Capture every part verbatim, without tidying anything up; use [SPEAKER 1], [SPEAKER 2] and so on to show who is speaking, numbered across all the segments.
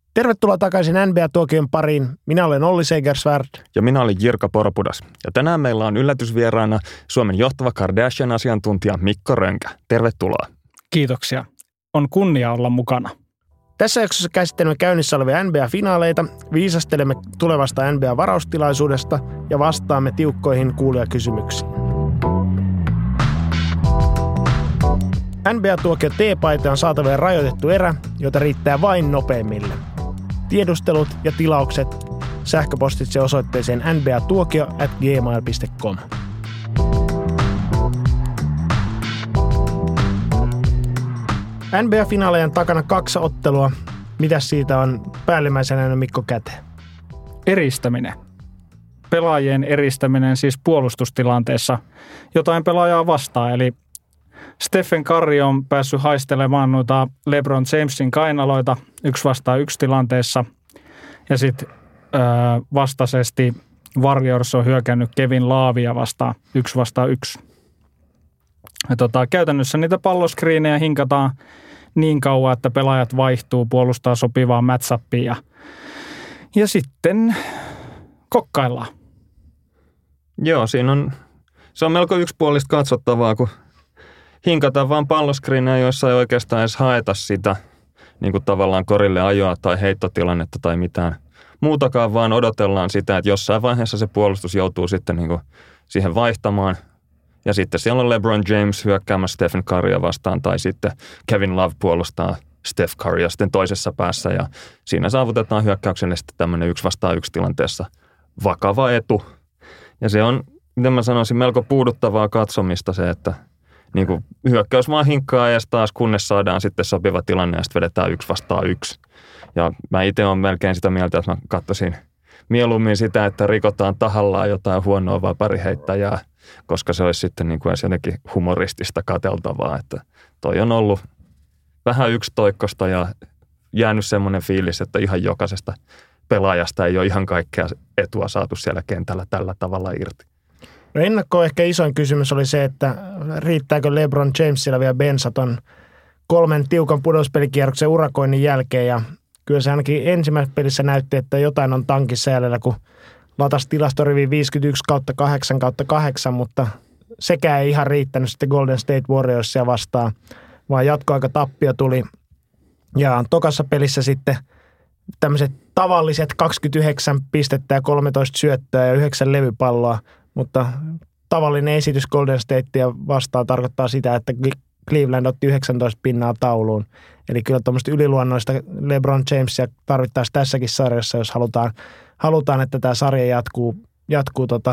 [SPEAKER 1] Tervetuloa takaisin N B A-tuokion pariin. Minä olen Olli Segersvärd.
[SPEAKER 2] Ja minä olen Jirka Poropudas. Ja tänään meillä on yllätysvieraana Suomen johtava Kardashian-asiantuntija Mikko Rönkä. Tervetuloa.
[SPEAKER 3] Kiitoksia. On kunnia olla mukana.
[SPEAKER 1] Tässä jaksossa käsittelemme käynnissä olevia N B A-finaaleita, viisastelemme tulevasta N B A-varaustilaisuudesta ja vastaamme tiukkoihin kuulijakysymyksiin. N B A-tuokio T-paita on saatavilla rajoitettu erä, jota riittää vain nopeimmille. Tiedustelut ja tilaukset sähköpostitse osoitteeseen n b a tuokio at gmail dot com. N B A-finaalejen takana kaksi ottelua. Mitäs siitä on päällimmäisenä Mikko käteen?
[SPEAKER 3] Eristäminen. Pelaajien eristäminen siis puolustustilanteessa jotain pelaajaa vastaan. Eli Stephen Curry on päässyt haistelemaan noita LeBron Jamesin kainaloita yksi vastaan yksi tilanteessa. Ja sitten vastaisesti Warriors on hyökännyt Kevin Lovea vastaan yksi vastaan yksi. Ja tota, käytännössä niitä palloskriinejä hinkataan niin kauan, että pelaajat vaihtuu, puolustaa sopivaa match-upia ja, ja sitten kokkaillaan.
[SPEAKER 2] Joo, siinä on, se on melko yksipuolista katsottavaa, kun hinkataan vaan palloskriinejä, joissa ei oikeastaan edes haeta sitä niin kuin tavallaan korille ajoa tai heittotilannetta tai mitään muutakaan, vaan odotellaan sitä, että jossain vaiheessa se puolustus joutuu sitten niin kuin siihen vaihtamaan. Ja sitten siellä on LeBron James hyökkäämässä Stephen Currya vastaan tai sitten Kevin Love puolustaa Steph Currya sitten toisessa päässä ja siinä saavutetaan hyökkäykselle sitten tämmöinen yksi vastaan yksi tilanteessa vakava etu. Ja se on, miten mä sanoisin, melko puuduttavaa katsomista se, että niin kuin hyökkäys vaan hinkkaa edes taas, kunnes saadaan sitten sopiva tilanne ja sitten vedetään yksi vastaan yksi. Ja mä itse olen melkein sitä mieltä, että mä katsoisin mieluummin sitä, että rikotaan tahallaan jotain huonoa vapariheittäjää, koska se olisi sitten niin kuin jotenkin humoristista katseltavaa, että toi on ollut vähän yksitoikkoista ja jäänyt semmoinen fiilis, että ihan jokaisesta pelaajasta ei ole ihan kaikkea etua saatu siellä kentällä tällä tavalla irti.
[SPEAKER 1] No ennakko ehkä isoin kysymys oli se, että riittääkö LeBron Jamesilla vielä bensaton kolmen tiukan pudotuspelikierroksen urakoinnin jälkeen ja kyllä se ainakin ensimmäisessä pelissä näytti, että jotain on tankissa jäljellä, kun latasi tilastoriviin viisikymmentäyksi kautta kahdeksan kautta kahdeksan, mutta sekään ei ihan riittänyt sitten Golden State Warriorsia vastaan, vaan jatkoaika tappio tuli. Ja tokassa pelissä sitten tämmöiset tavalliset kaksikymmentäyhdeksän pistettä ja kolmetoista syöttöä ja yhdeksän levypalloa, mutta tavallinen esitys Golden Statea vastaan tarkoittaa sitä, että Cleveland otti yhdeksäntoista pinnaa tauluun. Eli kyllä tuommoista yliluonnoista LeBron Jamesia tarvittaisiin tässäkin sarjassa, jos halutaan, halutaan että tämä sarja jatkuu, jatkuu tota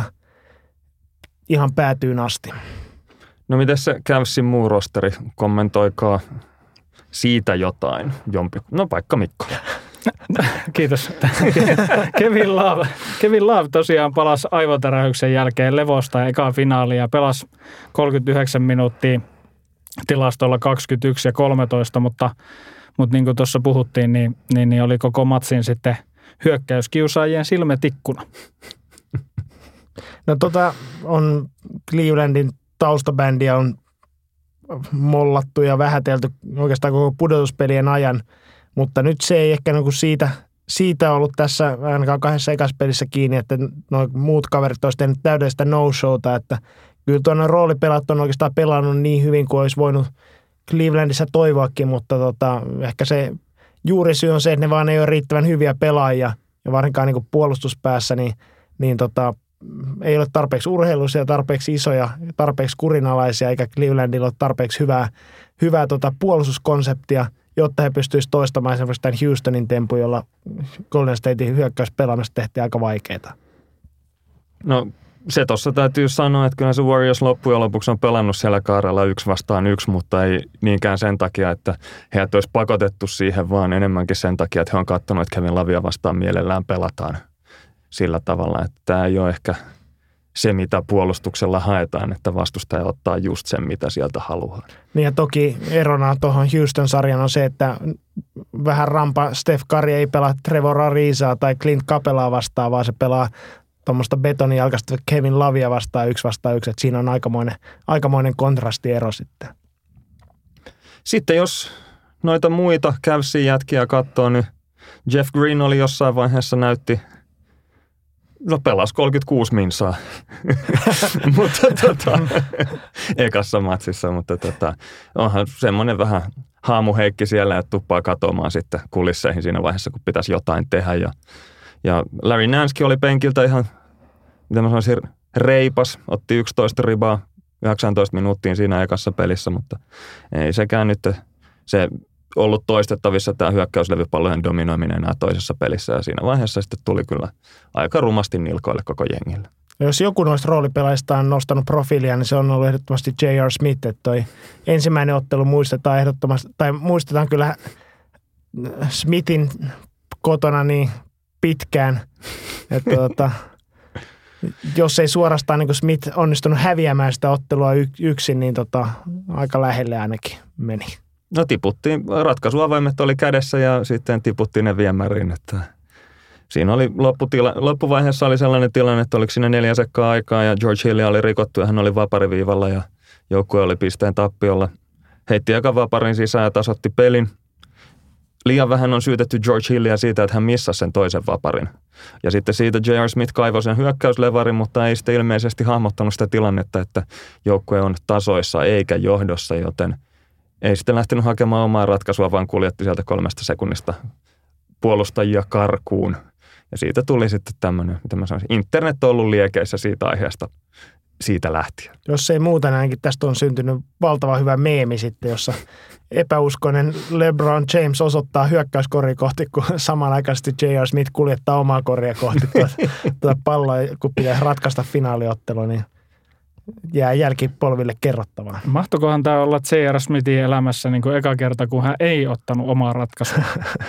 [SPEAKER 1] ihan päätyyn asti.
[SPEAKER 2] No miten se Cavsin muu rosteri, kommentoikaa siitä jotain. Jompi. No vaikka Mikko.
[SPEAKER 3] Kiitos. Kevin Love, Kevin Love tosiaan palasi aivotärähyksen jälkeen levosta ekaan finaaliin ja pelasi kolmekymmentäyhdeksän minuuttia tilastolla kaksikymmentäyksi ja kolmetoista, mutta, mutta niin kuin tuossa puhuttiin, niin, niin, niin oli koko matsin sitten hyökkäyskiusaajien silmätikkuna.
[SPEAKER 1] No tota on Clevelandin taustabändiä on mollattu ja vähätelty oikeastaan koko pudotuspelien ajan, mutta nyt se ei ehkä niin siitä, siitä ollut tässä ainakaan kahdessa ekassa pelissä kiinni, että nuo muut kaverit olisivat tehneet täydellistä no-showta, että kyllä tuonne roolipelat on oikeastaan pelannut niin hyvin kuin olisi voinut Clevelandissa toivoakin, mutta tota, ehkä se juurisyy on se, että ne vaan ei ole riittävän hyviä pelaajia ja varsinkaan niin kuin puolustuspäässä, niin, niin tota, ei ole tarpeeksi urheiluisia, tarpeeksi isoja, tarpeeksi kurinalaisia, eikä Clevelandilla ole tarpeeksi hyvää, hyvää tota puolustuskonseptia, jotta he pystyisivät toistamaan esimerkiksi tämän Houstonin tempu, jolla Golden Statein hyökkäyspelaamista tehtiin aika vaikeaa.
[SPEAKER 2] No se tuossa täytyy sanoa, että kyllä se Warriors loppujen lopuksi on pelannut siellä kaarella yksi vastaan yksi, mutta ei niinkään sen takia, että heidät olisi pakotettu siihen, vaan enemmänkin sen takia, että he on katsonut, että Kevin Lovea vastaan mielellään pelataan sillä tavalla, että tämä ei ole ehkä se, mitä puolustuksella haetaan, että vastustaja ottaa just sen, mitä sieltä haluaa. Niin
[SPEAKER 1] ja toki erona tuohon Houston-sarjan on se, että vähän rampa Steph Curry ei pelaa Trevor Arizaa tai Clint Capelaa vastaan, vaan se pelaa tuommoista betonijalkaista Kevin Lovea vastaan yksi vastaan yksi, että siinä on aikamoinen, aikamoinen kontrastiero sitten.
[SPEAKER 2] Sitten jos noita muita Cavsin jätkiä katsoo, niin Jeff Green oli jossain vaiheessa näytti, no pelasi kolmekymmentäkuusi minsaa, mutta tota, ekassa matsissa, mutta tota, onhan semmoinen vähän haamuheikki siellä, että tuppaa katoamaan sitten kulisseihin siinä vaiheessa, kun pitäisi jotain tehdä. Ja, ja Larry Nance oli penkiltä ihan, mitä mä sanoisin, reipas, otti yksitoista ribaa yhdeksäntoista minuuttiin siinä ekassa pelissä, mutta ei sekään nyt se ollut toistettavissa tämä hyökkäyslevypallojen dominoiminen enää toisessa pelissä ja siinä vaiheessa sitten tuli kyllä aika rumasti nilkoille koko jengille.
[SPEAKER 1] Jos joku noista roolipelaajista on nostanut profiilia, niin se on ollut ehdottomasti J R. Smith, että toi ensimmäinen ottelu muistetaan ehdottomasti, tai muistetaan kyllä Smithin kotona niin pitkään, että tuota, jos ei suorastaan niin kuin Smith onnistunut häviämään sitä ottelua yksin, niin tota, aika lähelle ainakin meni.
[SPEAKER 2] No tiputtiin, ratkaisuavaimet oli kädessä ja sitten tiputtiin ne viemäriin, että siinä oli lopputila, loppuvaiheessa oli sellainen tilanne, että oliko siinä neljä sekkaa aikaa ja George Hillia oli rikottu ja hän oli vapariviivalla ja joukkue oli pisteen tappiolla. Heitti eka vaparin sisään ja tasoitti pelin. Liian vähän on syytetty George Hillia siitä, että hän missasi sen toisen vaparin. Ja sitten siitä J R. Smith kaivoi sen hyökkäyslevarin, mutta ei sitten ilmeisesti hahmottanut sitä tilannetta, että joukkue on tasoissa eikä johdossa, joten ei sitten lähtenyt hakemaan omaa ratkaisua, vaan kuljetti sieltä kolmesta sekunnista puolustajia karkuun. Ja siitä tuli sitten tämmöinen, mitä mä sanoisin, internet on ollut liekeissä siitä aiheesta siitä lähtien.
[SPEAKER 1] Jos ei muuta, näinkin tästä on syntynyt valtava hyvä meemi sitten, jossa epäuskoinen LeBron James osoittaa hyökkäyskoria kohti, kun samanaikaisesti J R. Smith kuljettaa omaa koria kohti tuota palloa, kun pitää ratkaista finaaliottelu, niin jää jälkipolville kerrottavaa.
[SPEAKER 3] Mahtokohan tämä olla J R. Smithin elämässä niin kuin eka kerta, kun hän ei ottanut omaa ratkaisua?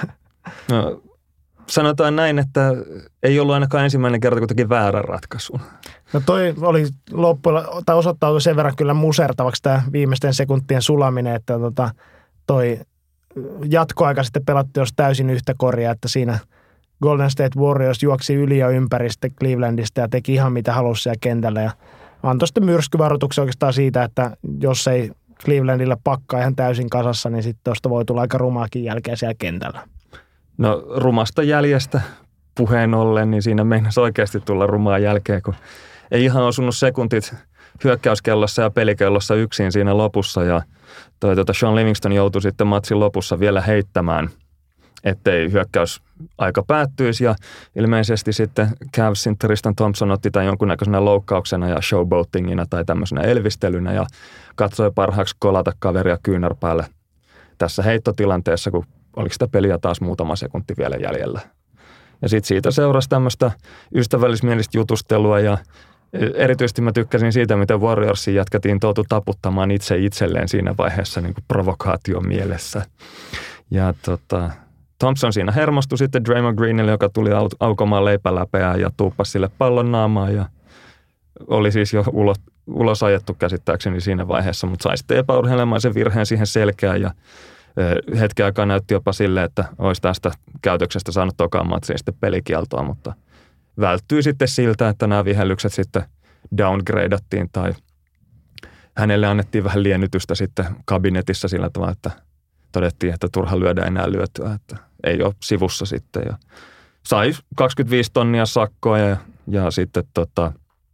[SPEAKER 2] No, sanotaan näin, että ei ollut ainakaan ensimmäinen kerta, kun teki väärän ratkaisun.
[SPEAKER 1] No toi oli loppujen, tai osoittautui sen verran kyllä musertavaksi tämä viimeisten sekuntien sulaminen, että tota, toi jatkoaika sitten pelattiin jos täysin yhtä koria, että siinä Golden State Warriors juoksi yli ja ympäri sitten Clevelandista ja teki ihan mitä halusi siellä kentällä ja antoi sitten myrskyvaroituksen oikeastaan siitä, että jos ei Clevelandilla pakkaa ihan täysin kasassa, niin sitten tuosta voi tulla aika rumaakin jälkeä siellä kentällä.
[SPEAKER 2] No rumasta jäljestä puheen ollen, niin siinä meinasi oikeasti tulla rumaa jälkeen, kun ei ihan osunut sekuntit hyökkäyskellossa ja pelikellossa yksin siinä lopussa. Ja toi, tuota Sean Livingston joutui sitten matsin lopussa vielä heittämään, ettei hyökkäys aika päättyisi. Ja ilmeisesti sitten Cavsin Tristan Thompson otti tämän jonkunnäköisenä loukkauksena ja showboatingina tai tämmöisenä elvistelynä ja katsoi parhaaksi kolata kaveria kyynärpäälle tässä heittotilanteessa, kun oliko sitä peliä taas muutama sekunti vielä jäljellä. Ja sitten siitä seurasi tämmöistä ystävällismielistä jutustelua ja erityisesti mä tykkäsin siitä, miten Warriorsin jätkätiin toutu taputtamaan itse itselleen siinä vaiheessa niin kuin provokaation mielessä. Ja tota, Thompson siinä hermostui sitten Draymond Greenille, joka tuli aukomaan leipäläpeää ja tuuppasi sille pallon naamaan ja oli siis jo ulos, ulos ajettu käsittääkseni siinä vaiheessa, mutta sai sitten epäurheilemaisen virheen siihen selkään ja hetken aikaa näytti jopa silleen, että olisi tästä käytöksestä saanut tokaan matsiin sitten pelikieltoa, mutta välttyi sitten siltä, että nämä vihellykset sitten downgradattiin tai hänelle annettiin vähän liennytystä sitten kabinetissa sillä tavalla, että todettiin, että turha lyödä enää lyötyä, että ei ole sivussa sitten. Ja sai kaksikymmentäviisi tonnia sakkoa ja, ja sitten tota,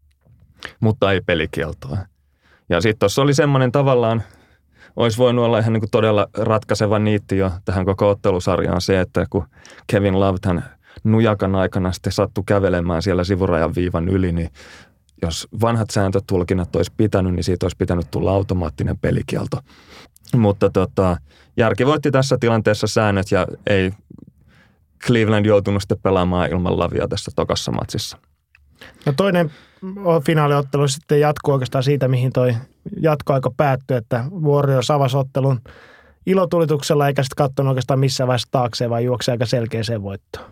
[SPEAKER 2] mutta ei pelikieltoa. Ja sitten tuossa oli semmoinen tavallaan, olisi voinut olla ihan niin kuin todella ratkaiseva niitti jo tähän koko ottelusarjaan se, että kun Kevin Love tämän nujakan aikana sitten sattui kävelemään siellä sivurajan viivan yli, niin jos vanhat sääntötulkinnat olisi pitänyt, niin siitä olisi pitänyt tulla automaattinen pelikielto. Mutta tota, järki voitti tässä tilanteessa säännöt ja ei Cleveland joutunut sitten pelaamaan ilman Lavia tässä tokassa matsissa.
[SPEAKER 1] No toinen finaaliottelu sitten jatkuu oikeastaan siitä, mihin toi jatkoaika päättyi, että Warriors avasi ottelun ilotulituksella eikä sitten katsonut oikeastaan missään vaiheessa taakseen, vaan juoksi aika selkeäseen voittoon.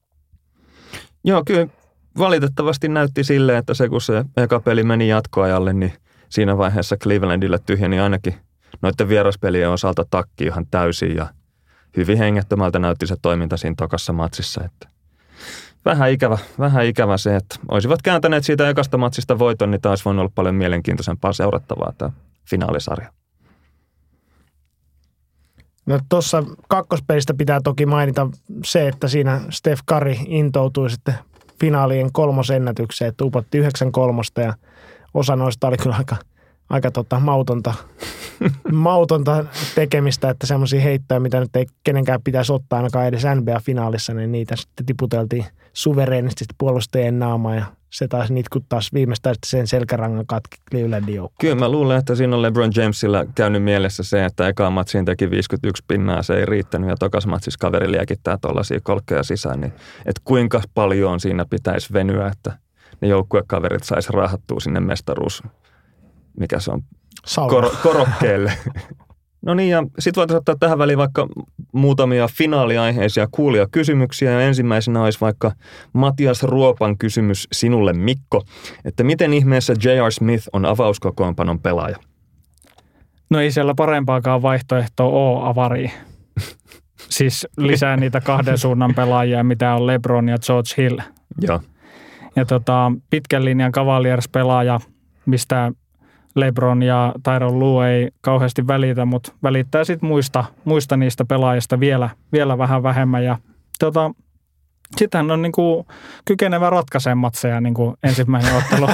[SPEAKER 2] Joo, kyllä valitettavasti näytti silleen, että se kun se eka peli meni jatkoajalle, niin siinä vaiheessa Clevelandille tyhjeni ainakin noiden vieraspelien osalta takki ihan täysin ja hyvin hengettömältä näytti se toiminta siinä tokassa matsissa, että Vähän ikävä, vähän ikävä se, että olisivat kääntäneet siitä ekasta matsista voiton, niin taas voinut olla paljon mielenkiintoisempaa seurattavaa tämä finaalisarja.
[SPEAKER 1] No tuossa kakkospelistä pitää toki mainita se, että siinä Steph Curry intoutui sitten finaalien kolmosennätykseen, että upotti yhdeksän kolmosta ja osa noista oli kyllä aika, aika tota, mautonta, mautonta tekemistä, että semmoisia heittoja, mitä nyt ei kenenkään pitäisi ottaa ainakaan edes N B A-finaalissa, niin niitä sitten tiputeltiin suvereenisti puolustajien naamaan ja se taas nitkuttaa viimeistään sen selkärangan katki Clevelandin joukkoon.
[SPEAKER 2] Kyllä mä luulen, että siinä on LeBron Jamesilla käynyt mielessä se, että eka matsiin teki viisikymmentäyksi pinnaa, se ei riittänyt ja tokas matsissa kaveri liekittää tuollaisia kolkkeja sisään, niin että kuinka paljon siinä pitäisi venyä, että ne joukkuekaverit saisi rahattua sinne mestaruus, mikä se on, kor- korokkeelle. No niin, ja sitten voitaisiin ottaa tähän väliin vaikka muutamia finaaliaiheisia kuulijakysymyksiä. Ja ensimmäisenä olisi vaikka Matias Ruopan kysymys sinulle, Mikko, että miten ihmeessä J R. Smith on avauskokoonpanon pelaaja?
[SPEAKER 3] No ei siellä parempaakaan vaihtoehtoa ole avariin. Siis lisää niitä kahden suunnan pelaajia, mitä on LeBron ja George Hill.
[SPEAKER 2] Joo.
[SPEAKER 3] Ja tota, pitkän linjan Cavaliers-pelaaja, mistä LeBron ja Tyronn Lue ei kauheasti välitä, mutta välittää sitten muista, muista niistä pelaajista vielä, vielä vähän vähemmän. Ja tota, sitten hän on niinku kykenevä ratkaisemaan matseja niinku ensimmäinen ottelu.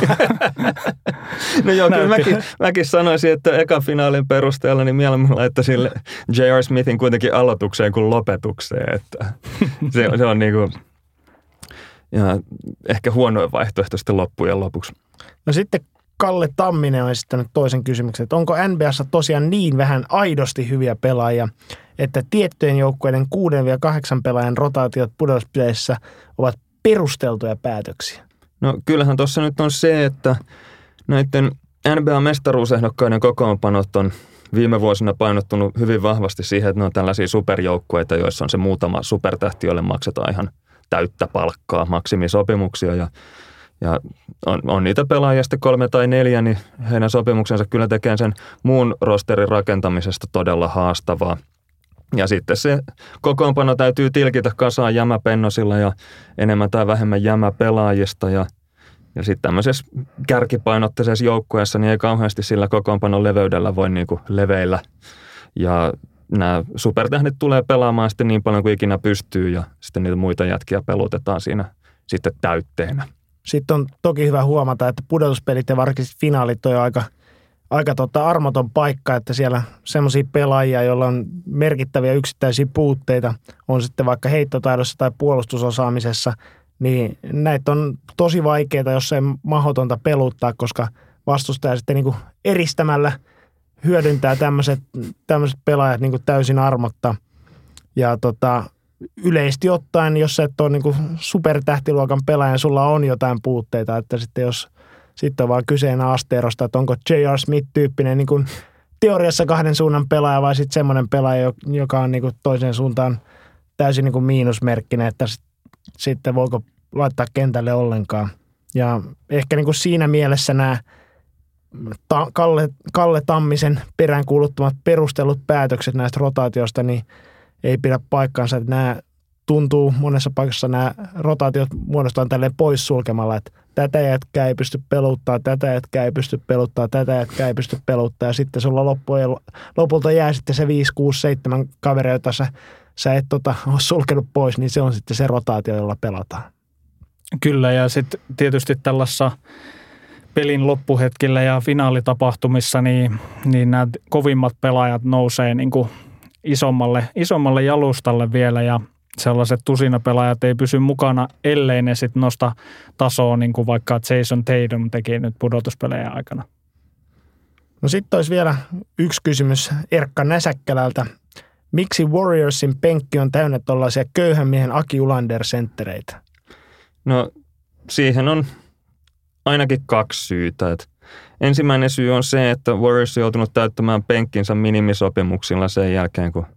[SPEAKER 2] No joo, kyllä mäkin, mäkin sanoisin, että eka finaalin perusteella niin mieluummin laittaisin J R. Smithin kuitenkin aloitukseen kuin lopetukseen. Että se, se on niinku, ja ehkä huonoin vaihtoehto sitten loppujen lopuksi.
[SPEAKER 1] No sitten Kalle Tamminen on esittänyt toisen kysymyksen, että onko N B A:ssa tosiaan niin vähän aidosti hyviä pelaajia, että tiettyjen joukkueiden kuuden ja kahdeksan pelaajan rotaatiot pudotuspeleissä ovat perusteltuja päätöksiä?
[SPEAKER 2] No kyllähän tuossa nyt on se, että näiden N B A-mestaruusehdokkaiden kokoonpanot on viime vuosina painottunut hyvin vahvasti siihen, että ne on tällaisia superjoukkueita, joissa on se muutama supertähti, joille maksetaan ihan täyttä palkkaa, maksimisopimuksia ja Ja on, on niitä pelaajia sitten kolme tai neljä, niin heidän sopimuksensa kyllä tekee sen muun rosterin rakentamisesta todella haastavaa. Ja sitten se kokoonpano täytyy tilkitä kasaan jämäpennosilla ja enemmän tai vähemmän jämäpelaajista. Ja, ja sitten tämmöisessä kärkipainotteisessa joukkueessa niin ei kauheasti sillä kokoonpanon leveydellä voi niinku leveillä. Ja nämä supertähdet tulee pelaamaan sitten niin paljon kuin ikinä pystyy ja sitten niitä muita jätkiä pelutetaan siinä sitten täytteenä.
[SPEAKER 1] Sitten on toki hyvä huomata, että pudotuspelit ja varsinkin finaalit on aika, aika tota armoton paikka, että siellä semmoisia pelaajia, joilla on merkittäviä yksittäisiä puutteita, on sitten vaikka heittotaidossa tai puolustusosaamisessa, niin näitä on tosi vaikeita, jos ei mahdotonta peluttaa, koska vastustaja sitten niin kuin eristämällä hyödyntää tämmöiset, tämmöiset pelaajat niin kuin täysin armotta. Ja tota, yleisesti ottaen, jos sä et ole niin kuin supertähtiluokan pelaaja, sulla on jotain puutteita, että sitten jos sitten on vaan kyseenä asteerosta, että onko J R. Smith-tyyppinen niin kuin teoriassa kahden suunnan pelaaja vai sitten semmoinen pelaaja, joka on niin kuin toiseen suuntaan täysin niin kuin miinusmerkkinen, että sitten voiko laittaa kentälle ollenkaan. Ja ehkä niin kuin siinä mielessä nämä ta- Kalle, Kalle Tammisen peräänkuuluttamat perustellut päätökset näistä rotaatioista, niin ei pidä paikkaansa, että nämä tuntuu monessa paikassa nämä rotaatiot muodostuvat tälleen poissulkemalla, että tätä jätkää ei pysty peluttaa, tätä jätkää ei pysty peluttaa, tätä jätkää ei pysty peluttaa ja sitten sulla loppujen, lopulta jää sitten se viisi, kuusi, seitsemän kaveria, jota sä, sä et tota, ole sulkenut pois, niin se on sitten se rotaatio, jolla pelataan.
[SPEAKER 3] Kyllä ja sitten tietysti tällaisessa pelin loppuhetkillä ja finaalitapahtumissa, niin, niin nämä kovimmat pelaajat nousee niin kuin isommalle, isommalle jalustalle vielä ja sellaiset tusinapelaajat ei pysy mukana, ellei ne sitten nosta tasoa, niin kuin vaikka Jason Tatum teki nyt pudotuspelejä aikana.
[SPEAKER 1] No sitten olisi vielä yksi kysymys Erkka Näsäkkälältä. Miksi Warriorsin penkki on täynnä tuollaisia köyhän miehen Aki Ulander-senttereitä?
[SPEAKER 2] No siihen on ainakin kaksi syytä. Et ensimmäinen syy on se, että Warriors on joutunut täyttämään penkkinsä minimisopimuksilla sen jälkeen, kun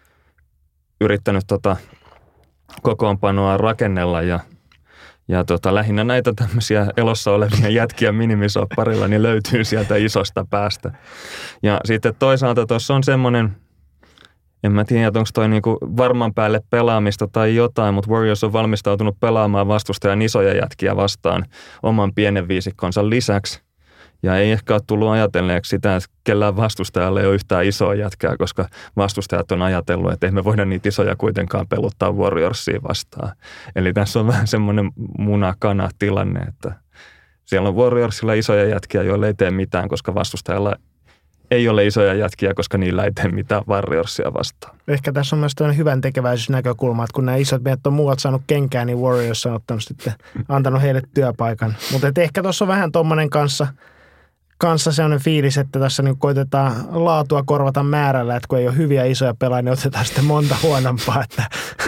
[SPEAKER 2] yrittänyt tota kokoonpanoa rakennella ja, ja tota, lähinnä näitä tämmöisiä elossa olevia jätkiä minimisopparilla niin löytyy sieltä isosta päästä. Ja sitten toisaalta tuossa on semmoinen, en mä tiedä, onko toi niinku varman päälle pelaamista tai jotain, mutta Warriors on valmistautunut pelaamaan vastustajan isoja jätkiä vastaan oman pienen viisikkonsa lisäksi. Ja ei ehkä ole tullut ajatelleeksi sitä, että kellään vastustajalla ei ole yhtään isoa jätkää, koska vastustajat on ajatellut, että ei me voida niitä isoja kuitenkaan peluttaa Warriorsia vastaan. Eli tässä on vähän semmoinen muna-kana-tilanne, että siellä on Warriorsilla isoja jätkiä, joille ei tee mitään, koska vastustajalla ei ole isoja jätkiä, koska niillä ei tee mitään Warriorsia vastaan.
[SPEAKER 1] Ehkä tässä on myös tämmöinen hyvän tekeväisyysnäkökulma, että kun nämä isot miehet on muuat saanut kenkää, niin Warriors on ottanut sitten, antanut heille työpaikan. Mutta ehkä tuossa on vähän tuommoinen kanssa, kanssa sellainen fiilis, että tässä niin koitetaan laatua korvata määrällä, että kun ei ole hyviä isoja pelaajia, niin otetaan sitten monta huonompaa, että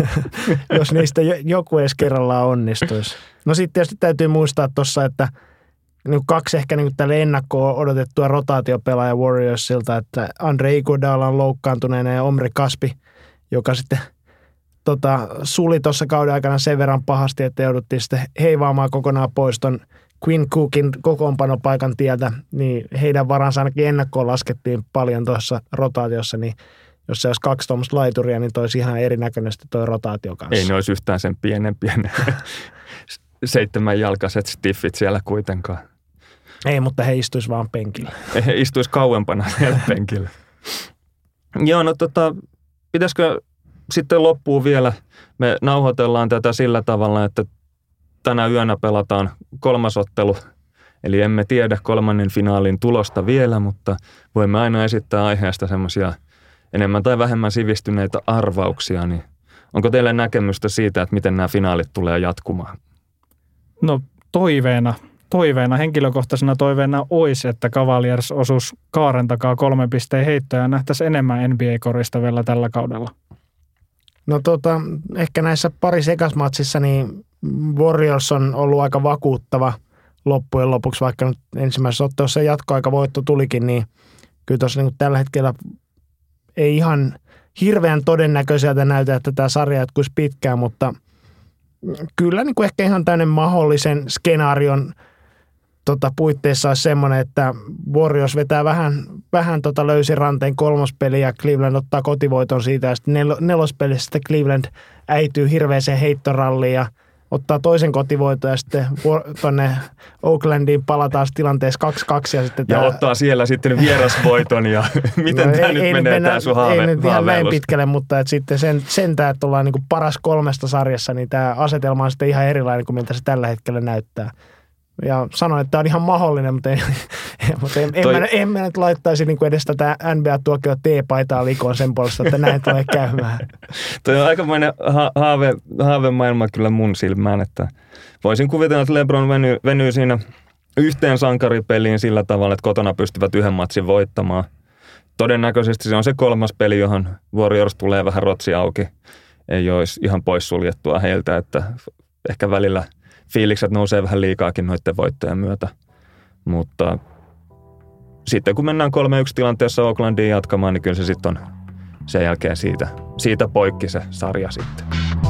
[SPEAKER 1] jos niistä joku edes kerrallaan onnistuisi. No sitten tietysti täytyy muistaa tuossa, että niin kaksi ehkä niin tälle ennakkoon odotettua rotaatiopelaaja Warriorsilta, että Andre Iguodala on loukkaantuneena ja Omri Kaspi, joka sitten tota, suli tuossa kauden aikana sen verran pahasti, että jouduttiin sitten heivaamaan kokonaan pois ton Quinn Cookin kokoonpanopaikan tieltä, niin heidän varansa ainakin ennakkoon laskettiin paljon tuossa rotaatiossa, niin jos se olisi kaksi tuommoista laituria, niin toisi ihan erinäköisesti toi rotaatio kanssa.
[SPEAKER 2] Ei ne olisi yhtään sen pienen pienen seitsemänjalkaiset stiffit siellä kuitenkaan.
[SPEAKER 1] Ei, mutta he istuisi vaan penkillä.
[SPEAKER 2] He istuisi kauempana siellä penkillä. Joo, no tota, pitäisikö sitten loppuun vielä, me nauhoitellaan tätä sillä tavalla, että tänä yönä pelataan kolmas ottelu, eli emme tiedä kolmannen finaalin tulosta vielä, mutta voimme aina esittää aiheesta semmoisia enemmän tai vähemmän sivistyneitä arvauksia, niin onko teille näkemystä siitä, että miten nämä finaalit tulee jatkumaan?
[SPEAKER 3] No toiveena, toiveena, henkilökohtaisena toiveena olisi, että Cavaliers osuisi kaaren takaa kolmen pisteen heittoja ja nähtäisiin enemmän N B A-korista vielä tällä kaudella.
[SPEAKER 1] No tota, ehkä näissä pari sekasmatsissa niin Warriors on ollut aika vakuuttava loppujen lopuksi, vaikka nyt ensimmäisessä ottelussa jatkoaikavoitto tulikin, niin kyllä tuossa niin tällä hetkellä ei ihan hirveän todennäköiseltä näytä, että tämä sarja jatkuisi pitkään, mutta kyllä niin kuin ehkä ihan tämmöinen mahdollisen skenaarion tota, puitteissa olisi semmoinen, että Warriors vetää vähän, vähän tota löysin ranteen kolmospeliä ja Cleveland ottaa kotivoiton siitä ja sitten nel- nelospelissä sitten Cleveland äityy hirveäseen heittoralliin ja ottaa toisen kotivoiton ja sitten tuonne Oaklandiin palataan tilanteessa kaksi kaksi. Ja, sitten
[SPEAKER 2] ja
[SPEAKER 1] tämä,
[SPEAKER 2] ottaa siellä sitten vierasvoiton ja miten no, tämä ei, nyt ei menee tämä sun haave,
[SPEAKER 1] Ei nyt ihan näin pitkälle, mutta että sitten sen, sentään, että ollaan niin kuin paras kolmesta sarjassa, niin tämä asetelma on sitten ihan erilainen kuin miltä se tällä hetkellä näyttää. Ja sanon, että tämä on ihan mahdollinen, mutta, ei, mutta en, Toi... en, mä, en mä nyt laittaisi niin kuin edes tätä N B A-tuokio T-paitaa likoon sen puolesta, että näin tulee käymään.
[SPEAKER 2] Toi on aikamoinen ha- haave, haavemaailma kyllä mun silmään, että voisin kuvitella, että LeBron venyy, venyy siinä yhteen sankaripeliin sillä tavalla, että kotona pystyvät yhden matsin voittamaan. Todennäköisesti se on se kolmas peli, johon Warriors tulee vähän rotsi auki. Ei olisi ihan poissuljettua heiltä, että ehkä välillä fiilikset nousee vähän liikaakin noiden voittojen myötä, mutta sitten kun mennään kolme yksi tilanteessa Oaklandiin jatkamaan, niin kyllä se sitten on sen jälkeen siitä, siitä poikki se sarja sitten.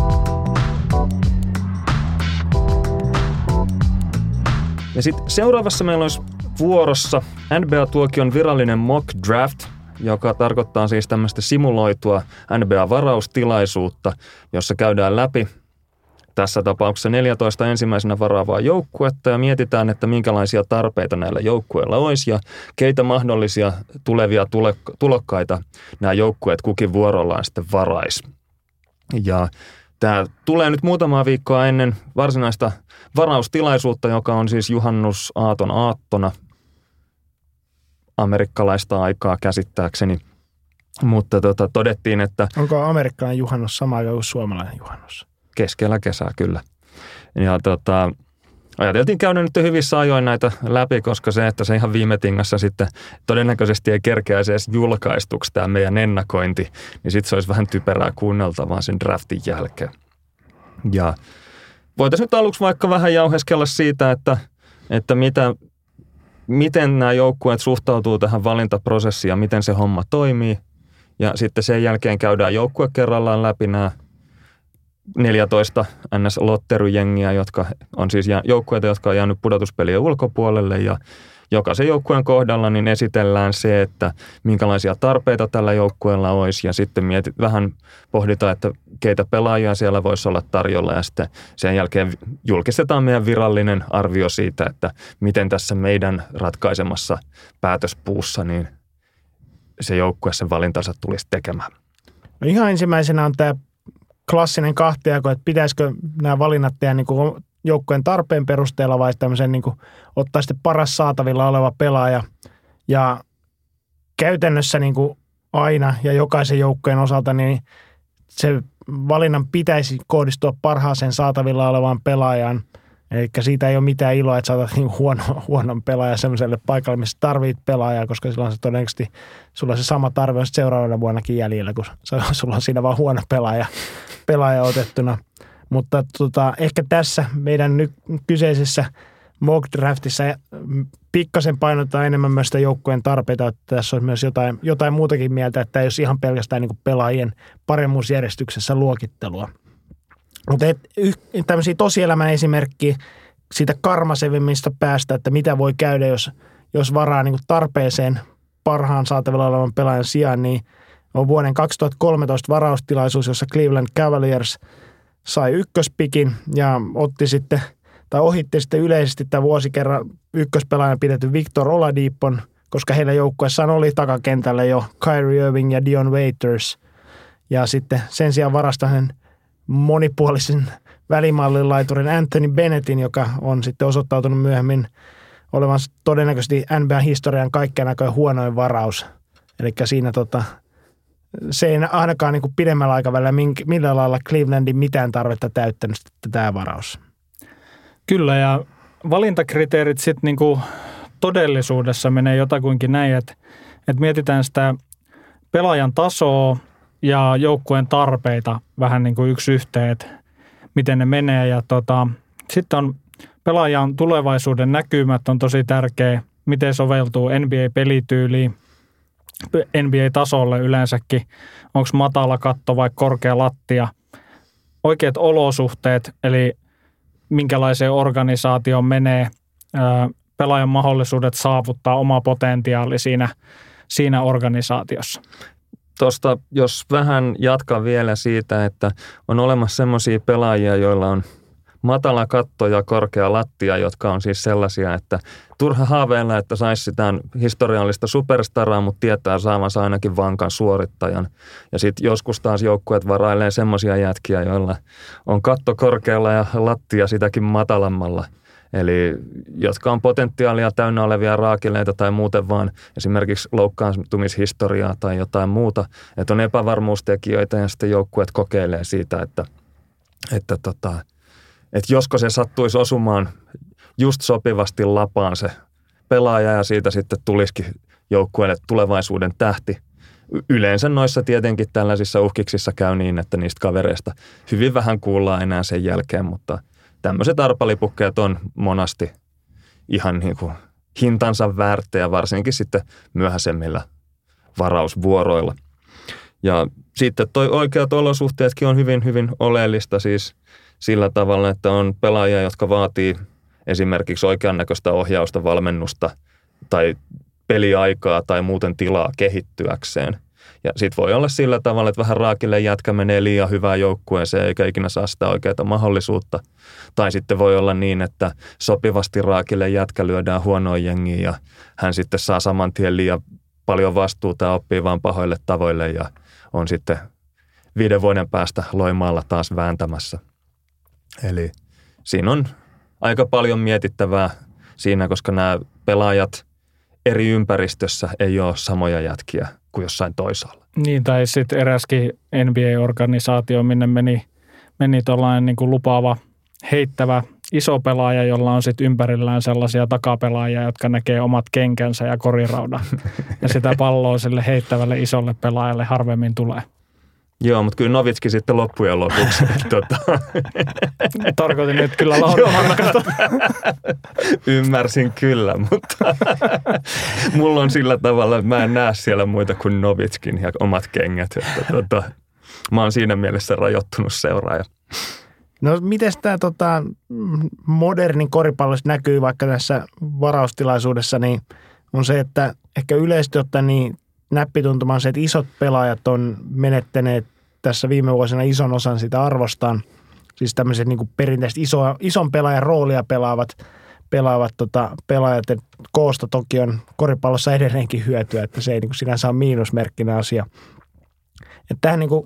[SPEAKER 2] Ja sitten seuraavassa meillä olisi vuorossa N B A-tuokion virallinen mock draft, joka tarkoittaa siis tämmöistä simuloitua N B A-varaustilaisuutta, jossa käydään läpi tässä tapauksessa neljätoista ensimmäisenä varaavaa joukkuetta ja mietitään, että minkälaisia tarpeita näillä joukkueilla olisi ja keitä mahdollisia tulevia tule- tulokkaita nämä joukkueet kukin vuorollaan sitten varaisi. Ja tämä tulee nyt muutamaa viikkoa ennen varsinaista varaustilaisuutta, joka on siis juhannusaaton aattona amerikkalaista aikaa käsittääkseni. Mutta tota, todettiin, että
[SPEAKER 1] onko amerikkalainen juhannus sama kuin suomalainen juhannus?
[SPEAKER 2] Keskellä kesää kyllä. Ja tota, ajateltiin käydä nyt hyvissä ajoin näitä läpi, koska se, että se ihan viime tingassa sitten todennäköisesti ei kerkeäisi edes julkaistuksi tämä meidän ennakointi, niin sitten se olisi vähän typerää kuunneltavaa sen draftin jälkeen. Ja voitaisiin nyt aluksi vaikka vähän jauheskella siitä, että, että mitä, miten nämä joukkueet suhtautuu tähän valintaprosessiin ja miten se homma toimii. Ja sitten sen jälkeen käydään joukkue kerrallaan läpi nämä neljätoista N S-lotteryjengiä, jotka on siis joukkueita, jotka on jäänyt pudotuspelien ulkopuolelle ja jokaisen joukkueen kohdalla niin esitellään se, että minkälaisia tarpeita tällä joukkueella olisi ja sitten mietit, vähän pohditaan, että keitä pelaajia siellä voisi olla tarjolla ja sitten sen jälkeen julkistetaan meidän virallinen arvio siitä, että miten tässä meidän ratkaisemassa päätöspuussa niin se joukkue sen valintansa tulisi tekemään.
[SPEAKER 1] No ihan ensimmäisenä on tämä klassinen kahtiajako, että pitäisikö nämä valinnat tehdä niin kuin joukkueen tarpeen perusteella vai tämmöisen niin kuin ottaa sitten paras saatavilla oleva pelaaja. Ja käytännössä niin kuin aina ja jokaisen joukkueen osalta niin se valinnan pitäisi kohdistua parhaaseen saatavilla olevaan pelaajaan. Eli siitä ei ole mitään iloa, että saatat niin huono, huonon pelaajan semmoiselle paikalle, missä tarvit pelaajaa, koska silloin se todennäköisesti sulla se sama tarve on seuraavana vuonnakin jäljellä, kun sulla on siinä vaan huono pelaaja, pelaaja otettuna. Mutta tota, ehkä tässä meidän nyt kyseisessä mock draftissa pikkasen painotetaan enemmän myös sitä joukkueen tarpeita, että tässä on myös jotain, jotain muutakin mieltä, että ei ole ihan pelkästään niin kuin pelaajien paremmuusjärjestyksessä luokittelua. Mutta tämmöisiä tosielämän esimerkkiä siitä karmasevimmista päästä, että mitä voi käydä, jos, jos varaa niin kuin tarpeeseen parhaan saatavilla olevan pelaajan sijaan, niin on vuoden kaksituhattakolmetoista varaustilaisuus, jossa Cleveland Cavaliers sai ykköspikin ja otti sitten, tai ohitti sitten yleisesti tämän vuosikerran ykköspelaajan pidetty Victor Oladipon, koska heidän joukkueessaan oli takakentällä jo Kyrie Irving ja Dion Waiters. Ja sitten sen sijaan varasta hän monipuolisen välimallilaiturin Anthony Bennettin, joka on sitten osoittautunut myöhemmin olevan todennäköisesti N B A-historian kaikkein näköinen huonoin varaus. Eli siinä tota, se ei ainakaan niin kuin pidemmällä aikavälillä millä lailla Clevelandin mitään tarvetta täyttänyt tämä varaus.
[SPEAKER 3] Kyllä, ja valintakriteerit sitten niin kuin todellisuudessa menee jotakuinkin näin, että, että mietitään sitä pelaajan tasoa ja joukkueen tarpeita vähän niin kuin yksi yhteen, että miten ne menee. Ja tota, sitten on pelaajan tulevaisuuden näkymät on tosi tärkeä, miten soveltuu N B A-pelityyliin, N B A-tasolle yleensäkin, onko matala katto vai korkea lattia, oikeat olosuhteet, eli minkälaiseen organisaatioon menee, pelaajan mahdollisuudet saavuttaa oma potentiaali siinä, siinä organisaatiossa.
[SPEAKER 2] Tuosta, jos vähän jatkan vielä siitä, että on olemassa semmoisia pelaajia, joilla on matala katto ja korkea lattia, jotka on siis sellaisia, että turha haaveilla, että saisi sitä historiallista superstaraa, mutta tietää saavansa ainakin vankan suorittajan. Ja sitten joskus taas joukkueet varailee semmoisia jätkiä, joilla on katto korkealla ja lattia sitäkin matalammalla. Eli jotka on potentiaalia täynnä olevia raakileita tai muuten vaan esimerkiksi loukkaantumishistoriaa tai jotain muuta. Että on epävarmuustekijöitä ja sitten joukkueet kokeilee siitä, että, että, tota, että josko se sattuisi osumaan just sopivasti lapaan se pelaaja ja siitä sitten tulisikin joukkueelle tulevaisuuden tähti. Yleensä noissa tietenkin tällaisissa uhkiksissa käy niin, että niistä kavereista hyvin vähän kuullaan enää sen jälkeen, mutta tämmöiset arpalipukkeet on monasti ihan niin kuin hintansa väärtejä, varsinkin sitten myöhäisemmillä varausvuoroilla. Ja sitten toi oikeat olosuhteetkin on hyvin, hyvin oleellista siis sillä tavalla, että on pelaajia, jotka vaatii esimerkiksi oikeannäköistä ohjausta, valmennusta tai peliaikaa tai muuten tilaa kehittyäkseen. Ja sitten voi olla sillä tavalla, että vähän raakille jätkä menee liian hyvään joukkueeseen eikä ikinä saa sitä oikeaa mahdollisuutta. Tai sitten voi olla niin, että sopivasti raakille jätkä lyödään huonoon jengiin ja hän sitten saa saman tien liian paljon vastuuta ja oppii vaan pahoille tavoille ja on sitten viiden vuoden päästä Loimaalla taas vääntämässä. Eli siinä on aika paljon mietittävää siinä, koska nämä pelaajat eri ympäristössä ei ole samoja jätkiä kuin jossain toisaalla.
[SPEAKER 3] Niin, tai sitten eräskin N B A-organisaatio, minne meni, meni tuollainen niin kuin lupaava, heittävä iso pelaaja, jolla on sitten ympärillään sellaisia takapelaajia, jotka näkee omat kenkänsä ja koriraudan. Ja sitä palloa sille heittävälle isolle pelaajalle harvemmin tulee.
[SPEAKER 2] Joo, mutta kyllä Novitski sitten loppujen lopuksi. tota.
[SPEAKER 3] Tarkoitin nyt kyllä Lauri.
[SPEAKER 2] Ymmärsin kyllä, mutta mulla on sillä tavalla, että mä en näe siellä muita kuin Novitskin ja omat kengät. Että, tota, mä oon siinä mielessä rajoittunut seuraaja.
[SPEAKER 1] No miten tämä tota, modernin koripallossa näkyy vaikka tässä varaustilaisuudessa, niin on se, että ehkä yleisesti ottaen niin näppituntuma on se, että isot pelaajat on menettäneet tässä viime vuosina ison osan sitä arvostaan. Siis tämmöiset niin kuin perinteiset iso, ison pelaajan roolia pelaavat, pelaavat tota, pelaajat. Et koosta toki on koripallossa edelleenkin hyötyä, että se ei niin kuin sinänsä ole miinusmerkkinen asia. Että tähän niin kuin,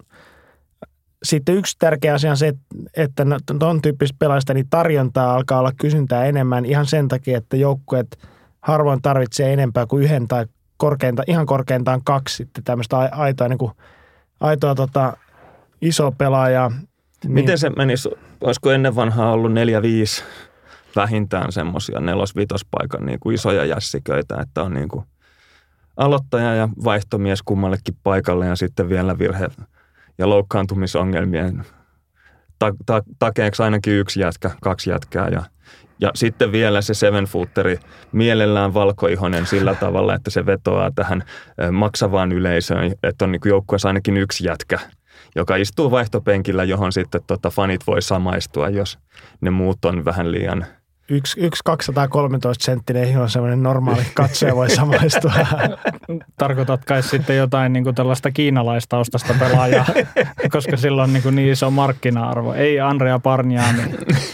[SPEAKER 1] sitten yksi tärkeä asia on se, että tuon tyyppisistä pelaajista niin tarjontaa alkaa olla kysyntää enemmän ihan sen takia, että joukkueet harvoin tarvitsee enempää kuin yhden tai korkeinta, ihan korkeintaan kaksi sitten tämmöistä aitoa, niin kuin, aitoa tota, isoa pelaajaa.
[SPEAKER 2] Niin. Miten se menisi? Olisiko ennen vanhaa ollut neljä viisi vähintään semmoisia nelos-vitospaikan niin kuin isoja jässiköitä, että on niin kuin aloittaja ja vaihtomies kummallekin paikalle ja sitten vielä virhe ja loukkaantumisongelmien ta- ta- takeeksi ainakin yksi jätkä, kaksi jätkää ja, ja sitten vielä se seven-footeri mielellään valkoihonen sillä tavalla, että se vetoaa tähän maksavaan yleisöön, että on niin kuin joukkueessa ainakin yksi jätkä, joka istuu vaihtopenkillä, johon sitten tota fanit voi samaistua, jos ne muut on vähän liian...
[SPEAKER 1] Yksi, yksi kaksisataakolmetoista senttinen on semmoinen normaali katsoja voi samaistua.
[SPEAKER 3] Tarkoitat kai sitten jotain niin kuin tällaista kiinalaistaustasta pelaajaa, koska sillä on niin, kuin niin iso markkina-arvo. Ei Andrea Bargnani.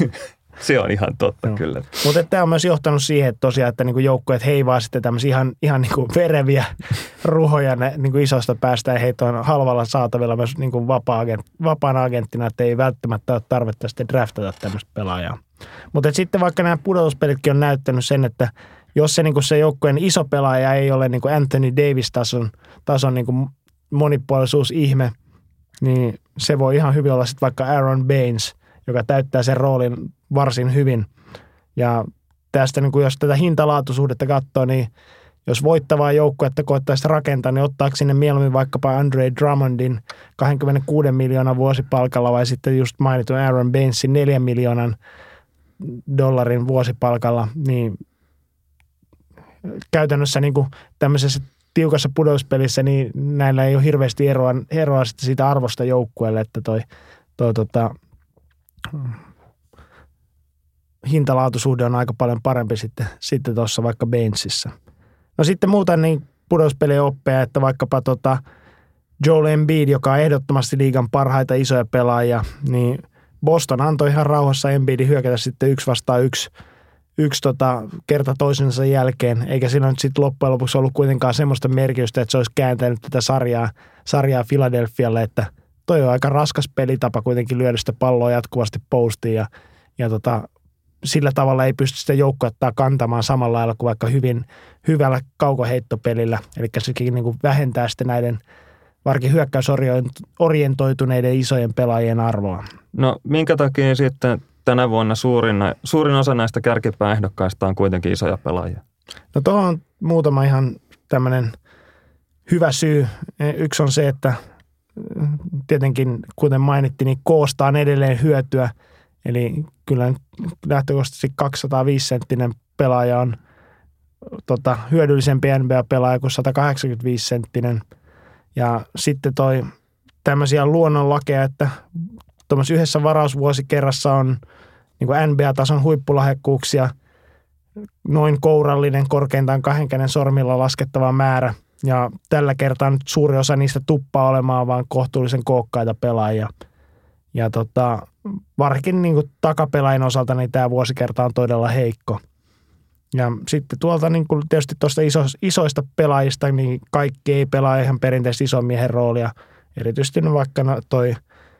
[SPEAKER 2] Se on ihan totta, no. Kyllä.
[SPEAKER 1] Mutta tämä on myös johtanut siihen, että tosiaan, että niinku joukkueet heivaa sitten tämmöisiä ihan, ihan niinku vereviä ruhoja ne, niinku isosta päästä ja heitä on halvalla saatavilla myös niinku vapaa-agent, vapaana agenttina, että ei välttämättä ole tarvetta sitten draftata tämmöistä pelaajaa. Mutta sitten vaikka nämä pudotuspelitkin on näyttänyt sen, että jos se, niinku se joukkueen iso pelaaja ei ole niinku Anthony Davis-tason tason niinku monipuolisuusihme, niin se voi ihan hyvin olla sitten vaikka Aaron Baines, joka täyttää sen roolin varsin hyvin. Ja tästä, niin kuin jos tätä hintalaatuisuudetta katsoo, niin jos voittavaa joukkuetta koettaisi rakentaa, niin ottaako sinne mieluummin vaikkapa Andre Drummondin kaksikymmentäkuusi miljoonan vuosipalkalla vai sitten just mainitun Aaron Bainesin neljän miljoonan dollarin vuosipalkalla, niin käytännössä niin kuin tämmöisessä tiukassa pudotuspelissä, niin näillä ei ole hirveästi eroa, eroa sitten siitä arvosta joukkueelle, että toi, toi tota, hintalaatuisuhde on aika paljon parempi sitten, sitten tuossa vaikka Bainesissä. No sitten muuta niin pudotuspelien oppeja, että vaikkapa tota Joel Embiid, joka on ehdottomasti liigan parhaita isoja pelaajia, niin Boston antoi ihan rauhassa Embiidin hyökätä sitten yksi vastaan yksi, yksi tota, kerta toisensa jälkeen, eikä siinä nyt sitten loppujen lopuksi ollut kuitenkaan semmoista merkitystä, että se olisi kääntänyt tätä sarjaa, sarjaa Philadelphialle, että toi on aika raskas pelitapa kuitenkin lyödä sitä palloa jatkuvasti postiin ja, ja tota, sillä tavalla ei pysty sitä joukkuetta kantamaan samalla lailla kuin vaikka hyvin hyvällä kaukoheittopelillä. Eli sekin niin kuin vähentää sitten näiden varsinkin hyökkäysorientoituneiden isojen pelaajien arvoa.
[SPEAKER 2] No minkä takia sitten tänä vuonna suurin, suurin osa näistä kärkipääehdokkaista on kuitenkin isoja pelaajia?
[SPEAKER 1] No tuohon on muutama ihan tämmöinen hyvä syy. Yksi on se, että tietenkin, kuten mainittiin, niin koosta on edelleen hyötyä. Eli kyllä lähtökohtaisesti kaksisataaviisi senttinen pelaaja on tota, hyödyllisempi N B A-pelaaja kuin sata kahdeksankymmentäviisi senttinen. Ja sitten toi tämmöisiä luonnonlakeja, että tuommoisessa yhdessä varausvuosikerrassa on niin kuin N B A-tason huippulahjakkuuksia, noin kourallinen, korkeintaan kahden käden sormilla laskettava määrä. Ja tällä kertaa nyt suuri osa niistä tuppaa olemaan vaan kohtuullisen kookkaita pelaajia. Ja tota, varsinkin niin kuin takapelaajien osalta niin tämä vuosikerta on todella heikko. Ja sitten tuolta niin kuin tietysti tuosta iso, isoista pelaajista, niin kaikki ei pelaa ihan perinteisesti ison miehen roolia. Erityisesti no vaikka toi,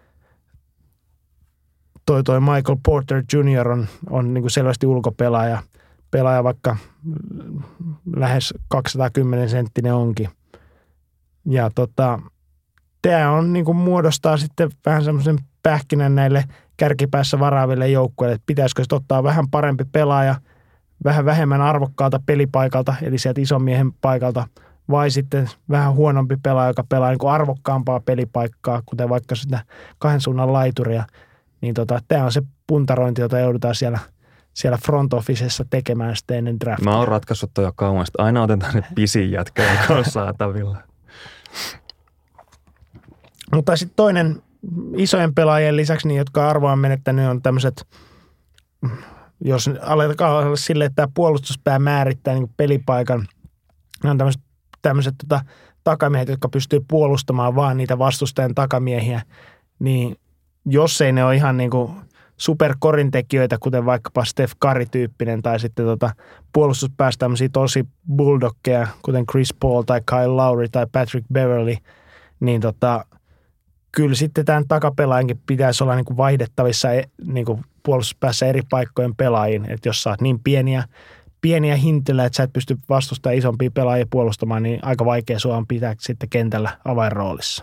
[SPEAKER 1] toi, toi Michael Porter junior on, on niin kuin selvästi ulkopelaaja. Pelaaja vaikka lähes kaksisataakymmenen senttinen onkin. Ja tota, tämä on niin kuin muodostaa sitten vähän semmoisen pähkinän näille kärkipäässä varaaville joukkueille, että pitäisikö sitten ottaa vähän parempi pelaaja, vähän vähemmän arvokkaalta pelipaikalta, eli sieltä ison miehen paikalta, vai sitten vähän huonompi pelaaja, joka pelaa niin kuin arvokkaampaa pelipaikkaa, kuten vaikka sitä kahden suunnan laituria. Niin tota, tämä on se puntarointi, jota joudutaan siellä siellä front officessa tekemään sitten ennen draftia.
[SPEAKER 2] Mä oon ratkaissut toi jo kauan, että aina otetaan ne pisin jätkä, joka on saatavilla.
[SPEAKER 1] Mutta sitten toinen, isojen pelaajien lisäksi, niin jotka arvoa on menettänyt, on tämmöiset, jos aletaan olla sille, että tämä puolustuspää määrittää niin pelipaikan, ne on tämmöiset, tämmöiset tota, takamiehet, jotka pystyy puolustamaan vaan niitä vastustajan takamiehiä, niin jos ei ne ole ihan niin kuin superkorintekijöitä, kuten vaikkapa Steph Curry-tyyppinen, tai sitten tota puolustuspäästä tämmöisiä tosi bulldoggeja, kuten Chris Paul tai Kyle Lowry tai Patrick Beverley, niin tota, kyllä sitten tämän takapelaajankin pitäisi olla niin kuin vaihdettavissa niin kuin puolustuspäässä eri paikkojen pelaajiin. Että jos sä oot niin pieniä, pieniä hintelä, että sä et pysty vastustamaan isompia pelaajia puolustamaan, niin aika vaikea sua on pitää sitten kentällä avainroolissa.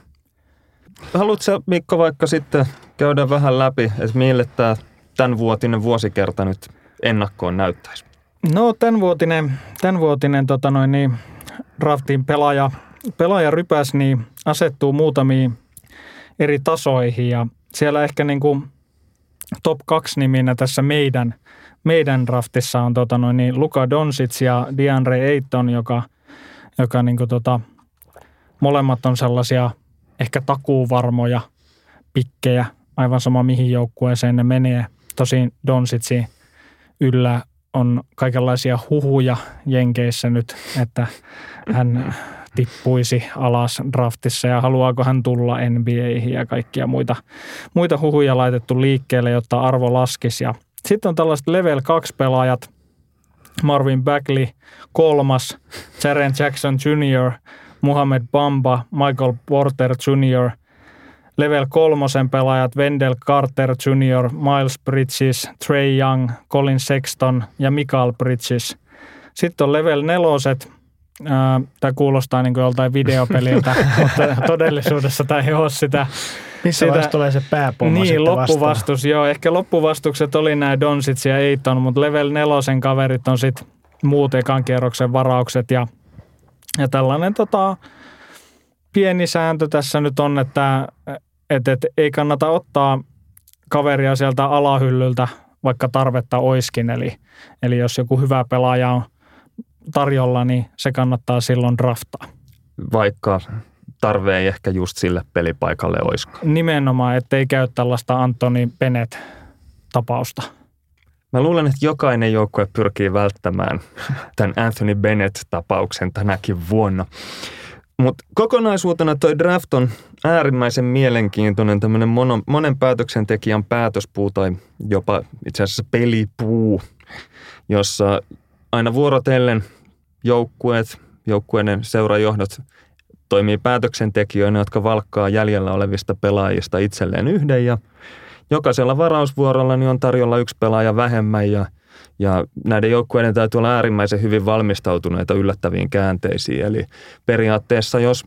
[SPEAKER 2] Haluatko Mikko vaikka sitten käydä vähän läpi, että mille tämä tämänvuotinen vuosikerta nyt ennakkoon näyttäisi?
[SPEAKER 3] No tämänvuotinen, tämänvuotinen tota noin, niin, draftin pelaaja, pelaajarypäs niin asettuu muutamiin eri tasoihin ja siellä ehkä niin kuin top kaksi niminä tässä meidän, meidän draftissa on tota noin, niin Luka Doncic ja DeAndre Ayton, joka, joka niin kuin tota, molemmat on sellaisia ehkä takuuvarmoja pikkejä, aivan sama mihin joukkueeseen ne menee. Tosin Doncicin yllä on kaikenlaisia huhuja Jenkeissä nyt, että hän tippuisi alas draftissa ja haluaako hän tulla N B A:hin ja kaikkia muita, muita huhuja laitettu liikkeelle, jotta arvo laskisi. Ja sitten on tällaiset level kaksi pelaajat, Marvin Bagley kolmas, Jaren Jackson junior, Muhammad Bamba, Michael Porter junior, level kolmosen pelaajat Wendell Carter junior, Miles Bridges, Trae Young, Colin Sexton ja Michael Bridges. Sitten on level neloset. Tämä kuulostaa niin kuin joltain videopeliltä, mutta todellisuudessa tämä ei ole sitä.
[SPEAKER 1] Missä vaiheessa tulee se pääpommo
[SPEAKER 3] niin,
[SPEAKER 1] sitten
[SPEAKER 3] loppuvastus,
[SPEAKER 1] vastaan?
[SPEAKER 3] joo. Ehkä loppuvastukset oli nämä Doncic ja Ayton, mutta level nelosen kaverit on sitten muut ekan kierroksen varaukset. Ja, ja tällainen tota, pieni sääntö tässä nyt on, että et, et, ei kannata ottaa kaveria sieltä alahyllyltä, vaikka tarvetta oiskin. Eli, eli jos joku hyvä pelaaja on tarjolla, niin se kannattaa silloin draftaa.
[SPEAKER 2] Vaikka tarve ei ehkä just sille pelipaikalle oiskaan.
[SPEAKER 3] Nimenomaan, ettei käy tällaista Anthony Bennett-tapausta.
[SPEAKER 2] Mä luulen, että jokainen joukkue pyrkii välttämään tämän Anthony Bennett-tapauksen tänäkin vuonna. Mutta kokonaisuutena toi draft on äärimmäisen mielenkiintoinen tämmöinen mono, monen päätöksentekijän päätöspuu tai jopa itse asiassa pelipuu, jossa aina vuorotellen joukkueet, joukkueiden seurajohdot toimii päätöksentekijöinä, jotka valkkaa jäljellä olevista pelaajista itselleen yhden ja jokaisella varausvuorolla niin on tarjolla yksi pelaaja vähemmän ja, ja näiden joukkueiden täytyy olla äärimmäisen hyvin valmistautuneita yllättäviin käänteisiin. Eli periaatteessa jos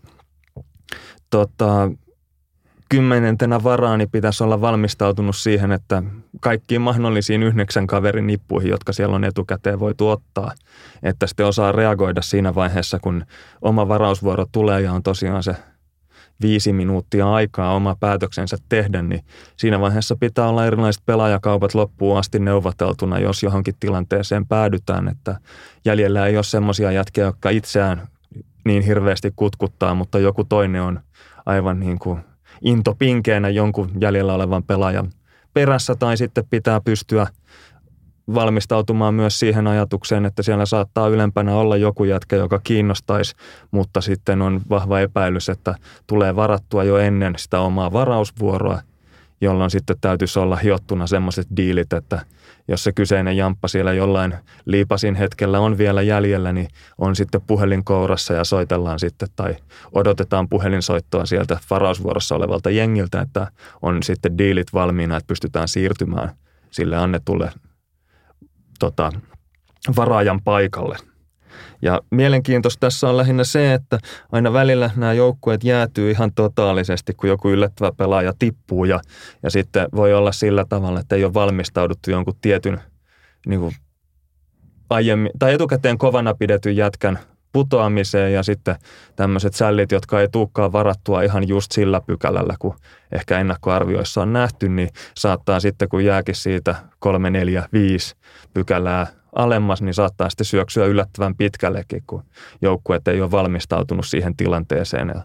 [SPEAKER 2] tota, kymmenentenä varaani pitäisi olla valmistautunut siihen, että kaikkiin mahdollisiin yhdeksän kaverin nippuihin, jotka siellä on etukäteen voitu ottaa, että sitten osaa reagoida siinä vaiheessa, kun oma varausvuoro tulee ja on tosiaan se viisi minuuttia aikaa oma päätöksensä tehdä, niin siinä vaiheessa pitää olla erilaiset pelaajakaupat loppuun asti neuvoteltuna, jos johonkin tilanteeseen päädytään, että jäljellä ei ole semmoisia jätkiä, jotka itseään niin hirveästi kutkuttaa, mutta joku toinen on aivan niin kuin intopinkeenä jonkun jäljellä olevan pelaajan perässä, tai sitten pitää pystyä valmistautumaan myös siihen ajatukseen, että siellä saattaa ylempänä olla joku jätkä, joka kiinnostaisi, mutta sitten on vahva epäilys, että tulee varattua jo ennen sitä omaa varausvuoroa, jolloin sitten täytyisi olla hiottuna semmoiset diilit, että jos se kyseinen jamppa siellä jollain liipasin hetkellä on vielä jäljellä, niin on sitten puhelin kourassa ja soitellaan sitten tai odotetaan puhelinsoittoa sieltä varausvuorossa olevalta jengiltä, että on sitten diilit valmiina, että pystytään siirtymään sille annetulle tota, varaajan paikalle. Ja mielenkiintoista tässä on lähinnä se, että aina välillä nämä joukkueet jäätyy ihan totaalisesti, kun joku yllättävä pelaaja tippuu ja, ja sitten voi olla sillä tavalla, että ei ole valmistauduttu jonkun tietyn niin kuin aiemmin, tai etukäteen kovana pidetyn jätkän putoamiseen ja sitten tämmöiset sällit, jotka ei tulekaan varattua ihan just sillä pykälällä, kun ehkä ennakkoarvioissa on nähty, niin saattaa sitten, kun jääkin siitä kolme, neljä, viisi pykälää alemmas, niin saattaa sitten syöksyä yllättävän pitkällekin, kun joukkueet ei ole valmistautunut siihen tilanteeseen. Ja,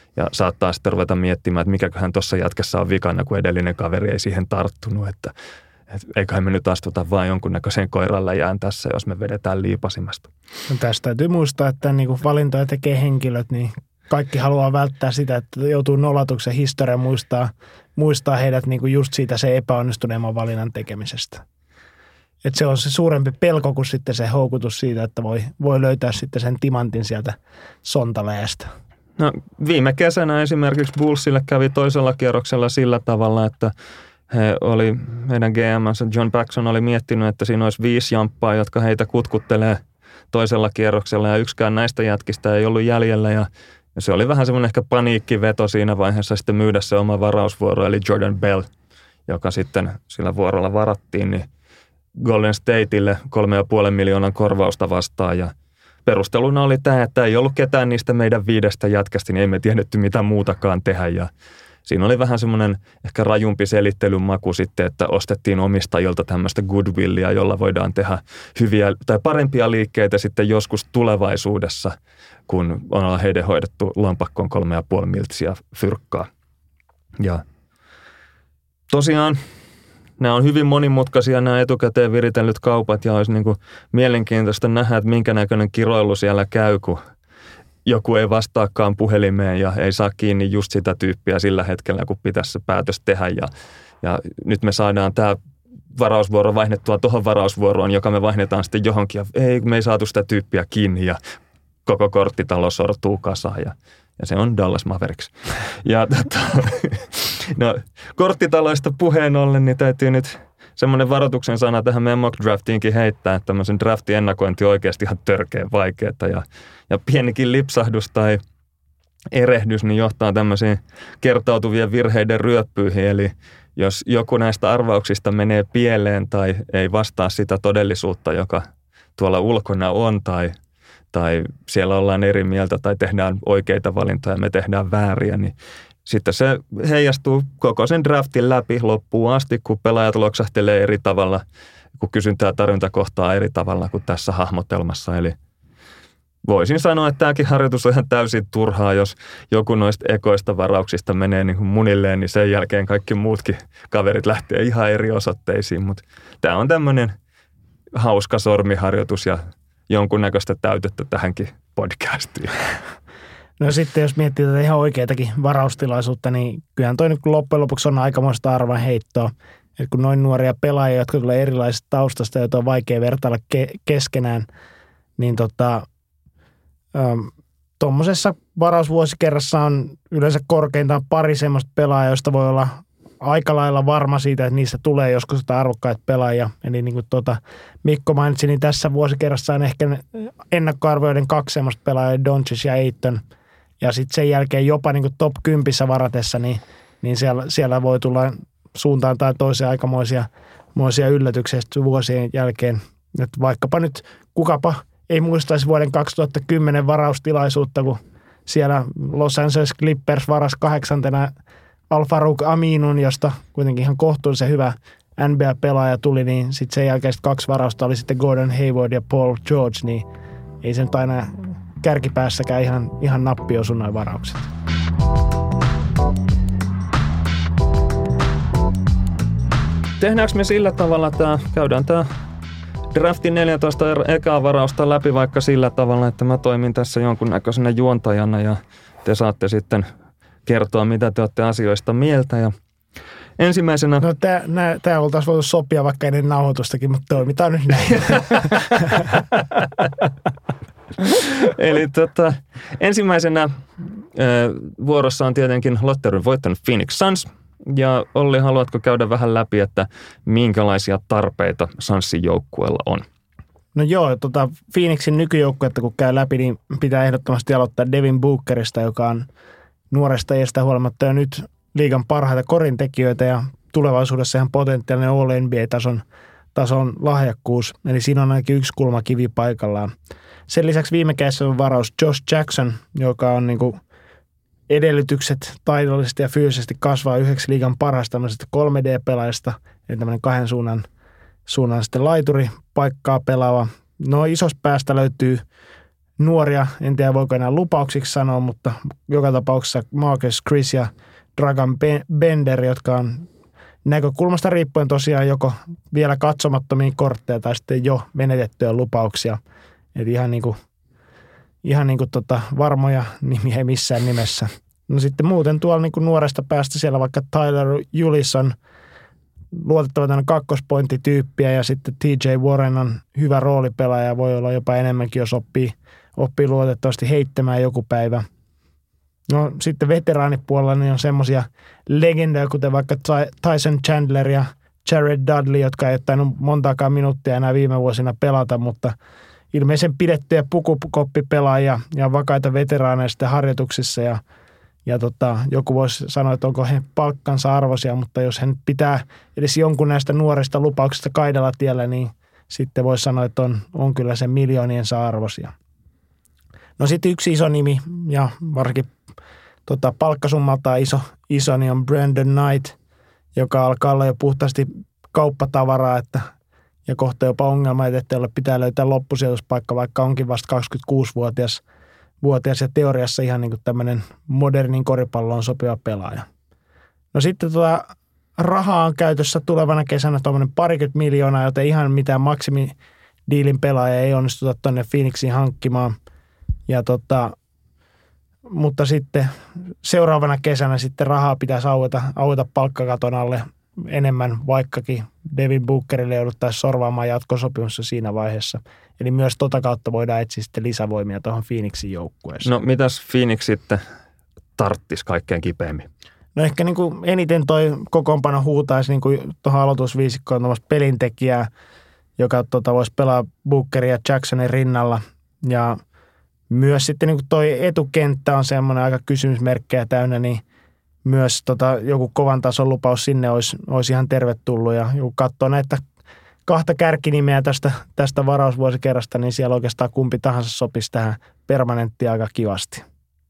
[SPEAKER 2] Ja saattaa sitten ruveta miettimään, että mikäköhän tuossa jätkässä on vikana, kun edellinen kaveri ei siihen tarttunut, että, että eiköhän me nyt astuta vaan jonkunnäköisen koiraläjään tässä, jos me vedetään liipasimesta.
[SPEAKER 1] No tästä täytyy muistaa, että niin kuin valintoja tekee henkilöt, niin kaikki haluaa välttää sitä, että joutuu nolatuksen historia muistaa, muistaa heidät niin kuin just siitä se epäonnistuneemman valinnan tekemisestä. Että se on se suurempi pelko kuin sitten se houkutus siitä, että voi, voi löytää sitten sen timantin sieltä sontaläjästä.
[SPEAKER 2] No viime kesänä esimerkiksi Bullsille kävi toisella kierroksella sillä tavalla, että he oli, meidän G M:nsä John Paxson oli miettinyt, että siinä olisi viisi jamppaa, jotka heitä kutkuttelee toisella kierroksella ja yksikään näistä jätkistä ei ollut jäljellä ja se oli vähän semmoinen ehkä paniikkiveto siinä vaiheessa sitten myydä se oma varausvuoro, eli Jordan Bell, joka sitten sillä vuorolla varattiin, niin Golden Stateille kolme ja puolen miljoonan korvausta vastaan ja perusteluna oli tämä, että ei ollut ketään niistä meidän viidestä jätkästä, niin ei me tiedetty mitä muutakaan tehdä ja siinä oli vähän semmoinen ehkä rajumpi selittelyn maku sitten, että ostettiin omistajilta tämmöistä goodwillia, jolla voidaan tehdä hyviä tai parempia liikkeitä sitten joskus tulevaisuudessa, kun on heidän hoidettu lompakkoon kolme ja puoli miltsiä fyrkkaa. Ja tosiaan nämä on hyvin monimutkaisia nämä etukäteen viritellyt kaupat ja olisi niin kuin mielenkiintoista nähdä, että minkä näköinen kiroilu siellä käy, kun joku ei vastaakaan puhelimeen ja ei saa kiinni just sitä tyyppiä sillä hetkellä, kun pitäisi se päätös tehdä. Ja, ja nyt me saadaan tämä varausvuoro vaihdettua tuohon varausvuoroon, joka me vaihdetaan sitten johonkin. Ja ei, me ei saatu sitä tyyppiä kiinni ja koko korttitalo sortuu kasaan ja, ja se on Dallas Mavericks. Ja tota, no, korttitaloista puheen ollen, niin täytyy nyt semmoinen varoituksen sana tähän meidän mock draftiinkin heittää, että tämmöisen draftin ennakointi on oikeasti ihan törkeän vaikeaa ja, ja pienikin lipsahdus tai erehdys niin johtaa tämmöisiin kertautuvien virheiden ryöppyihin, eli jos joku näistä arvauksista menee pieleen tai ei vastaa sitä todellisuutta, joka tuolla ulkona on tai, tai siellä ollaan eri mieltä tai tehdään oikeita valintoja ja me tehdään vääriä, niin sitten se heijastuu koko sen draftin läpi loppuun asti, kun pelaajat loksahtelee eri tavalla, kun kysyntä ja tarjonta kohtaa eri tavalla kuin tässä hahmotelmassa. Eli voisin sanoa, että tämäkin harjoitus on ihan täysin turhaa, jos joku noista ekoista varauksista menee niin kuin munilleen, niin sen jälkeen kaikki muutkin kaverit lähtee ihan eri osoitteisiin. Mutta tämä on tämmöinen hauska sormiharjoitus ja jonkunnäköistä täytettä tähänkin podcastiin.
[SPEAKER 1] No sitten jos miettii tätä ihan oikeatakin varaustilaisuutta, niin kyllähän toi nyt loppujen lopuksi on aikamoista arvan heittoa. Että kun noin nuoria pelaajia, jotka tulee erilaisista taustasta, joita on vaikea vertailla ke- keskenään, niin tota, tuommoisessa varausvuosikerrassa on yleensä korkeintaan pari semmoista pelaajaa, joista voi olla aika lailla varma siitä, että niistä tulee joskus sitä arvokkaita pelaajia. Eli niin kuin tuota Mikko mainitsi, niin tässä vuosikerrassa on ehkä ennakkoarvioiden kaksi semmoista pelaajaa, Doncic ja Ayton. Ja sitten sen jälkeen jopa niin kuin top kympissä varatessa, niin, niin siellä, siellä voi tulla suuntaan tai toiseen aikamoisia moisia yllätyksiä vuosien jälkeen. Että vaikkapa nyt kukapa ei muistaisi vuoden kaksituhattakymmenen varaustilaisuutta, kun siellä Los Angeles Clippers varasi kahdeksantena Al-Farouq Aminun, josta kuitenkin ihan kohtuullisen hyvä N B A-pelaaja tuli, niin sitten sen jälkeen kaksi varausta oli sitten Gordon Hayward ja Paul George, niin ei se nyt aina kärkipäässäkään ihan, ihan nappi osu noin varaukset.
[SPEAKER 2] Tehdäänkö me sillä tavalla, että käydään tämä draftin neljätoista ekaa varausta läpi vaikka sillä tavalla, että mä toimin tässä jonkunnäköisenä juontajana ja te saatte sitten kertoa, mitä te olette asioista mieltä. Ja ensimmäisenä...
[SPEAKER 1] No tämä oltaisiin voitu sopia vaikka ennen nauhoitustakin, mutta toimitaan nyt näin.
[SPEAKER 2] Eli tota, ensimmäisenä äh, vuorossa on tietenkin lotterin voittanut Phoenix Suns. Ja Olli, haluatko käydä vähän läpi, että minkälaisia tarpeita Sunsin joukkueella on?
[SPEAKER 1] No joo, tota Phoenixin nykyjoukkuetta kun käy läpi, niin pitää ehdottomasti aloittaa Devin Bookerista, joka on nuoresta iästä huolimatta jo nyt liigan parhaita korintekijöitä ja tulevaisuudessa ihan potentiaalinen All N B A-tason tason lahjakkuus. Eli siinä on ainakin yksi kulmakivi paikallaan. Sen lisäksi viime kädessä on varaus Josh Jackson, joka on niin kuin edellytykset taidollisesti ja fyysisesti kasvaa yhdeksi liigan parhaasta tämmöisestä kolme D-pelaajasta, eli tämmöinen kahden suunnan, suunnan sitten laituri paikkaa pelaava. No isosta päästä löytyy nuoria, en tiedä voiko enää lupauksiksi sanoa, mutta joka tapauksessa Marcus Chris ja Dragan Bender, jotka on näkökulmasta riippuen tosiaan joko vielä katsomattomia kortteja tai sitten jo menetettyjä lupauksia. Eli ihan niin kuin, ihan niin kuin tota varmoja nimiä ei missään nimessä. No sitten muuten tuolla niin kuin nuoresta päästä siellä vaikka Tyler Ulis on luotettava tämmöinen kakkospointtityyppiä ja sitten T J Warren on hyvä roolipelaaja, voi olla jopa enemmänkin, jos oppii, oppii luotettavasti heittämään joku päivä. No sitten veteraanipuolella niin on semmoisia legendoja, kuten vaikka Tyson Chandler ja Jared Dudley, jotka ei ole tainnut montaakaan minuuttia enää viime vuosina pelata, mutta ilmeisen pidettyjä pukukoppipelaajia ja vakaita veteraaneja sitten harjoituksissa ja Ja tota, joku voisi sanoa, että onko he palkkansa arvoisia, mutta jos hän pitää edes jonkun näistä nuorista lupauksista kaidella tiellä, niin sitten voisi sanoa, että on, on kyllä se miljooniensa arvoisia. No sitten yksi iso nimi ja varsinkin tota, palkkasummaltaan iso, iso, niin on Brandon Knight, joka alkaa olla jo puhtaasti kauppatavaraa, että, ja kohta jopa ongelma, että jolle pitää löytää loppusijoituspaikka, vaikka onkin vasta kaksikymmentäkuusivuotias vuotias ja teoriassa ihan niin kuin tämmöinen modernin koripalloon sopiva pelaaja. No sitten tuota rahaa on käytössä tulevana kesänä tuommoinen parikymmentä miljoonaa, joten ihan mitään maksimidiilin pelaaja ei onnistuta tuonne Phoenixiin hankkimaan. Ja tota, mutta sitten seuraavana kesänä sitten rahaa pitäisi aueta, aueta palkkakaton alle enemmän, vaikkakin Devin Bookerille jouduttaisiin sorvaamaan jatkosopimusta siinä vaiheessa. Eli myös tota kautta voidaan etsiä sitten lisävoimia tuohon Phoenixin joukkueeseen.
[SPEAKER 2] No mitäs Phoenix sitten tarttisi kaikkein kipeämmin?
[SPEAKER 1] No ehkä niin kuin eniten toi kokoonpano huutaisi niin kuin tuohon aloitusviisikkoon tuommoista pelintekijää, joka tota, voisi pelaa Bookerin ja Jacksonin rinnalla. Ja myös sitten niin kuin toi etukenttä on semmoinen aika kysymysmerkkejä täynnä, niin myös tota, joku kovan tason lupaus sinne olisi, olisi ihan tervetullut. Ja kun katsoo näitä kahta kärkinimeä tästä, tästä varausvuosikerrasta, niin siellä oikeastaan kumpi tahansa sopisi tähän permanenttiin aika kivasti.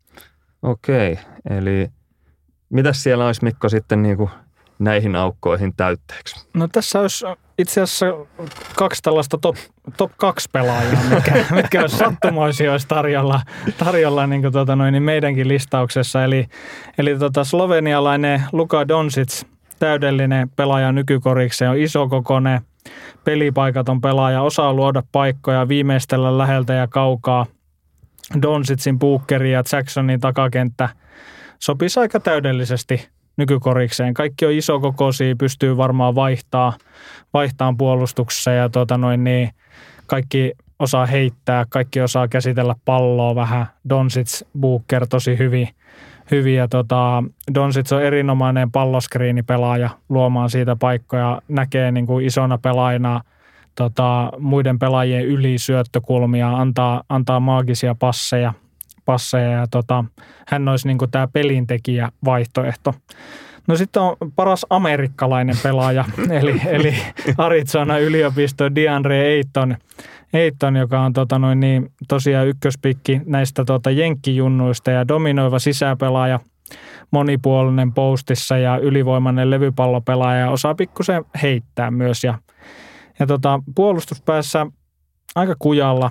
[SPEAKER 2] Okei, eli mitäs siellä olisi, Mikko, sitten niin kuin näihin aukkoihin täytteeksi?
[SPEAKER 3] No tässä olisi itse asiassa kaksi tällaista top, top kaksi pelaajaa, mitkä, mitkä olisi sattumoisia olisi tarjolla, tarjolla niin kuin tuota noin, niin meidänkin listauksessa. Eli, eli tota slovenialainen Luka Doncic, täydellinen pelaaja nykykorikseen, on isokokoinen, pelipaikaton pelaaja, osaa luoda paikkoja, viimeistellä läheltä ja kaukaa. Doncicin, Bookerin ja Jacksonin takakenttä sopisi aika täydellisesti nykykorikseen. Kaikki on isokokoisia, pystyy varmaan vaihtaa, vaihtamaan puolustuksessa ja tuota noin, niin kaikki osaa heittää, kaikki osaa käsitellä palloa vähän. Doncic, Booker tosi hyvin. hyvin ja tota, Doncic on erinomainen palloskriinipelaaja luomaan siitä paikkoja, näkee niin kuin isona pelaajana tota, muiden pelaajien yli syöttökulmia, antaa, antaa maagisia passeja, passeja ja tota, hän olisi niin kuin tämä pelintekijä vaihtoehto. No sitten on paras amerikkalainen pelaaja, eli, eli Arizona yliopisto DeAndre Ayton, Ayton, joka on tota noin niin, tosiaan ykköspikki näistä tota jenkkijunnuista ja dominoiva sisäpelaaja, monipuolinen postissa ja ylivoimainen levypallopelaaja, osaa pikkusen heittää myös. Ja, ja tota, puolustuspäässä aika kujalla,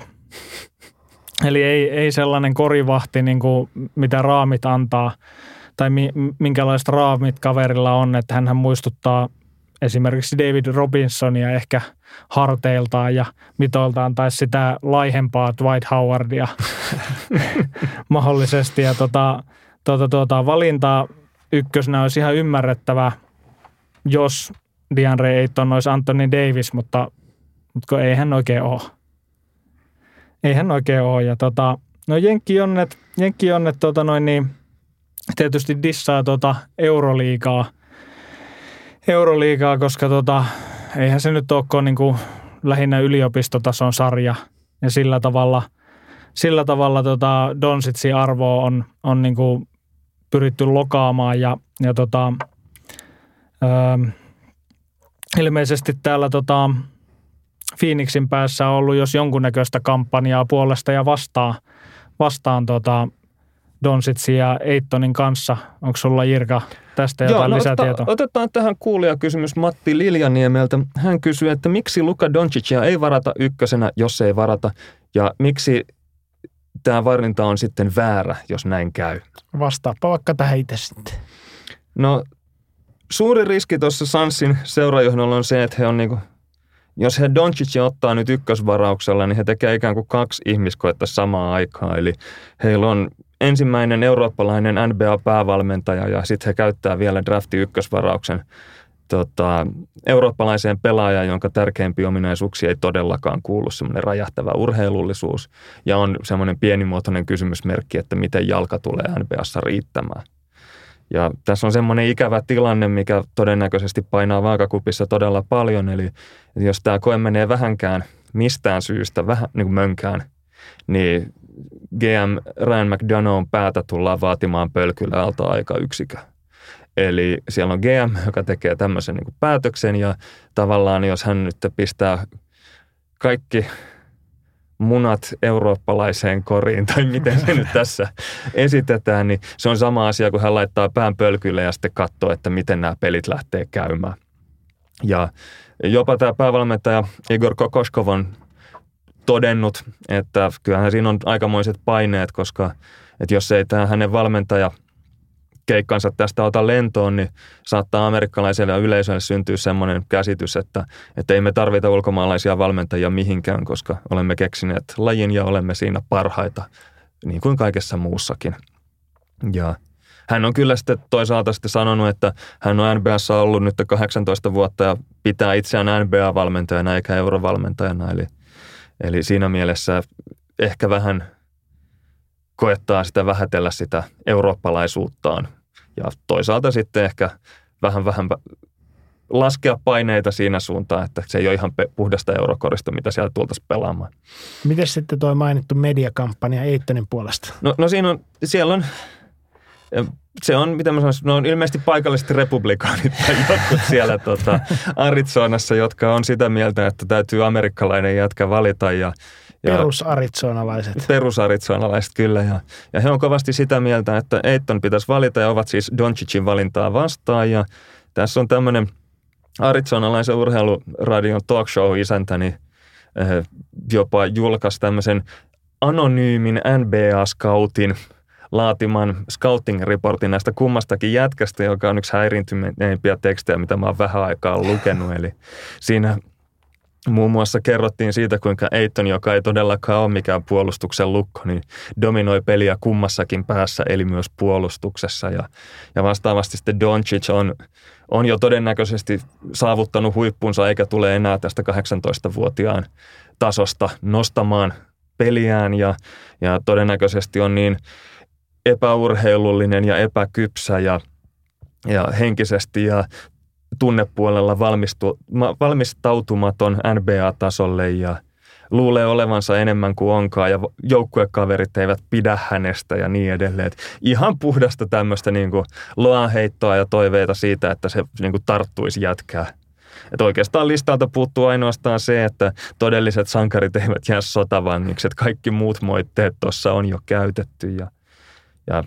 [SPEAKER 3] eli ei, ei sellainen korivahti, niin kuin mitä raamit antaa, tai mi, minkälaiset raamit kaverilla on, että hänhän muistuttaa esimerkiksi David Robinsonia ehkä harteiltaan ja mitoiltaan tai sitä laihempaa Dwight Howardia mahdollisesti. Ja tota, tuota, tuota, valinta ykkösenä olisi ihan ymmärrettävä, jos DeAndre Ayton olisi Anthony Davis, mutta, mutta ei hän oikein ole. Ei hän oikein ole. Ja tota, no jenkkionnet, jenkkionnet tota noin niin, tietysti dissaa tuota Euroliigaa, Euroliigaa, koska tota, eihän se nyt olekaan niin kuin lähinnä yliopistotason sarja. Ja sillä tavalla, sillä tavalla tota Doncicin arvoa on, on niin kuin pyritty lokaamaan. Ja, ja tota, ö, ilmeisesti täällä tota Phoenixin päässä on ollut jos jonkunnäköistä kampanjaa puolesta ja vastaan, vastaan tota Doncicin ja Aytonin kanssa. Onko sulla, Jirka, tästä jotain Joo, no lisätietoa?
[SPEAKER 2] Oteta, otetaan tähän kuulijakysymys Matti Liljaniemeltä. Hän kysyy, että miksi Luka Doncicia ei varata ykkösenä, jos ei varata, ja miksi tämä valinta on sitten väärä, jos näin käy?
[SPEAKER 1] Vastaappa vaikka tähän itse sitten.
[SPEAKER 2] No suuri riski tuossa Sunsin seurajohdolla on se, että he on niinku, jos he Doncic ottaa nyt ykkösvarauksella, niin he tekee ikään kuin kaksi ihmiskoetta samaan aikaan. Eli heillä on ensimmäinen eurooppalainen N B A-päävalmentaja ja sitten he käyttää vielä drafti ykkösvarauksen tota, eurooppalaiseen pelaajaan, jonka tärkeimpiä ominaisuuksia ei todellakaan kuulu, semmoinen räjähtävä urheilullisuus. Ja on semmoinen pienimuotoinen kysymysmerkki, että miten jalka tulee N B A:ssa riittämään. Ja tässä on semmoinen ikävä tilanne, mikä todennäköisesti painaa vaakakupissa todella paljon. Eli jos tämä koe menee vähänkään mistään syystä, vähän niin kuin mönkään, niin G M Ryan McDonoughin päätä tullaan vaatimaan pölkyllä alta aika yksikö. Eli siellä on G M, joka tekee tämmöisen niin kuin päätöksen ja tavallaan jos hän nyt pistää kaikki munat eurooppalaiseen koriin, tai miten se nyt tässä esitetään, niin se on sama asia, kun hän laittaa pään pölkylle ja sitten katsoo, että miten nämä pelit lähtee käymään. Ja jopa tämä päävalmentaja Igor Kokoskov on todennut, että kyllähän siinä on aikamoiset paineet, koska että jos ei tämä hänen valmentaja keikkansa tästä ota lentoon, niin saattaa amerikkalaiselle yleisölle syntyä semmoinen käsitys, että, että ei me tarvita ulkomaalaisia valmentajia mihinkään, koska olemme keksineet lajin ja olemme siinä parhaita, niin kuin kaikessa muussakin. Ja hän on kyllä sitten toisaalta sitten sanonut, että hän on N B A:ssa ollut nyt kahdeksantoista vuotta ja pitää itseään N B A-valmentajana eikä eurovalmentajana, eli, eli siinä mielessä ehkä vähän koettaa sitä vähätellä sitä eurooppalaisuuttaan ja toisaalta sitten ehkä vähän vähän laskea paineita siinä suuntaan, että se ei ole ihan puhdasta eurokorista, mitä siellä tultaisiin pelaamaan.
[SPEAKER 1] Miten sitten tuo mainittu mediakampanja Aytonin puolesta?
[SPEAKER 2] No, no siinä on, siellä on, se on, mitä mä sanoisin, no on ilmeisesti paikallisesti republikaanit tai jotkut siellä tota, Arizonassa, jotka on sitä mieltä, että täytyy amerikkalainen jätkä valita ja
[SPEAKER 1] Perusarizonalaiset.
[SPEAKER 2] Perusarizonalaiset, kyllä. Ja, ja he on kovasti sitä mieltä, että Ayton pitäisi valita ja ovat siis Doncicin valintaa vastaan. Ja tässä on tämmöinen arizonalaisen urheiluradion talk show isäntä, niin eh, jopa julkaisi tämmöisen anonyymin N B A-scoutin laatiman scouting-reportin näistä kummastakin jätkästä, joka on yksi häiriintyneimpiä tekstejä, mitä mä oon vähän aikaa lukenut. Eli siinä muun muassa kerrottiin siitä, kuinka Ayton, joka ei todellakaan ole mikään puolustuksen lukko, niin dominoi peliä kummassakin päässä, eli myös puolustuksessa. Ja, ja vastaavasti sitten Doncic on, on jo todennäköisesti saavuttanut huippunsa, eikä tule enää tästä kahdeksantoistavuotiaan tasosta nostamaan peliään. Ja, ja todennäköisesti on niin epäurheilullinen ja epäkypsä ja, ja henkisesti ja tunnepuolella valmistu, valmistautumaton N B A-tasolle ja luulee olevansa enemmän kuin onkaan ja joukkuekaverit eivät pidä hänestä ja niin edelleen. Et ihan puhdasta tämmöistä niin kuin loanheittoa ja toiveita siitä, että se niin kuin tarttuisi jätkää. Et oikeastaan listalta puuttuu ainoastaan se, että todelliset sankarit eivät jää sotavangiksi, että kaikki muut moitteet tuossa on jo käytetty. Ja, ja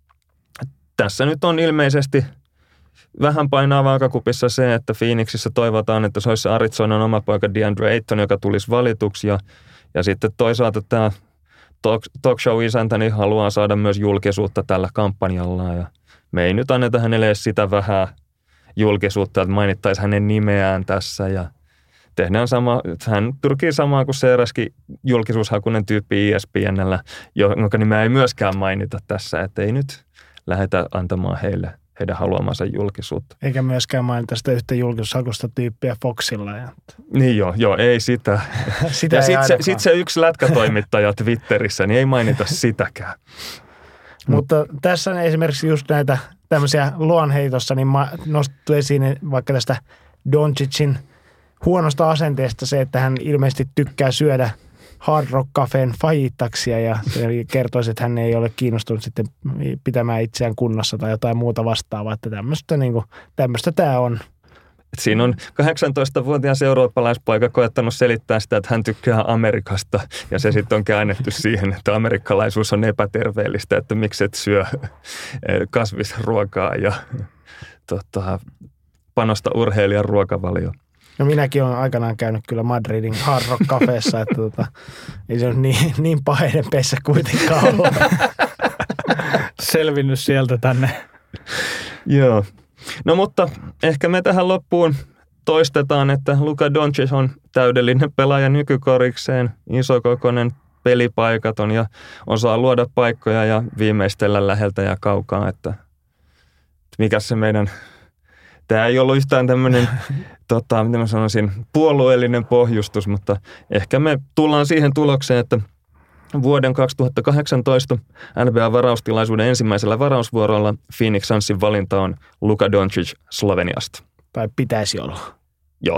[SPEAKER 2] tässä nyt on ilmeisesti vähän painaa vaakakupissa se, että Phoenixissa toivotaan, että se olisi Arizonan oma poika DeAndre Ayton, joka tulisi valituksi. Ja, ja sitten toisaalta tämä talk, talk show-isäntä niin haluaa saada myös julkisuutta tällä kampanjallaan. Ja me ei nyt anneta hänelle edes sitä vähän julkisuutta, että mainittaisi hänen nimeään tässä. Ja tehdään sama, hän pyrkii samaan kuin se eräskin julkisuushakunen tyyppi E S P N:llä, jonka nimeä ei myöskään mainita tässä, että ei nyt lähdetä antamaan heille heidän haluamansa julkisuutta.
[SPEAKER 1] Eikä myöskään mainita sitä yhtä julkisuushakusta tyyppiä Foxilla. Ja...
[SPEAKER 2] Niin joo, joo, ei sitä.
[SPEAKER 1] sitä
[SPEAKER 2] ja sitten se, sit se yksi lätkätoimittaja Twitterissä, niin ei mainita sitäkään.
[SPEAKER 1] Mutta tässä on esimerkiksi just näitä tämmöisiä luonheitossa, niin nostettu esiin vaikka tästä Doncicin huonosta asenteesta se, että hän ilmeisesti tykkää syödä Hard Rock Cafeen fajitaksia ja kertoisi, että hän ei ole kiinnostunut sitten pitämään itseään kunnossa tai jotain muuta vastaavaa, että tämmöistä, niin kuin, tämmöistä tämä on.
[SPEAKER 2] Siinä on kahdeksantoistavuotias eurooppalaispoika koettanut selittää sitä, että hän tykkää Amerikasta ja se sitten on käännetty siihen, että amerikkalaisuus on epäterveellistä, että miksi et syö kasvisruokaa ja tota, panosta urheilijan ruokavalioon.
[SPEAKER 1] No minäkin olen aikanaan käynyt kyllä Madridin Hard Rock Cafeessa, että tota, ei se ole niin, niin paheiden peissä kuitenkaan ollut.
[SPEAKER 3] Selvinnyt sieltä tänne.
[SPEAKER 2] Joo. No mutta ehkä me tähän loppuun toistetaan, että Luka Doncic on täydellinen pelaaja nykykorikseen, isokokoinen, pelipaikaton ja osaa luoda paikkoja ja viimeistellä läheltä ja kaukaa, että mikä se meidän, tämä ei ollut yhtään tämmöinen, tota, miten mä sanoisin, puolueellinen pohjustus, mutta ehkä me tullaan siihen tulokseen, että vuoden kaksituhattakahdeksantoista N B A-varaustilaisuuden ensimmäisellä varausvuorolla Phoenix Sunsin valinta on Luka Doncic Sloveniasta.
[SPEAKER 1] Tai pitäisi olla.
[SPEAKER 2] Joo.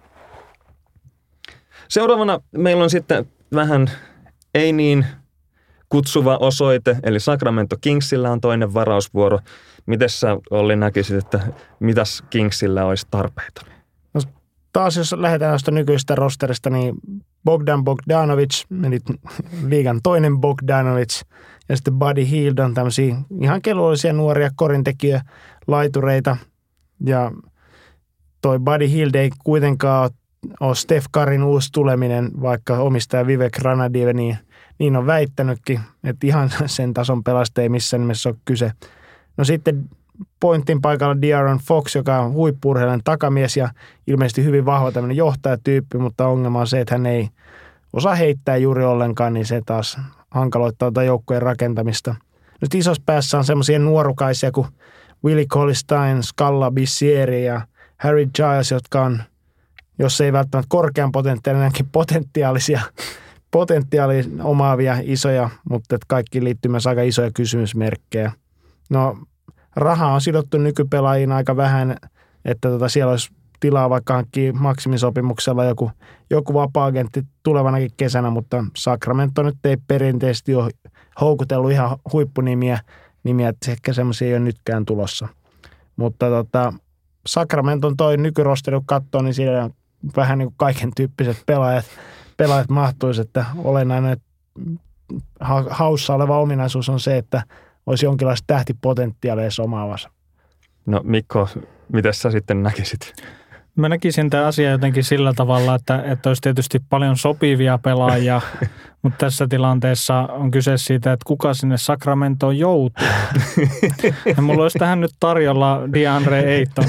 [SPEAKER 2] Seuraavana meillä on sitten vähän ei niin kutsuva osoite, eli Sacramento Kingsillä on toinen varausvuoro. Miten sä, Olli, näkisit, että mitäs Kingsillä olisi tarpeita?
[SPEAKER 1] No, taas jos lähdetään noista nykyistä rosterista, niin Bogdan Bogdanovic, eli liigan toinen Bogdanovic, ja sitten Buddy Hield on tämmöisiä ihan kelvollisia nuoria korintekijöitä, laitureita, ja toi Buddy Hield ei kuitenkaan ole Steph Curryn uusi tuleminen, vaikka omistaja Vivek Ranadive niin, niin on väittänytkin, että ihan sen tason pelasta ei missään nimessä ole kyse. No sitten pointin paikalla De'Aaron Fox, joka on huippu-urheilijan takamies ja ilmeisesti hyvin vahva tämmöinen johtajatyyppi, mutta ongelma on se, että hän ei osaa heittää juuri ollenkaan, niin se taas hankaloittaa tätä joukkueen rakentamista. Nyt isossa päässä on semmoisia nuorukaisia kuin Willie Cauley-Stein, Scala Bissieri ja Harry Giles, jotka on, jos ei välttämättä korkean potentiaalin, ainakin potentiaalisia, potentiaalia omaavia isoja, mutta kaikki liittyy myös aika isoja kysymysmerkkejä. No, rahaa on sidottu nykypelaajiin aika vähän, että tota siellä olisi tilaa vaikka hankkii maksimisopimuksella joku, joku vapaa-agentti tulevanakin kesänä, mutta Sacramento nyt ei perinteisesti ole houkutellut ihan huippunimiä, nimiä, että ehkä semmoisia ei ole nytkään tulossa. Mutta tota, Sacramenton toi nykyrosteri, kun katsoo, niin siinä on vähän niin kuin kaiken tyyppiset pelaajat, pelaajat mahtuisi, että olennainen haussa oleva ominaisuus on se, että olisi jonkinlaista tähtipotentiaalia omaavassa.
[SPEAKER 2] No Mikko, miten sä sitten näkisit?
[SPEAKER 3] Mä näkisin tämä asia jotenkin sillä tavalla, että, että olisi tietysti paljon sopivia pelaajia, mutta tässä tilanteessa on kyse siitä, että kuka sinne Sacramentoon joutuu. Ja mulla olisi tähän nyt tarjolla DeAndre Ayton.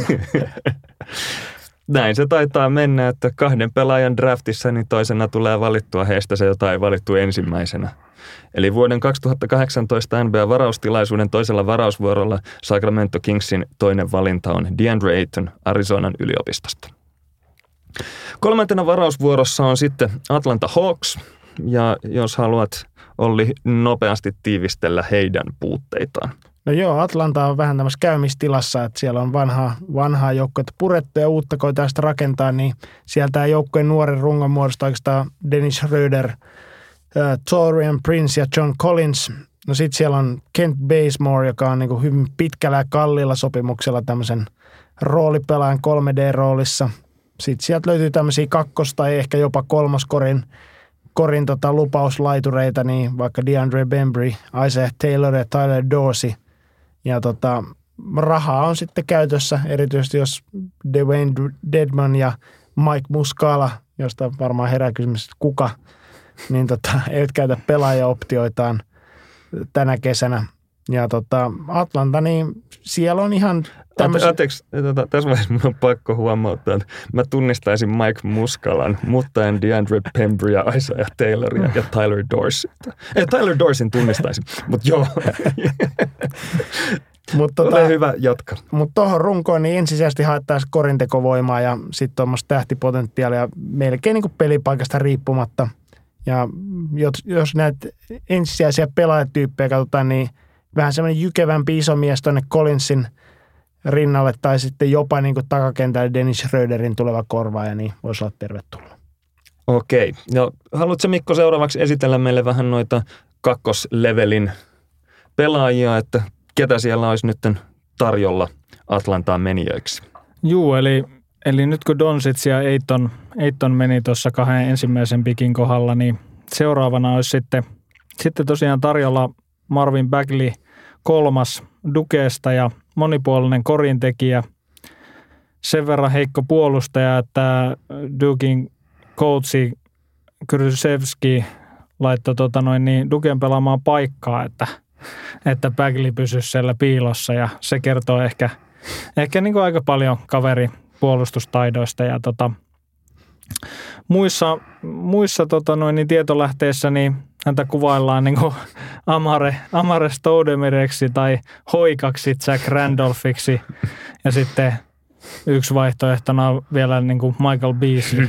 [SPEAKER 2] Näin se taitaa mennä, että kahden pelaajan draftissa niin toisena tulee valittua heistä se, jota ei valittu ensimmäisenä. Eli vuoden kaksituhattakahdeksantoista N B A-varaustilaisuuden toisella varausvuorolla Sacramento Kingsin toinen valinta on DeAndre Ayton Arizonan yliopistosta. Kolmantena varausvuorossa on sitten Atlanta Hawks, ja jos haluat, Olli, nopeasti tiivistellä heidän puutteitaan.
[SPEAKER 1] No joo, Atlanta on vähän tämmöisessä käymistilassa, että siellä on vanhaa, vanhaa joukkuetta purettu ja uutta koetaan sitä rakentaa, niin sieltä joukkueen nuoren rungon muodosta oikeastaan Dennis Schröder, Uh, Torian Prince ja John Collins. No sitten siellä on Kent Bazemore, joka on niinku hyvin pitkällä ja kalliilla sopimuksella tämmöisen roolipelaajan kolme D-roolissa. Sitten sieltä löytyy tämmöisiä kakkos- tai ehkä jopa kolmoskorin korin tota lupauslaitureita, niin vaikka DeAndre Bembry, Isaiah Taylor ja Tyler Dorsey. Ja tota, rahaa on sitten käytössä, erityisesti jos Dwayne Dedman ja Mike Muscala, josta varmaan herää kysymys, että kuka niin tota, eivät käytä pelaajaoptioitaan tänä kesänä. Ja tota, Atlanta, niin siellä on ihan tämmöisiä...
[SPEAKER 2] Anteeksi, tota, tässä vaiheessa minun on pakko huomauttaa, että mä tunnistaisin Mike Muscalan, mutta en DeAndre Bembry ja Isaiah Tayloria ja Tyler Dorsey. Ei, Tyler Dorseyn tunnistaisin, mutta joo. Mut tota, ole hyvä, jatka.
[SPEAKER 1] Mutta tuohon runkoon niin ensisijaisesti haettaisiin korintekovoimaa ja sitten tuommoista tähtipotentiaalia melkein niin kuin pelipaikasta riippumatta. Ja jos näitä ensisijaisia pelaajatyyppejä katsotaan, niin vähän semmoinen jykevämpi iso mies tuonne Collinsin rinnalle tai sitten jopa niin kuin takakentälle Dennis Schröderin tuleva korvaaja, niin voisi olla tervetullut.
[SPEAKER 2] Okei. No, haluatko Mikko seuraavaksi esitellä meille vähän noita kakkoslevelin pelaajia, että ketä siellä olisi nyt tarjolla Atlantaan menijöiksi?
[SPEAKER 3] Juu, eli, eli nyt kun Doncic ja Ayton, Ayton meni tuossa kahden ensimmäisen pikin kohdalla, niin seuraavana olisi sitten, sitten tosiaan tarjolla Marvin Bagley kolmas Dukeesta ja monipuolinen korintekijä. sen verran heikko puolustaja, että Duken coachi Krzyzewski laittoi tota noin niin Duken pelaamaan paikkaa, että, että Bagley pysyisi siellä piilossa ja se kertoo ehkä, ehkä niin kuin aika paljon kaveri puolustustaidoista ja tota, muissa, muissa tota noin niin tietolähteissä niin häntä kuvaillaan niin kuin Amare, Amare Stoudemireksi tai hoikaksi Jack Randolphiksi ja sitten yksi vaihtoehtona on vielä niin kuin Michael Beasley.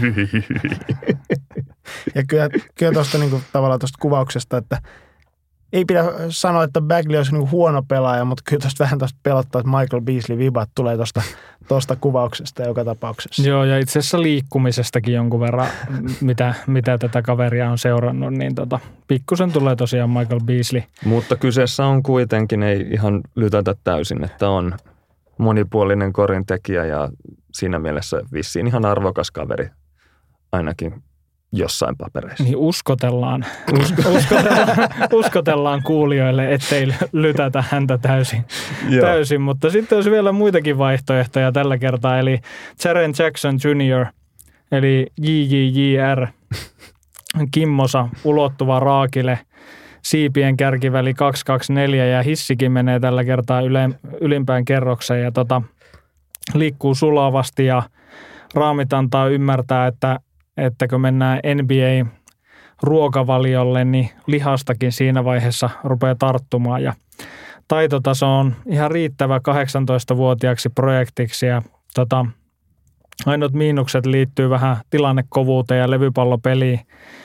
[SPEAKER 1] Ja kyllä, kyllä tuosta niin kuin, tavallaan tuosta kuvauksesta, että ei pidä sanoa, että Bagley olisi niin kuin huono pelaaja, mutta kyllä tuosta vähän tuosta pelottaa, että Michael Beasley-vibat tulee tuosta, tuosta kuvauksesta joka tapauksessa.
[SPEAKER 3] Joo, ja itse asiassa liikkumisestakin jonkun verran, mitä, mitä tätä kaveria on seurannut, niin tota, pikkusen tulee tosiaan Michael Beasley.
[SPEAKER 2] Mutta kyseessä on kuitenkin, ei ihan lytätä täysin, että on monipuolinen korintekijä ja siinä mielessä vissiin ihan arvokas kaveri ainakin jossain papereissa.
[SPEAKER 3] Niin uskotellaan, Usko, uskotellaan, uskotellaan kuulijoille, ettei lytätä häntä täysin, täysin. Mutta sitten olisi vielä muitakin vaihtoehtoja tällä kertaa, eli Jaren Jackson junior, eli J J J R, kimmosa, ulottuva raakile, siipien kärkiväli kaksi kaksi neljä ja hissikin menee tällä kertaa yle, ylimpään kerrokseen ja tota, liikkuu sulavasti ja raamit antaa ymmärtää, että että kun mennään N B A-ruokavaliolle, niin lihastakin siinä vaiheessa rupeaa tarttumaan. Ja taitotaso on ihan riittävä kahdeksantoistavuotiaaksi projektiksi. Ja tota, ainut miinukset liittyy vähän tilannekovuuteen ja levypallopeliin,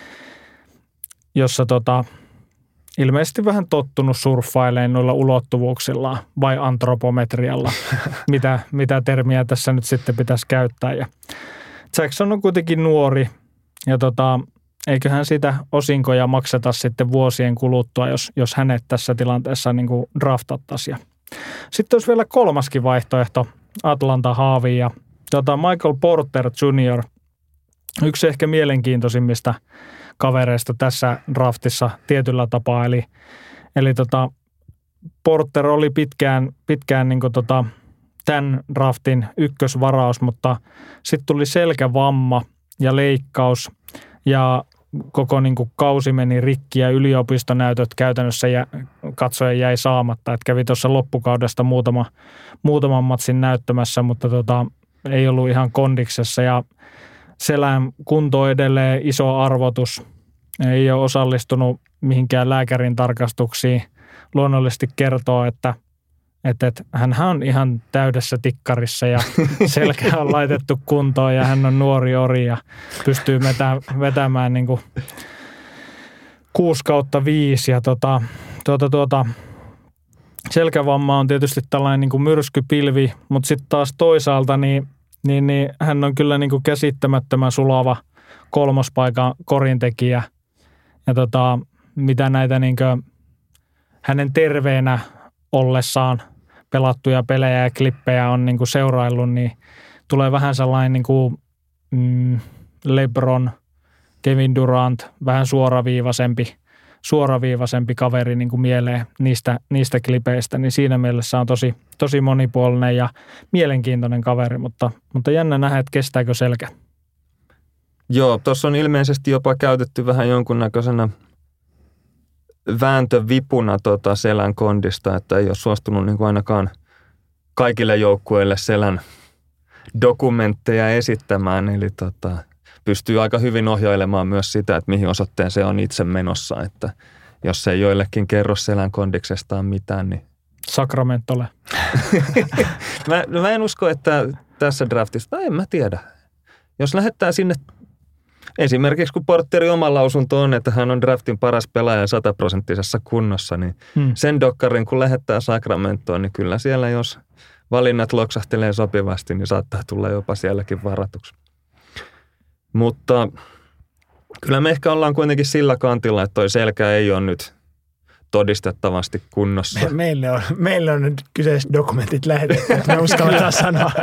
[SPEAKER 3] jossa tota, ilmeisesti vähän tottunut surffailemaan noilla ulottuvuuksilla vai antropometrialla, mitä, mitä termiä tässä nyt sitten pitäisi käyttää. Ja Jackson on kuitenkin nuori ja tota, eiköhän sitä osinkoja makseta sitten vuosien kuluttua, jos, jos hänet tässä tilanteessa niin kuin draftattaisiin. Sitten olisi vielä kolmaskin vaihtoehto Atlanta haaviin ja tota Michael Porter junior, yksi ehkä mielenkiintoisimmista kavereista tässä draftissa tietyllä tapaa. Eli, eli tota, Porter oli pitkään, pitkään niin kuin tota, tämän draftin ykkösvaraus, mutta sitten tuli selkävamma ja leikkaus ja koko niin kuin kausi meni rikki ja yliopistonäytöt käytännössä jä, katsoja jäi saamatta. Et kävi tuossa loppukaudesta muutama, muutaman matsin näyttämässä, mutta tota, ei ollut ihan kondiksessa ja selän kunto edelleen iso arvotus. Ei ole osallistunut mihinkään lääkärin tarkastuksiin. Luonnollisesti kertoo, että Että et, hänhän on ihan täydessä tikkarissa ja selkä on laitettu kuntoon ja hän on nuori ori ja pystyy vetä, vetämään niin kuin kuusi kautta viisi. Ja tota, tuota, tuota, selkävamma on tietysti tällainen niin kuin myrskypilvi, mutta sitten taas toisaalta niin, niin, niin hän on kyllä niin kuin käsittämättömän sulava kolmospaikan korintekijä. Ja tota, mitä näitä niin kuin hänen terveenä ollessaan pelattuja pelejä ja klippejä on niin kuin seuraillut, niin tulee vähän sellainen niin kuin, mm, LeBron, Kevin Durant, vähän suoraviivaisempi, suoraviivaisempi kaveri niin kuin mieleen niistä, niistä klipeistä, niin siinä mielessä on tosi, tosi monipuolinen ja mielenkiintoinen kaveri, mutta, mutta jännä nähdä, että kestääkö selkä.
[SPEAKER 2] Joo, tuossa on ilmeisesti jopa käytetty vähän jonkunnäköisenä vääntövipuna tota selän kondista, että ei ole suostunut niin kuin ainakaan kaikille joukkueille selän dokumentteja esittämään, eli tota, pystyy aika hyvin ohjailemaan myös sitä, että mihin osoitteen se on itse menossa, että jos ei joillekin kerro selän kondiksestaan mitään, niin
[SPEAKER 3] Sacramentolle.
[SPEAKER 2] mä, mä en usko, että tässä draftissa, en mä tiedä. Jos lähettää sinne esimerkiksi kun Porteri oma lausunto on, että hän on draftin paras pelaaja sataprosenttisessa kunnossa, niin hmm. sen dokkarin kun lähettää Sacramentoon, niin kyllä siellä jos valinnat loksahtelee sopivasti, niin saattaa tulla jopa sielläkin varatuksi. Mutta kyllä me ehkä ollaan kuitenkin sillä kantilla, että toi selkä ei ole nyt todistettavasti kunnossa.
[SPEAKER 1] Me, meille, on, meille on nyt kyseiset dokumentit lähetetty, että me uskalletaan sanoa.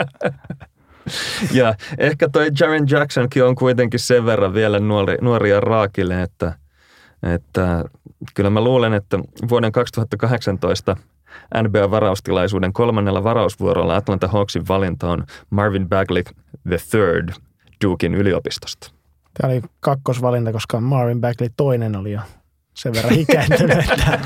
[SPEAKER 2] Ja ehkä toi Jaren Jacksonkin on kuitenkin sen verran vielä nuori, nuoria raakille, että, että kyllä mä luulen, että vuoden kaksituhattakahdeksantoista N B A-varaustilaisuuden kolmannella varausvuorolla Atlanta Hawksin valinta on Marvin Bagley the third Duken yliopistosta.
[SPEAKER 1] Tämä oli kakkosvalinta, koska Marvin Bagley toinen oli jo sen verran ikääntynyt, että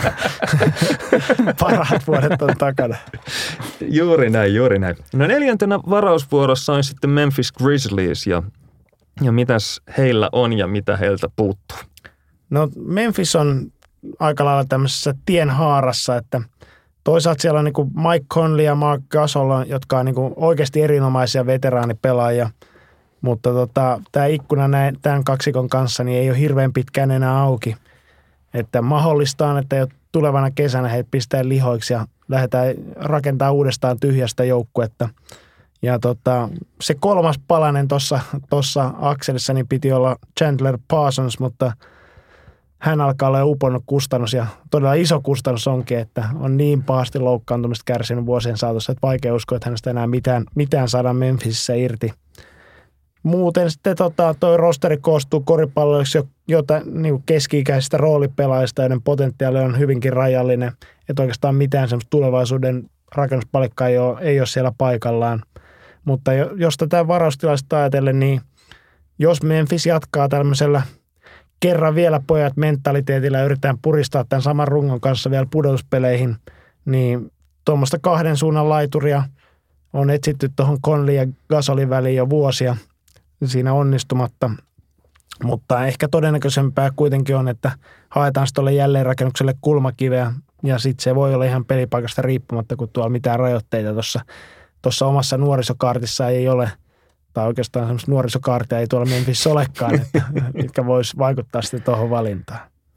[SPEAKER 1] parhaat vuodet on takana.
[SPEAKER 2] Juuri näin, juuri näin. No neljäntenä varausvuorossa on sitten Memphis Grizzlies ja, ja mitäs heillä on ja mitä heiltä puuttuu?
[SPEAKER 1] No Memphis on aika lailla tämmöisessä tienhaarassa, että toisaalta siellä on niin kuin Mike Conley ja Mark Gasol, jotka on niin kuin oikeasti erinomaisia veteraanipelaajia, mutta tota, tämä ikkuna näin, tämän kaksikon kanssa niin ei ole hirveän pitkään enää auki. Että mahdollista on, että jo tulevana kesänä he pistää lihoiksi ja lähdetään rakentamaan uudestaan tyhjästä joukkuetta. Ja tota, se kolmas palanen tuossa tossa akselissa niin piti olla Chandler Parsons, mutta hän alkaa olla uponnut kustannus ja todella iso kustannus onkin, että on niin pahasti loukkaantumista kärsinyt vuosien saatossa, että vaikea uskoa, että hänestä enää mitään, mitään saada Memphisissä irti. Muuten sitten tota, toi rosteri koostuu koripalloiksi, jota niin keski-ikäisistä roolipelaajista, joiden potentiaali on hyvinkin rajallinen, että oikeastaan mitään semmoista tulevaisuuden rakennuspalikkaa ei ole, ei ole siellä paikallaan. Mutta jos tätä varaustilaista ajatellen, niin jos Memphis jatkaa tämmöisellä kerran vielä pojat mentaliteetillä ja yritetään puristaa tämän saman rungon kanssa vielä pudotuspeleihin, niin tuommoista kahden suunnan laituria on etsitty tuohon Conley ja Gasolin väliin jo vuosia siinä onnistumatta. Mutta ehkä todennäköisempää kuitenkin on, että haetaan tuolle jälleenrakennukselle kulmakiveä ja sitten se voi olla ihan pelipaikasta riippumatta, kun tuolla mitään rajoitteita tuossa tuossa omassa nuorisokaartissa ei ole, tai oikeastaan semmoista nuorisokaartia ei tuolla Memphis olekaan, että, mitkä voisi vaikuttaa sitten tuohon valintaan.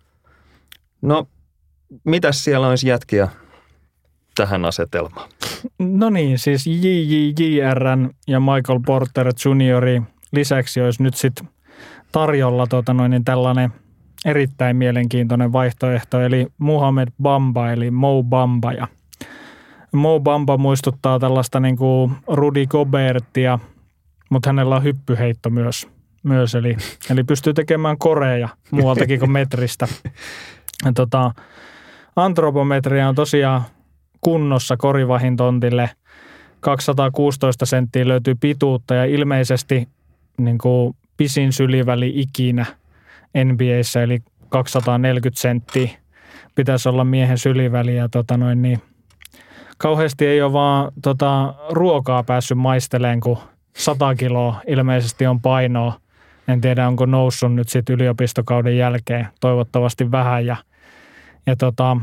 [SPEAKER 2] No, mitäs siellä olisi jätkiä tähän asetelmaan?
[SPEAKER 3] No niin, siis J J J R:n ja Michael Porter juniori lisäksi olisi nyt sitten tarjolla tota noin, niin tällainen erittäin mielenkiintoinen vaihtoehto, eli Muhammad Bamba, eli Mo Bamba. Ja Mo Bamba muistuttaa tällaista niin kuin Rudy Gobertia, mutta hänellä on hyppyheitto myös, myös eli, eli pystyy tekemään koreja muualtakin kuin metristä. Ja tota, antropometria on tosiaan kunnossa Korivahin tontille. kaksisataakuusitoista senttiä löytyy pituutta ja ilmeisesti niin kuin pisin syliväli ikinä N B A:ssä, eli kaksisataaneljäkymmentä senttiä pitäisi olla miehen syliväli. Ja tota noin, niin kauheasti ei ole vaan tota, ruokaa päässyt maisteleen, kun sata kiloa ilmeisesti on painoa. En tiedä, onko noussut nyt sitten yliopistokauden jälkeen. Toivottavasti vähän. Ja, ja tota,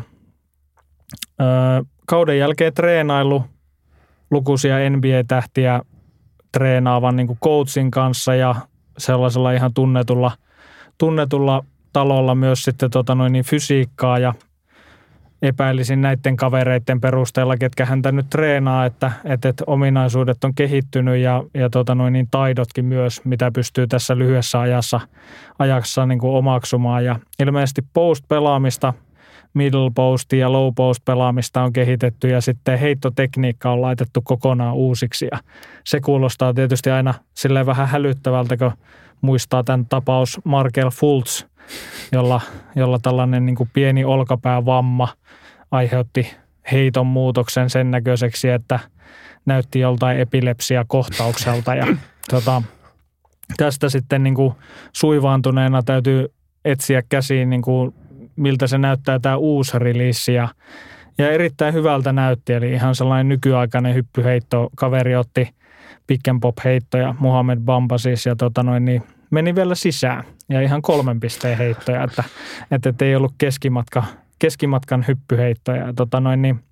[SPEAKER 3] ö, kauden jälkeen treenailu lukuisia N B A-tähtiä treenaavan niin kuin coachin kanssa ja sellaisella ihan tunnetulla, tunnetulla talolla myös sitten tota noin, niin fysiikkaa ja epäilisin näiden kavereiden perusteella, ketkä häntä nyt treenaa, että, että, että ominaisuudet on kehittynyt ja, ja tota noin, niin taidotkin myös, mitä pystyy tässä lyhyessä ajassa, ajassa niin kuin omaksumaan. Ja ilmeisesti post-pelaamista, middle post ja low post pelaamista on kehitetty ja sitten heittotekniikka on laitettu kokonaan uusiksi. Ja se kuulostaa tietysti aina silleen vähän hälyttävältä, kun muistaa tämän tapaus Markel Fultz, jolla, jolla tällainen niin kuin pieni olkapäävamma aiheutti heiton muutoksen sen näköiseksi, että näytti joltain epilepsiakohtaukselta. Ja tota, tästä sitten niin kuin suivaantuneena täytyy etsiä käsiin, niin kuin, miltä se näyttää tämä uusi release. Ja, ja erittäin hyvältä näytti, eli ihan sellainen nykyaikainen hyppyheitto. Kaveri otti pick and pop heittoja, Muhammad Bamba siis, ja tota noin, niin meni vielä sisään ja ihan kolmen pisteen heittoja, että, että, että ei ollut keskimatka, keskimatkan hyppyheittoja. Ja tota noin, niin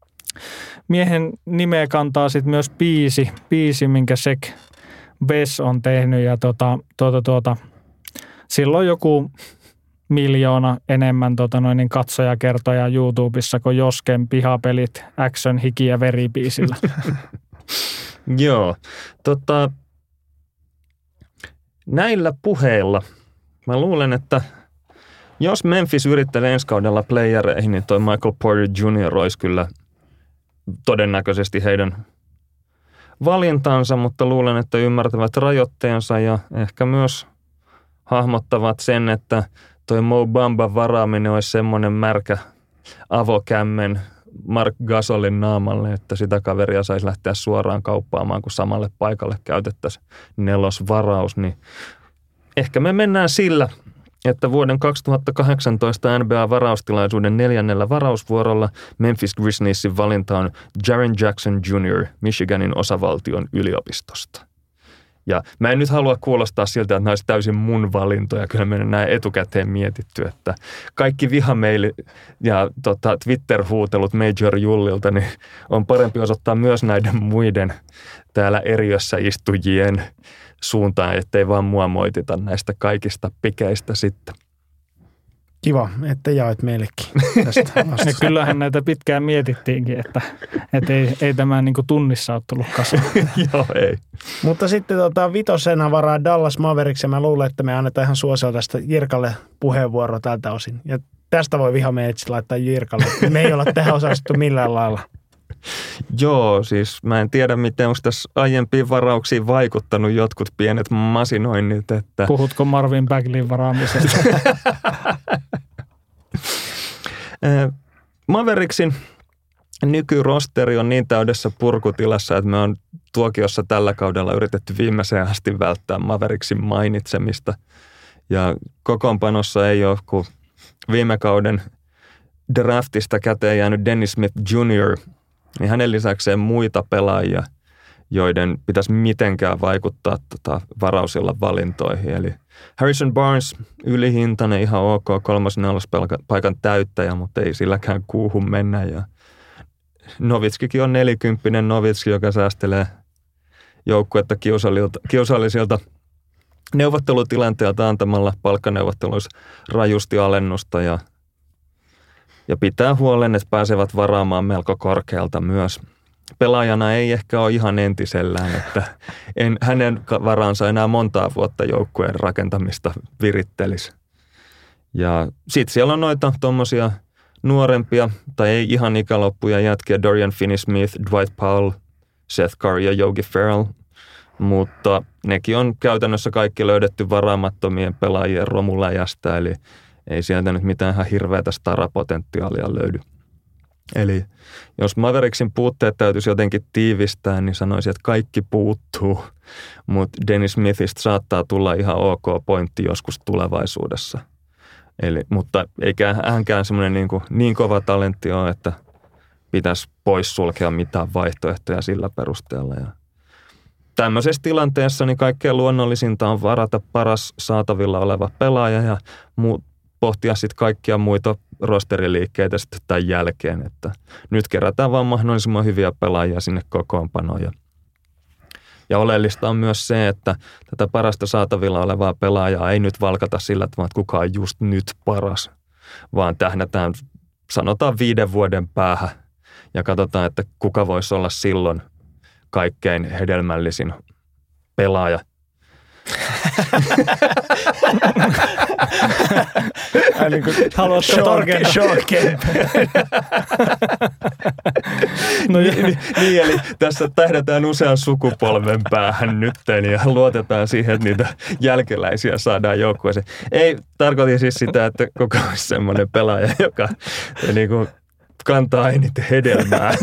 [SPEAKER 3] miehen nimeä kantaa sitten myös biisi, biisi, minkä Sek Bess on tehnyt ja tota, tuota, tuota, silloin joku miljoona enemmän tota noin, niin katsojakertoja YouTubessa kuin Josken pihapelit Action, hiki ja veribiisillä.
[SPEAKER 2] Joo, tota... Näillä puheilla mä luulen, että jos Memphis yrittää ensi kaudella playereihin, niin toi Michael Porter juniori olisi kyllä todennäköisesti heidän valintansa, mutta luulen, että ymmärtävät rajoitteensa ja ehkä myös hahmottavat sen, että toi Mo Bamban varaaminen olisi semmoinen märkä avokämmen Mark Gasolin naamalle, että sitä kaveria saisi lähteä suoraan kauppaamaan, kun samalle paikalle käytettäisiin nelosvaraus, niin ehkä me mennään sillä, että vuoden kaksituhattakahdeksantoista N B A-varaustilaisuuden neljännellä varausvuorolla Memphis Grizzliesin valinta on Jaren Jackson junior Michiganin osavaltion yliopistosta. Ja mä en nyt halua kuulostaa siltä, että nämä olisi täysin mun valintoja. Kyllä meidän näin etukäteen mietitty, että kaikki vihameili ja tota, Twitter-huutelut Major Jullilta niin on parempi osoittaa myös näiden muiden täällä eriössä istujien suuntaan, ettei vaan mua moitita näistä kaikista pikeistä sitten.
[SPEAKER 1] Kiva, että jaoit meillekin tästä
[SPEAKER 3] ja kyllähän näitä pitkään mietittiinkin, että, että ei, ei tämä niin kuin tunnissa ole tullut kasaan.
[SPEAKER 2] Joo, ei.
[SPEAKER 1] Mutta sitten tota, vitosena varaa Dallas Mavericks, ja mä luulen, että me annetaan ihan suosio tästä Jirkalle puheenvuoro tältä osin. Ja tästä voi vihameitsi laittaa Jirkalle. Me ei olla tähän osallistuttu millään lailla.
[SPEAKER 2] Joo, siis mä en tiedä, miten onko tässä aiempiin varauksiin vaikuttanut jotkut pienet masinoinnit. Että...
[SPEAKER 3] Puhutko Marvin Baglin varaamisesta?
[SPEAKER 2] Mavericksin nykyrosteri on niin täydessä purkutilassa, että me on tuokiossa tällä kaudella yritetty viimeiseen asti välttää Mavericksin mainitsemista. Ja kokoonpanossa ei ole kuin viime kauden draftista käteen jäänyt Dennis Smith junior, niin hänen lisäkseen muita pelaajia, joiden pitäisi mitenkään vaikuttaa tota varausillan valintoihin. Eli Harrison Barnes, ylihintainen, ihan ok, kolmas nelospaikan täyttäjä, mutta ei silläkään kuuhun mennä. Ja Novitskikin on nelikymppinen Novitski, joka säästelee joukkuetta kiusallisilta neuvottelutilanteelta antamalla palkkaneuvotteluissa rajusti alennusta ja Ja pitää huolen, että pääsevät varaamaan melko korkealta myös. Pelaajana ei ehkä ole ihan entisellään, että en hänen varaansa enää montaa vuotta joukkueen rakentamista virittelisi. Ja sitten siellä on noita tuommoisia nuorempia tai ei ihan ikäloppuja jätkiä, Dorian Finney-Smith, Dwight Powell, Seth Curry ja Yogi Ferrell. Mutta nekin on käytännössä kaikki löydetty varaamattomien pelaajien romuläjästä, eli ei sieltä nyt mitään ihan hirveätä starapotentiaalia löydy. Eli jos Mavericksin puutteet täytyisi jotenkin tiivistää, niin sanoisin, että kaikki puuttuu. Mutta Dennis Smithistä saattaa tulla ihan ok pointti joskus tulevaisuudessa. Eli, mutta eikä hänkään semmoinen niin, niin kova talentti ole, että pitäisi poissulkea mitään vaihtoehtoja sillä perusteella. Ja tämmöisessä tilanteessa niin kaikkein luonnollisinta on varata paras saatavilla oleva pelaaja ja muu, pohtia sitten kaikkia muita rosteriliikkeitä sitten tämän jälkeen, että nyt kerätään vaan mahdollisimman hyviä pelaajia sinne kokoonpanoon. Ja, ja oleellista on myös se, että tätä parasta saatavilla olevaa pelaajaa ei nyt valkata sillä tavalla, että kuka on just nyt paras, vaan tähdätään sanotaan viiden vuoden päähän ja katsotaan, että kuka voisi olla silloin kaikkein hedelmällisin pelaaja.
[SPEAKER 3] niin kuin, haluatko tarkentaa?
[SPEAKER 2] no, niin, niin, eli tässä tähdätään usean sukupolven päähän nytten ja luotetaan siihen, että niitä jälkeläisiä saadaan joukkueeseen. Ei, tarkoitin siis sitä, että koko olisi semmoinen pelaaja, joka niin kuin kantaa eniten hedelmää.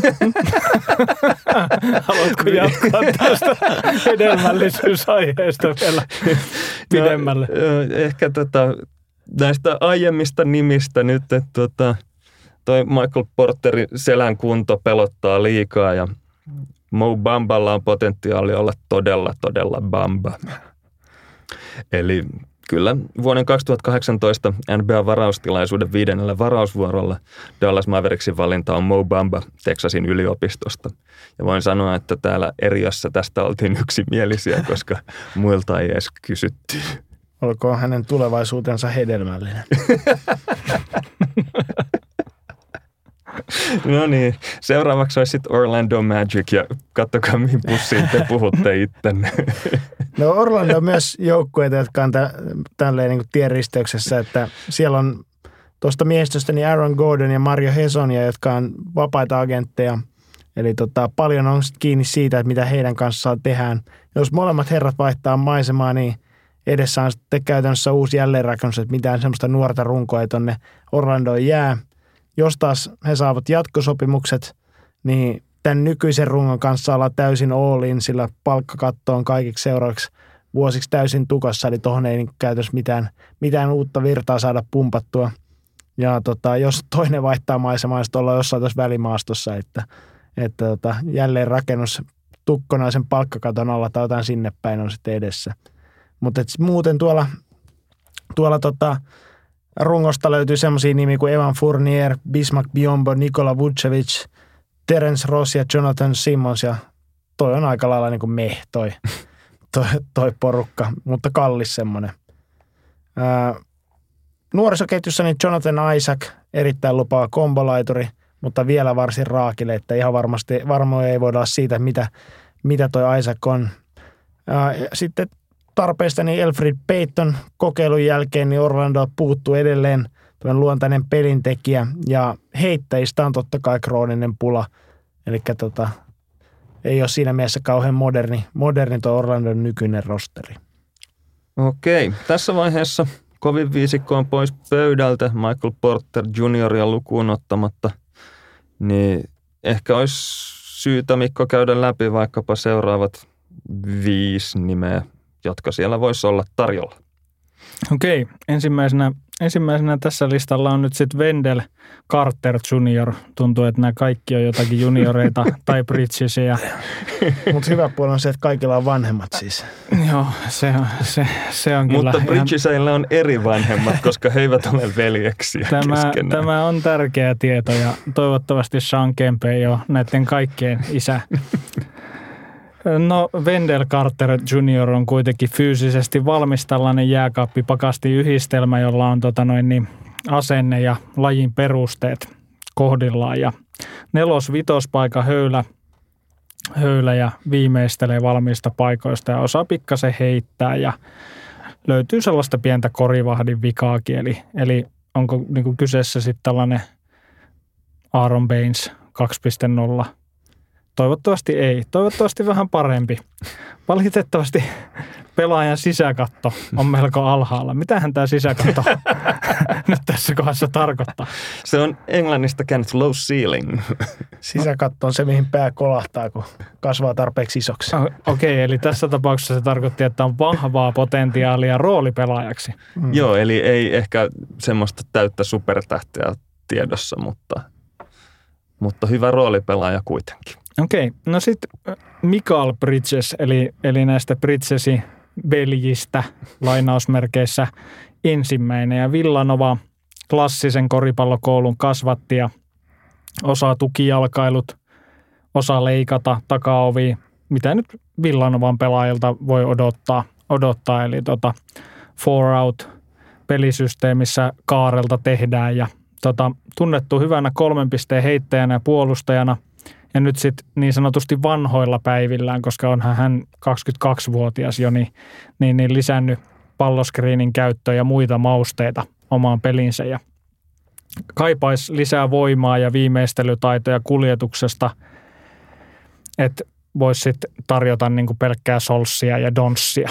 [SPEAKER 3] Haluatko jatkaa tästä hedelmällisyysaiheesta vielä pidemmälle?
[SPEAKER 2] No, ehkä tota, näistä aiemmista nimistä nyt, että tota, toi Michael Porterin selän kunto pelottaa liikaa ja Mo Bamballa on potentiaali olla todella, todella bamba. Eli kyllä vuoden kaksituhattakahdeksantoista N B A-varaustilaisuuden viidennellä varausvuorolla Dallas Mavericksin valinta on Mo Bamba Texasin yliopistosta. Ja voin sanoa, että täällä eriössä tästä oltiin yksimielisiä, koska muilta ei edes kysytty.
[SPEAKER 1] Olkoon hänen tulevaisuutensa hedelmällinen.
[SPEAKER 2] No niin, seuraavaksi olisi sitten Orlando Magic ja katsokaa mihin pussiin te puhutte ittenne.
[SPEAKER 1] No Orlando on myös joukkueita, jotka on tä, tälleen niin kuin tienristeyksessä, että siellä on tuosta miehistöstä niin Aaron Gordon ja Mario Hezonja, jotka on vapaita agentteja. Eli tota, paljon on kiinni siitä, että mitä heidän kanssaan tehdään. Jos molemmat herrat vaihtaa maisemaa, niin edessä on sitten käytännössä uusi jälleenrakennus, että mitään semmoista nuorta runkoa ei tuonne Orlandoon jää. jos taas he saavat jatkosopimukset, niin tämän nykyisen rungon kanssa ollaan täysin all in, sillä palkkakatto on kaikiksi seuraavaksi vuosiksi täysin tukossa, eli tuohon ei niin käytössä mitään, mitään uutta virtaa saada pumpattua. Ja tota, jos toinen vaihtaa maisemaa, sitten ollaan jossain tuossa välimaastossa, että, että tota, jälleen rakennus tukkonaisen palkkakaton alla tai jotain sinne päin on sitten edessä. Mutta muuten tuolla, tuolla tota, rungosta löytyy semmoisia nimiä kuin Evan Fournier, Bismack Biyombo, Nikola Vucevic, Terence Ross ja Jonathan Simmons. Ja toi on aika lailla niin kuin meh toi, toi, toi porukka, mutta kallis semmoinen. Ää, nuorisoketjussa niin Jonathan Isaac, erittäin lupaava kombolaituri, mutta vielä varsin raakille, että ihan varmasti varmoja ei voida olla siitä, mitä, mitä toi Isaac on. Ää, sitten tarpeesta niin Elfrid Payton kokeilun jälkeen niin Orlando puuttuu edelleen luontainen pelintekijä ja heittäjistä on totta kai krooninen pula. Eli tota, ei ole siinä mielessä kauhean moderni, moderni tuo Orlandon nykyinen rosteri.
[SPEAKER 2] Okei, tässä vaiheessa kovin viisikko on pois pöydältä Michael Porter junioria lukuun ottamatta, niin ehkä olisi syytä Mikko käydä läpi vaikkapa seuraavat viisi nimeä, jotka siellä voisi olla tarjolla.
[SPEAKER 3] Okei, ensimmäisenä, ensimmäisenä tässä listalla on nyt sitten Wendell Carter junior. Tuntuu, että nämä kaikki on jotakin junioreita tai Bridgesia.
[SPEAKER 1] Mutta hyvä puoli on se, että kaikilla on vanhemmat siis.
[SPEAKER 3] Joo, se on, se, se on kyllä.
[SPEAKER 2] Mutta Bridgesillä on eri vanhemmat, koska he eivät ole veljeksiä
[SPEAKER 3] tämä,
[SPEAKER 2] keskenään.
[SPEAKER 3] Tämä on tärkeä tieto ja toivottavasti Sean Kemp ei ole näiden kaikkien isä. No Wendell Carter junior on kuitenkin fyysisesti valmis tällainen jääkaappipakasti yhdistelmä, jolla on tota noin niin, asenne ja lajin perusteet kohdillaan. Ja nelos-vitospaikan höylä, höylä ja viimeistelee valmiista paikoista ja osaa pikkasen heittää ja löytyy sellaista pientä korivahdin vikaakin. Eli, eli onko niin kuin kyseessä sitten tällainen Aaron Baines kaksi piste nolla? Toivottavasti ei. Toivottavasti vähän parempi. Valitettavasti pelaajan sisäkatto on melko alhaalla. Mitähän tämä sisäkatto nyt tässä kohdassa tarkoittaa?
[SPEAKER 2] Se on englannista käännetty low ceiling.
[SPEAKER 1] Sisäkatto on se, mihin pää kolahtaa, kun kasvaa tarpeeksi isoksi.
[SPEAKER 3] Okei, okay, eli tässä tapauksessa se tarkoitti, että on vahvaa potentiaalia roolipelaajaksi.
[SPEAKER 2] Mm. Joo, eli ei ehkä semmoista täyttä supertähteä tiedossa, mutta, mutta hyvä roolipelaaja kuitenkin.
[SPEAKER 3] Okei, no sitten Mikal Bridges, eli, eli näistä Bridgesin veljistä lainausmerkeissä ensimmäinen. Ja Villanova klassisen koripallokoulun kasvatti ja osaa tukijalkailut, osaa leikata takaovi, mitä nyt Villanovan pelaajilta voi odottaa. odottaa. Eli tota four out pelisysteemissä kaarelta tehdään ja tota, tunnettu hyvänä kolmen pisteen heittäjänä ja puolustajana. Ja nyt sitten niin sanotusti vanhoilla päivillään, koska onhan hän kaksikymmentäkaksivuotias jo, niin, niin, niin lisännyt palloskriinin käyttöä ja muita mausteita omaan pelinsä. Ja kaipaisi lisää voimaa ja viimeistelytaitoja kuljetuksesta, että voisi sitten tarjota niinku pelkkää solssia ja donssia.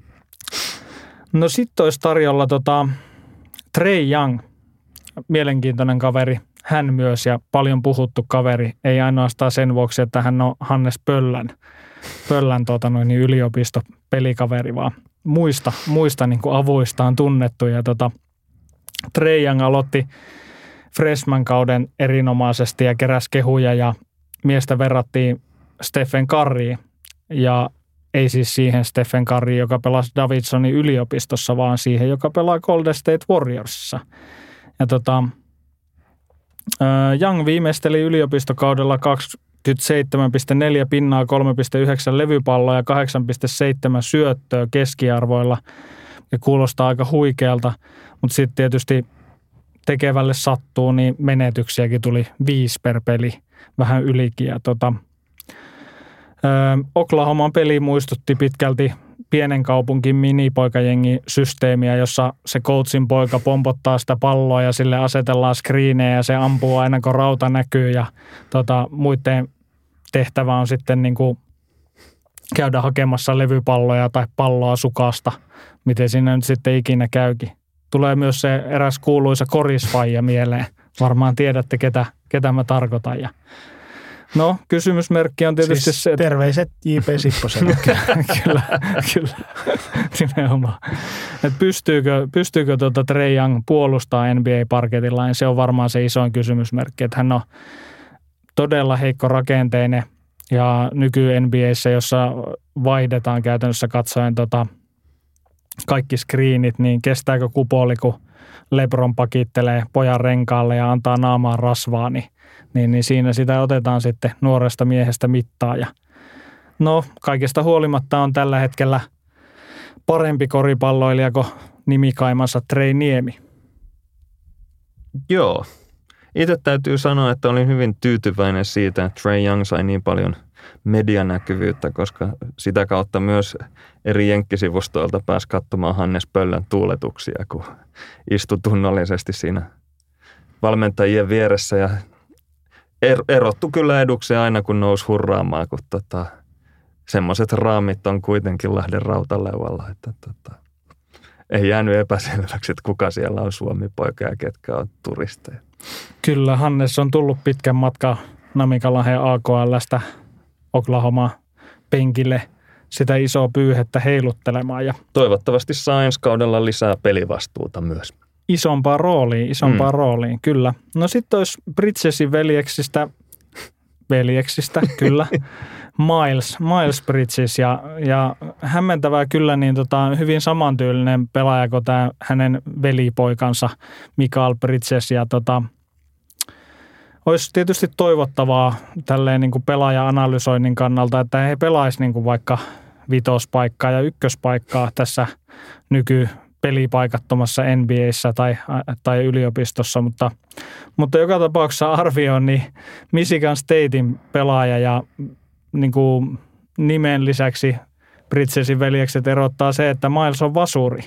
[SPEAKER 3] No sitten olisi tarjolla tota Trae Young, mielenkiintoinen kaveri. Hän myös ja paljon puhuttu kaveri, ei ainoastaan sen vuoksi, että hän on Hannes Pöllän, Pöllän tota noin, yliopistopelikaveri, vaan muista, muista niin kuin avuistaan tunnettu. Ja tota, Trae Young aloitti freshman-kauden erinomaisesti ja keräsi kehuja ja miestä verrattiin Stephen Curryin ja ei siis siihen Stephen Curryin, joka pelasi Davidsonin yliopistossa, vaan siihen, joka pelaa Golden State Warriorsissa. Ja tota, Young viimeisteli yliopistokaudella kaksikymmentäseitsemän pilkku neljä pinnaa, kolme pilkku yhdeksän levypalloa ja kahdeksan pilkku seitsemän syöttöä keskiarvoilla. Ja kuulostaa aika huikealta, mutta sitten tietysti tekevälle sattuu, niin menetyksiäkin tuli viisi per peli, vähän ylikin. Ja tota, Oklahoman peli muistutti pitkälti pienen kaupunkin minipoikajengi systeemiä, jossa se coachin poika pompottaa sitä palloa ja sille asetellaan screenejä ja se ampuu aina kun rauta näkyy ja tota, muiden tehtävä on sitten niin kuin käydä hakemassa levypalloja tai palloa sukasta, miten siinä nyt sitten ikinä käykin. Tulee myös se eräs kuuluisa korisfaija mieleen varmaan tiedätte, ketä, ketä mä tarkoitan. Ja no, kysymysmerkki on tietysti
[SPEAKER 1] siis
[SPEAKER 3] se, että
[SPEAKER 1] terveiset J P Sipposelle.
[SPEAKER 3] kyllä, kyllä, nimenomaan. Että pystyykö, pystyykö tuota Trae Young puolustaa N B A-parketilla, niin se on varmaan se isoin kysymysmerkki. Että hän on todella heikko rakenteinen ja nyky-N B A:ssä, jossa vaihdetaan käytännössä katsoen tota kaikki screenit, niin kestääkö kupoli, kun LeBron pakittelee pojan renkaalle ja antaa naamaan rasvaa, niin, niin, niin siinä sitä otetaan sitten nuoresta miehestä mittaa. Ja no, kaikesta huolimatta on tällä hetkellä parempi koripalloilija kuin nimikaimansa Trae Niemi.
[SPEAKER 2] Joo. Itse täytyy sanoa, että olin hyvin tyytyväinen siitä, että Trae Young sai niin paljon medianäkyvyyttä, koska sitä kautta myös eri jenkkisivustoilta pääsi katsomaan Hannes Pöllön tuuletuksia, kun istui tunnollisesti siinä valmentajien vieressä ja er- erottu kyllä edukseen aina, kun nousi hurraamaan, kun tota, semmoiset raamit on kuitenkin Lahden rautaleualla, että tota, ei jäänyt epäselväksi, että kuka siellä on Suomi-poika ja ketkä on turisteja.
[SPEAKER 3] Kyllä, Hannes on tullut pitkän matkan Namikalahden A K L:stä Oklahoma penkille sitä isoa pyyhettä heiluttelemaan. Ja
[SPEAKER 2] toivottavasti saa ensi kaudella lisää pelivastuuta myös.
[SPEAKER 3] Isompaa rooliin, isompaa mm. rooliin, kyllä. No sitten olisi Bridgesin veljeksistä, veljeksistä, kyllä, Miles, Miles Bridges ja, ja hämmentävää kyllä niin tota, hyvin samantyylinen pelaaja kuin tämä hänen velipoikansa Michael Bridges ja tota, olisi tietysti toivottavaa tälleen niin kuin pelaaja-analysoinnin kannalta, että he pelaisivat niin kuin vaikka vitospaikkaa ja ykköspaikkaa tässä nykypelipaikattomassa N B A:ssä tai, tai yliopistossa, mutta, mutta joka tapauksessa arvioon niin Michigan Statein pelaaja ja niin kuin nimen lisäksi Bridgesin veljekset erottaa se, että Miles on vasuri.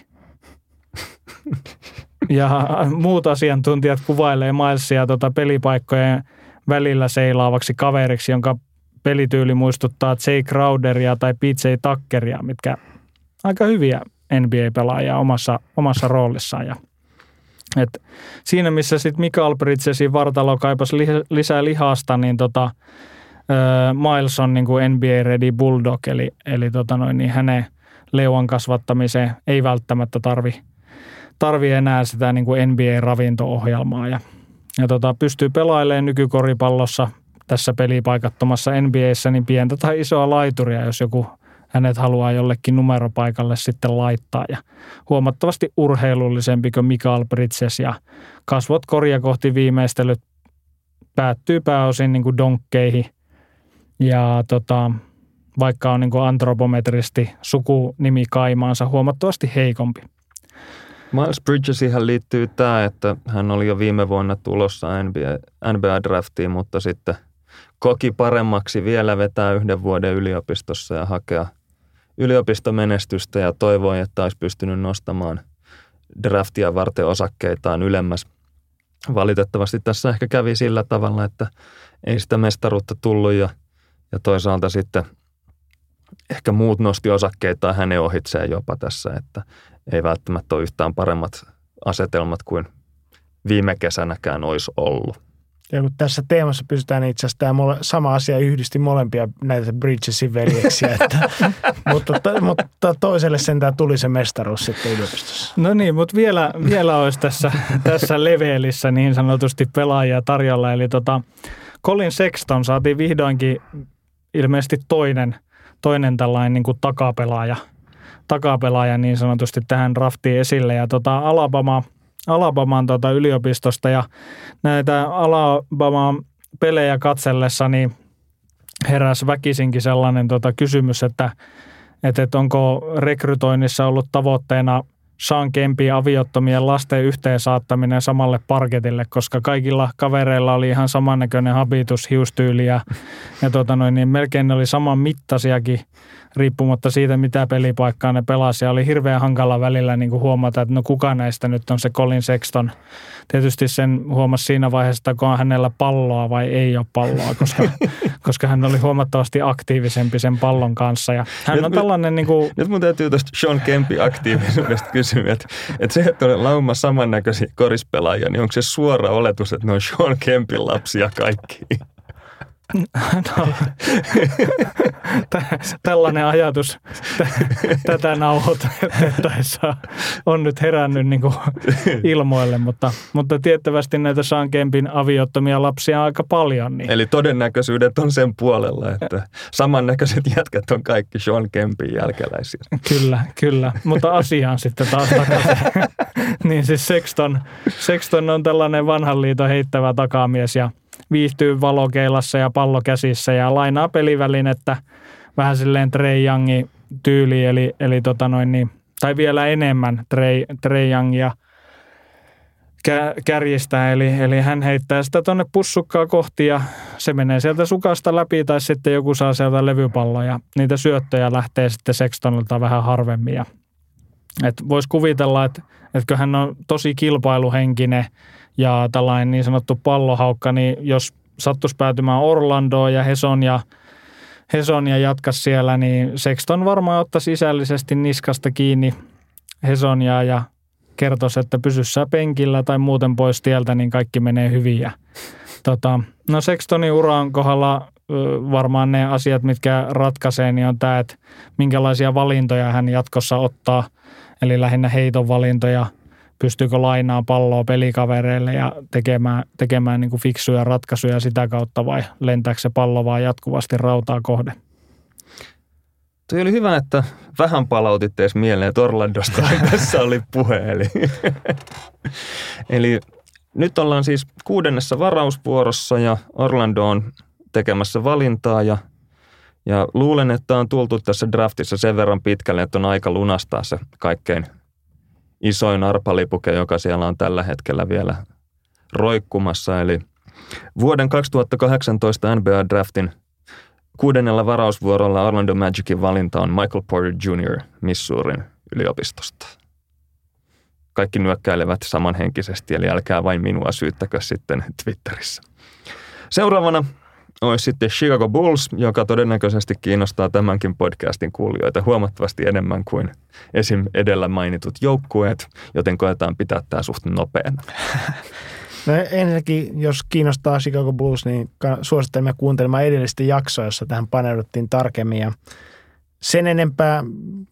[SPEAKER 3] Ja muut asiantuntijat kuvailee Milesia tota pelipaikkojen välillä seilaavaksi kaveriksi, jonka pelityyli muistuttaa Jay Crowderia tai P J Tuckeria, mitkä aika hyviä N B A-pelaajia omassa, omassa roolissaan. Ja, et siinä, missä sitten Michael Bridgesin vartalo kaipasi li, lisää lihasta, niin tota, ö, Miles on niin kuin N B A-ready bulldog, eli, eli tota noin, niin hänen leuan kasvattamiseen ei välttämättä tarvi tarvii enää sitä niin kuin N B A-ravinto-ohjelmaa ja, ja tota, pystyy pelailemaan nykykoripallossa tässä pelipaikattomassa N B A:ssä niin pientä tai isoa laituria, jos joku hänet haluaa jollekin numeropaikalle sitten laittaa. Ja huomattavasti urheilullisempi kuin Michael Bridges ja kasvot koria kohti viimeistelyt päättyy pääosin niin kuin donkkeihin ja tota, vaikka on niin kuin antropometristi sukunimi kaimaansa huomattavasti heikompi.
[SPEAKER 2] Miles Bridgesihän liittyy tämä, että hän oli jo viime vuonna tulossa N B A-draftiin, mutta sitten koki paremmaksi vielä vetää yhden vuoden yliopistossa ja hakea yliopistomenestystä ja toivoi, että olisi pystynyt nostamaan draftia varten osakkeitaan ylemmäs. Valitettavasti tässä ehkä kävi sillä tavalla, että ei sitä mestaruutta tullut ja, ja toisaalta sitten ehkä muut nosti osakkeitaan hänen ohitseen jopa tässä, että ei välttämättä ole yhtään paremmat asetelmat kuin viime kesänäkään olisi ollut.
[SPEAKER 1] Ja kun tässä teemassa pysytään itse asiassa tämä mole, sama asia yhdisti molempia näitä Bridgesin veljeksiä, että, mutta, to, mutta toiselle sentään tuli se mestaruus sitten yliopistossa.
[SPEAKER 3] No niin, mutta vielä, vielä olisi tässä, tässä levelissä niin sanotusti pelaajia tarjolla. Eli tota, Colin Sexton saatiin vihdoinkin ilmeisesti toinen, toinen tällainen niin kuin takapelaaja, takapelaaja niin sanotusti tähän draftiin esille. Ja tota Alabama, Alabaman tota yliopistosta ja näitä Alabaman pelejä katsellessa niin heräsi väkisinkin sellainen tota kysymys, että, että onko rekrytoinnissa ollut tavoitteena Sean Kempin aviottomien lasten yhteensaattaminen samalle parketille, koska kaikilla kavereilla oli ihan samannäköinen habitus, hiustyyli ja, ja tota noin, niin melkein ne oli saman mittaisiakin riippumatta siitä, mitä pelipaikkaa ne pelasi. Ja oli hirveän hankala välillä niin kuin huomata, että no kuka näistä nyt on se Colin Sexton. Tietysti sen huomasi siinä vaiheessa, että onko hänellä palloa vai ei ole palloa, koska, koska hän oli huomattavasti aktiivisempi sen pallon kanssa. Ja hän
[SPEAKER 2] nyt
[SPEAKER 3] on tällainen niin kuin...
[SPEAKER 2] Nyt mun täytyy tuosta Sean Kempin aktiivisuudesta kysyä, että, että se, että on lauma samannäköisiä korispelaajia, niin onko se suora oletus, että ne on Sean Kempin lapsia kaikki?
[SPEAKER 3] No, tällainen ajatus tätä nauhoitettaessa on nyt herännyt niin kuin ilmoille, mutta, mutta tiettävästi näitä Sean Kempin aviottomia lapsia on aika paljon. Niin.
[SPEAKER 2] Eli todennäköisyydet on sen puolella, että samannäköiset jätkät on kaikki Sean Kempin jälkeläisiä.
[SPEAKER 3] Kyllä, kyllä, mutta asiaan sitten taas takaisin. Niin siis Sexton, Sexton on tällainen vanhan liiton heittävä takamies ja viihtyy valokeilassa ja pallo käsissä ja lainaa pelivälinettä vähän silleen Trae Youngin tyyliin, eli, eli tota noin niin, tai vielä enemmän Trae, Trae Youngia kä, kärjistää, eli, eli hän heittää sitä tuonne pussukkaa kohti ja se menee sieltä sukasta läpi tai sitten joku saa sieltä levypalloa ja niitä syöttöjä lähtee sitten Sextonilta vähän harvemmin. Ja, et vois kuvitella, että etkö hän on tosi kilpailuhenkinen ja tällainen niin sanottu pallohaukka, niin jos sattuisi päätymään Orlandoon ja Heson ja, Heson ja jatkaisi siellä, niin Sexton varmaan ottaisi sisällisesti niskasta kiinni Hesonia ja kertoisi, että pysy sä penkillä tai muuten pois tieltä, niin kaikki menee hyvin. Ja, tota, no Sextonin uran kohdalla varmaan ne asiat, mitkä ratkaisee, niin on tämä, että minkälaisia valintoja hän jatkossa ottaa, eli lähinnä heiton valintoja, pystyykö lainaa palloa pelikavereille ja tekemään, tekemään niin kuin fiksuja ratkaisuja sitä kautta vai lentääkö se pallo vaan jatkuvasti rautaa kohden?
[SPEAKER 2] Tuo oli hyvä, että vähän palautit edes mieleen, että Orlandosta tässä oli puhe. Eli, eli nyt ollaan siis kuudennessa varausvuorossa ja Orlando on tekemässä valintaa ja, ja luulen, että on tultu tässä draftissa sen verran pitkälle, että on aika lunastaa se kaikkein isoin arpalipuke, joka siellä on tällä hetkellä vielä roikkumassa. Eli vuoden kaksituhattakahdeksantoista N B A-draftin kuudennella varausvuorolla Orlando Magicin valinta on Michael Porter junior Missourin yliopistosta. Kaikki nyökkäilevät samanhenkisesti, eli älkää vain minua syyttäkö sitten Twitterissä. Seuraavana olisi sitten Chicago Bulls, joka todennäköisesti kiinnostaa tämänkin podcastin kuulijoita huomattavasti enemmän kuin esim. Edellä mainitut joukkueet, joten koetaan pitää tämä suht nopeana.
[SPEAKER 1] No ensinnäkin, jos kiinnostaa Chicago Bulls, niin suosittelemme kuuntelemaan edellistä jaksoa, jossa tähän paneuduttiin tarkemmin. Ja sen enempää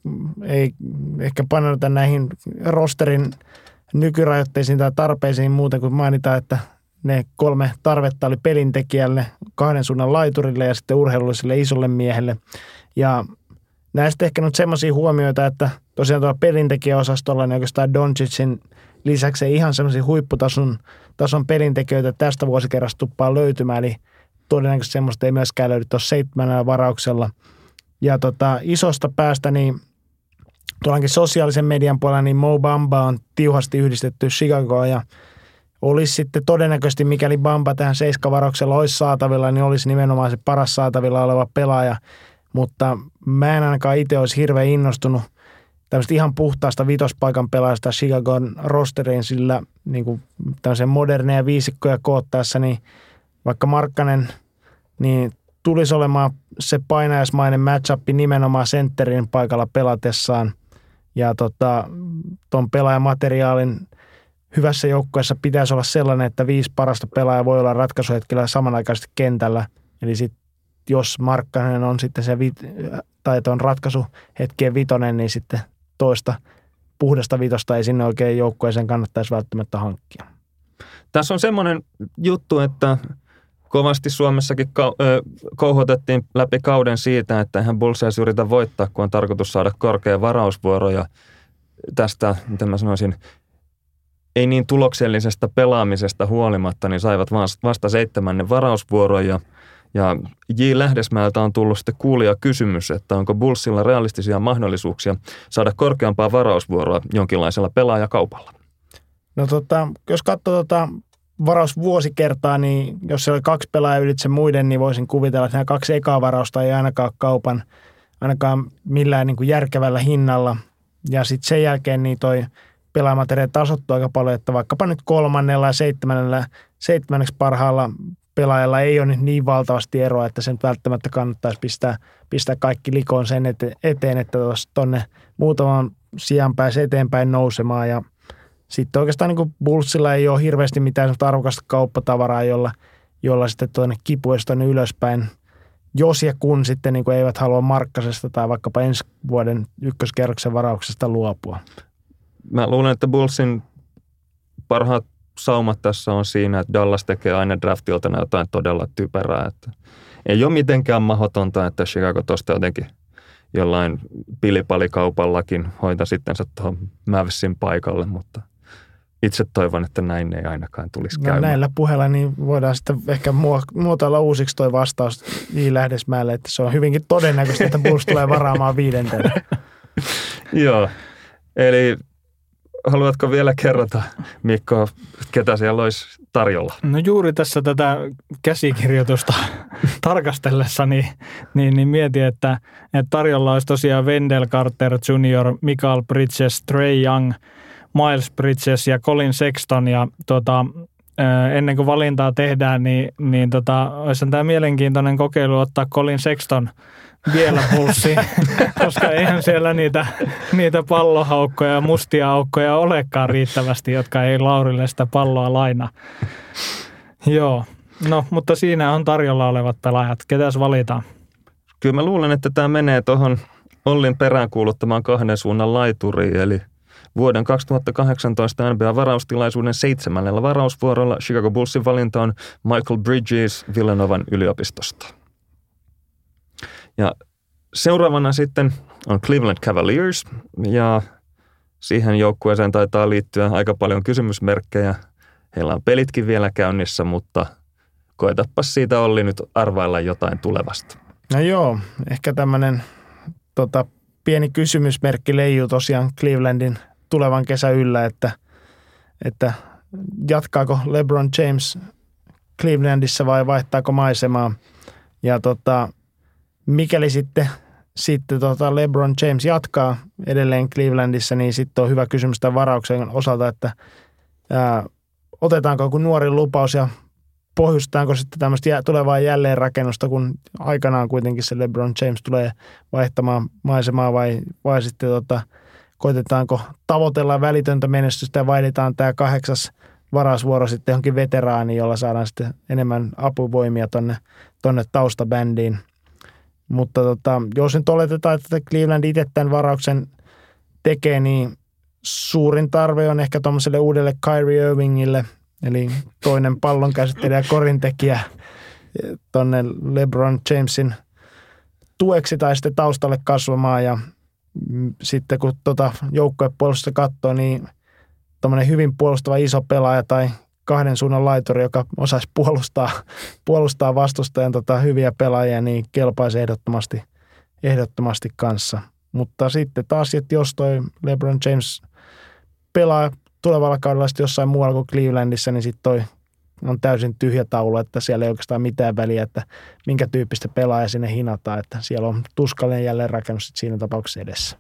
[SPEAKER 1] ei ehkä paneuduta näihin rosterin nykyrajoitteisiin tai tarpeisiin muuten kuin mainitaan, että ne kolme tarvetta oli pelintekijälle, kahden suunnan laiturille ja sitten urheilulliselle isolle miehelle. Ja näistä ehkä nyt semmoisia huomioita, että tosiaan tuolla pelintekijäosastolla niin oikeastaan Doncicin lisäksi ei ihan semmoisia huipputason tason pelintekijöitä tästä vuosikerrasta tuppaa löytymään, eli todennäköisesti semmoista ei myöskään löydy tuossa seitsemännellä varauksella. Ja tota, isosta päästä, niin tuollakin sosiaalisen median puolella, niin Mo Bamba on tiuhasti yhdistetty Chicagoon ja olisi sitten todennäköisesti, mikäli Bamba tähän seiskavarauksella olisi saatavilla, niin olisi nimenomaan se paras saatavilla oleva pelaaja, mutta mä en ainakaan itse olisi hirveän innostunut tämmöistä ihan puhtaasta vitospaikan pelaajasta Chicagon rosteriin, sillä niin kuin tämmöisiä moderneja viisikkoja koottaessa, niin vaikka Markkanen, niin tulisi olemaan se painajaismainen match-up nimenomaan sentterin paikalla pelatessaan. Ja tota, ton pelaajamateriaalin hyvässä joukkueessa pitäisi olla sellainen, että viisi parasta pelaajaa voi olla ratkaisuhetkellä samanaikaisesti kentällä. Eli sit, jos Markkanen on sitten se vit- tai on ratkaisuhetkien vitonen, niin sitten toista puhdasta vitosta ei sinne oikein joukkueeseen kannattaisi välttämättä hankkia.
[SPEAKER 2] Tässä on semmoinen juttu, että kovasti Suomessakin kouhotettiin läpi kauden siitä, että eihän Bulls edes yritä voittaa, kun on tarkoitus saada korkea varausvuoro. Ja tästä, miten mä sanoisin, ei niin tuloksellisesta pelaamisesta huolimatta, niin saivat vasta seitsemännen varausvuoron. Ja, ja J. Lähdesmäeltä on tullut sitten kuulija kysymys, että onko Bullsilla realistisia mahdollisuuksia saada korkeampaa varausvuoroa jonkinlaisella pelaajakaupalla?
[SPEAKER 1] No tota, jos katsoo tota varausvuosikertaa, niin jos se oli kaksi pelaajaa ylitse muiden, niin voisin kuvitella, että nämä kaksi ekaa varausta ei ainakaan kaupan, ainakaan millään niin kuin järkevällä hinnalla. Ja sitten sen jälkeen niin toi pelaamateriaali tasottuu aika paljon, että vaikkapa nyt kolmannella ja seitsemännellä, seitsemänneksi parhaalla pelaajalla ei ole nyt niin valtavasti eroa, että sen välttämättä kannattaisi pistää, pistää kaikki likoon sen eteen, että tuonne muutaman sijaan pääsee eteenpäin nousemaan. Ja sitten oikeastaan niin kuin Bullsilla ei ole hirveästi mitään arvokasta kauppatavaraa, jolla, jolla sitten tuonne kipuisi tuonne ylöspäin. Jos ja kun sitten niin kuin eivät halua Markkasesta tai vaikkapa ensi vuoden ykköskerroksen varauksesta luopua.
[SPEAKER 2] Mä luulen, että Bullsin parhaat saumat tässä on siinä, että Dallas tekee aina draftiltana jotain todella typerää. Että ei ole mitenkään mahdotonta, että Chicago tuosta jotenkin jollain pilipallikaupallakin hoita sitten tuohon Mavsin paikalle, mutta itse toivon, että näin ei ainakaan tulisi
[SPEAKER 1] no,
[SPEAKER 2] käymään.
[SPEAKER 1] Näillä puheilla niin voidaan sitten ehkä muotoilla uusiksi toi vastaus J. Lähdesmäelle, että se on hyvinkin todennäköistä, että Bulls tulee varaamaan viidentenä.
[SPEAKER 2] Joo, eli haluatko vielä kerrota, Mikko, ketä siellä olisi tarjolla?
[SPEAKER 3] No juuri tässä tätä käsikirjoitusta tarkastellessa, niin, niin, niin mietin, että, että tarjolla olisi tosiaan Wendell Carter junior, Michael Bridges, Trae Young, Miles Bridges ja Colin Sexton. Ja tuota, ennen kuin valintaa tehdään, niin, niin tota, olisi tämä mielenkiintoinen kokeilu ottaa Colin Sexton vielä Bullsiin, koska eihän siellä niitä, niitä pallohaukkoja ja mustia aukkoja olekaan riittävästi, jotka ei Laurille sitä palloa laina. Joo, no mutta siinä on tarjolla olevat pelaajat. Ketäs valitaan?
[SPEAKER 2] Kyllä mä luulen, että tämä menee tuohon Ollin peräänkuuluttamaan kahden suunnan laituriin, eli vuoden kaksituhattakahdeksantoista N B A-varaustilaisuuden seitsemännellä varausvuorolla Chicago Bullsin valinta on Michael Bridges Villanovan yliopistosta. Ja seuraavana sitten on Cleveland Cavaliers, ja siihen joukkueeseen taitaa liittyä aika paljon kysymysmerkkejä. Heillä on pelitkin vielä käynnissä, mutta koetapas siitä Olli nyt arvailla jotain tulevasta.
[SPEAKER 1] No joo, ehkä tämmöinen tota, pieni kysymysmerkki leijuu tosiaan Clevelandin tulevan kesän yllä, että, että jatkaako LeBron James Clevelandissa vai vaihtaako maisemaa. Ja tota, mikäli sitten, sitten tota LeBron James jatkaa edelleen Clevelandissa, niin sitten on hyvä kysymys tämän varauksen osalta, että ää, otetaanko joku nuori lupaus ja pohjustaanko sitten tämmöistä tulevaa jälleenrakennusta, kun aikanaan kuitenkin se LeBron James tulee vaihtamaan maisemaa vai, vai sitten tota, koitetaanko tavoitella välitöntä menestystä ja vaihdetaan tämä kahdeksas varausvuoro sitten johonkin veteraaniin, jolla saadaan sitten enemmän apuvoimia tonne, tonne taustabändiin. Mutta tota, jos nyt oletetaan, että Cleveland itse tämän varauksen tekee, niin suurin tarve on ehkä tuommoiselle uudelle Kyrie Irvingille, eli toinen pallon käsittelijä ja korintekijä tuonne LeBron Jamesin tueksi tai sitten taustalle kasvamaan. Ja sitten kun tuota joukkuepuolustusta katsoo, niin tuommoinen hyvin puolustava iso pelaaja tai kahden suunnan laituri, joka osaisi puolustaa, puolustaa vastustajan tota hyviä pelaajia, niin kelpaisi ehdottomasti, ehdottomasti kanssa. Mutta sitten taas, että jos toi LeBron James pelaa tulevalla kaudella sitten jossain muualla kuin Clevelandissa, niin sitten toi on täysin tyhjä taulu, että siellä ei oikeastaan mitään väliä, että minkä tyyppistä pelaaja sinne hinataan, että siellä on tuskallinen jälleenrakennus sitten siinä tapauksessa edessä.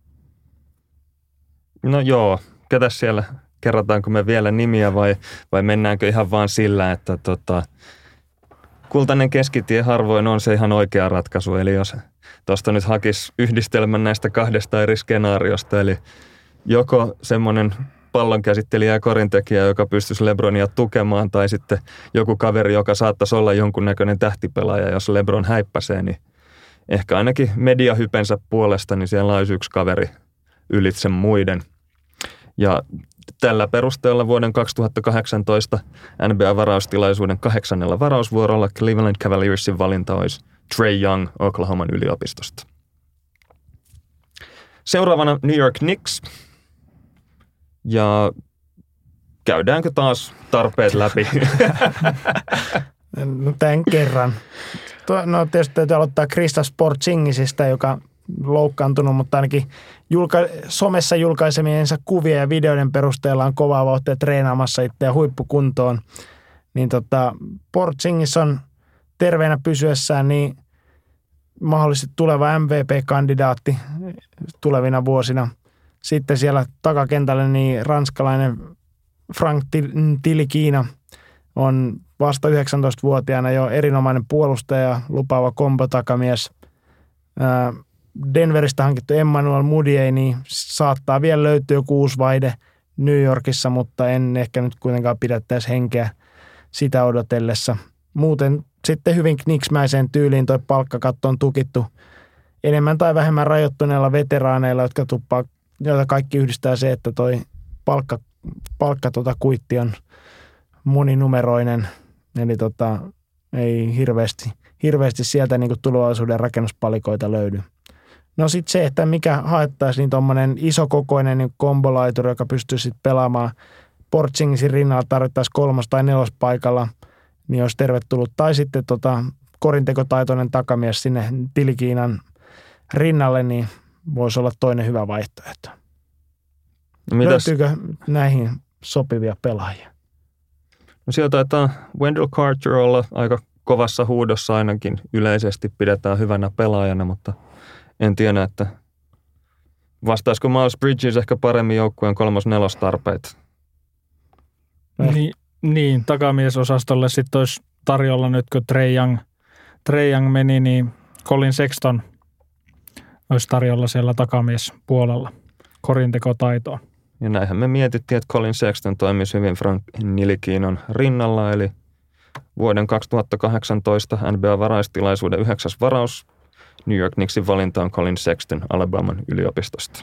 [SPEAKER 2] No joo, ketäs siellä, kerrotaanko me vielä nimiä vai, vai mennäänkö ihan vaan sillä, että tota, kultainen keskitie harvoin on se ihan oikea ratkaisu, eli jos tuosta nyt hakisi yhdistelmän näistä kahdesta eri skenaariosta, eli joko semmoinen pallonkäsittelijä ja korintekijä, joka pystyisi LeBronia tukemaan, tai sitten joku kaveri, joka saattaisi olla jonkunnäköinen tähtipelaaja, jos LeBron häippäsee, niin ehkä ainakin mediahypensä puolesta, niin siellä olisi yksi kaveri ylitse muiden. Ja tällä perusteella vuoden kaksituhattakahdeksantoista N B A-varaustilaisuuden kahdeksannella varausvuorolla Cleveland Cavaliersin valinta olisi Trae Young Oklahoman yliopistosta. Seuraavana New York Knicks. Ja käydäänkö taas tarpeet läpi?
[SPEAKER 1] No tämän kerran. No tietysti täytyy aloittaa Kristaps Porzingisista, joka loukkaantunut, mutta ainakin julka- somessa julkaisemiensa kuvia ja videoiden perusteella on kovaa vauhtia treenaamassa itseään huippukuntoon. Niin tota, Porzingis on terveenä pysyessään niin mahdollisesti tuleva M V P-kandidaatti tulevina vuosina. Sitten siellä takakentällä niin ranskalainen Frank Tilikina on vasta yhdeksäntoistavuotiaana jo erinomainen puolustaja, lupaava kombotakamies. Denveristä hankittu Emmanuel Mudiay, niin saattaa vielä löytyä joku uusi vaihde New Yorkissa, mutta en ehkä nyt kuitenkaan pidättäisi henkeä sitä odotellessa. Muuten sitten hyvin knicksmäiseen tyyliin toi palkkakatto on tukittu enemmän tai vähemmän rajoittuneilla veteraaneilla, jotka tuppaa, joita kaikki yhdistää se, että toi palkka, palkka tota kuitti on moninumeroinen, eli tota, ei hirveästi, hirveästi sieltä niin kuin tulevaisuuden rakennuspalikoita löydy. No sitten se, että mikä haettaisiin, niin tuommoinen isokokoinen niin kombolaituri, joka pystyy sitten pelaamaan Porzingisin rinnalla tarvittaisiin kolmos- tai nelospaikalla, niin olisi tervetullut. Tai sitten tota, korintekotaitoinen takamies sinne Tilikiinan rinnalle, niin voisi olla toinen hyvä vaihtoehto. Mitäs? Löytyykö näihin sopivia pelaajia?
[SPEAKER 2] No sieltä taitaa Wendell Carter olla aika kovassa huudossa ainakin. Yleisesti pidetään hyvänä pelaajana, mutta en tiedä, että vastaisiko Miles Bridges ehkä paremmin joukkueen kolmos-nelostarpeita.
[SPEAKER 3] Niin, niin, takamiesosastolle sitten olisi tarjolla nyt, kun Trae Young, Trae Young meni, niin Colin Sexton olisi tarjolla siellä takamiespuolella korintekotaitoa.
[SPEAKER 2] Ja näinhän me mietittiin, että Colin Sexton toimisi hyvin Frank Ntilikinen rinnalla, eli vuoden kaksituhattakahdeksantoista N B A-varaistilaisuuden yhdeksäs varaus New York Knicksin valinta on Colin Sexton Alabaman yliopistosta.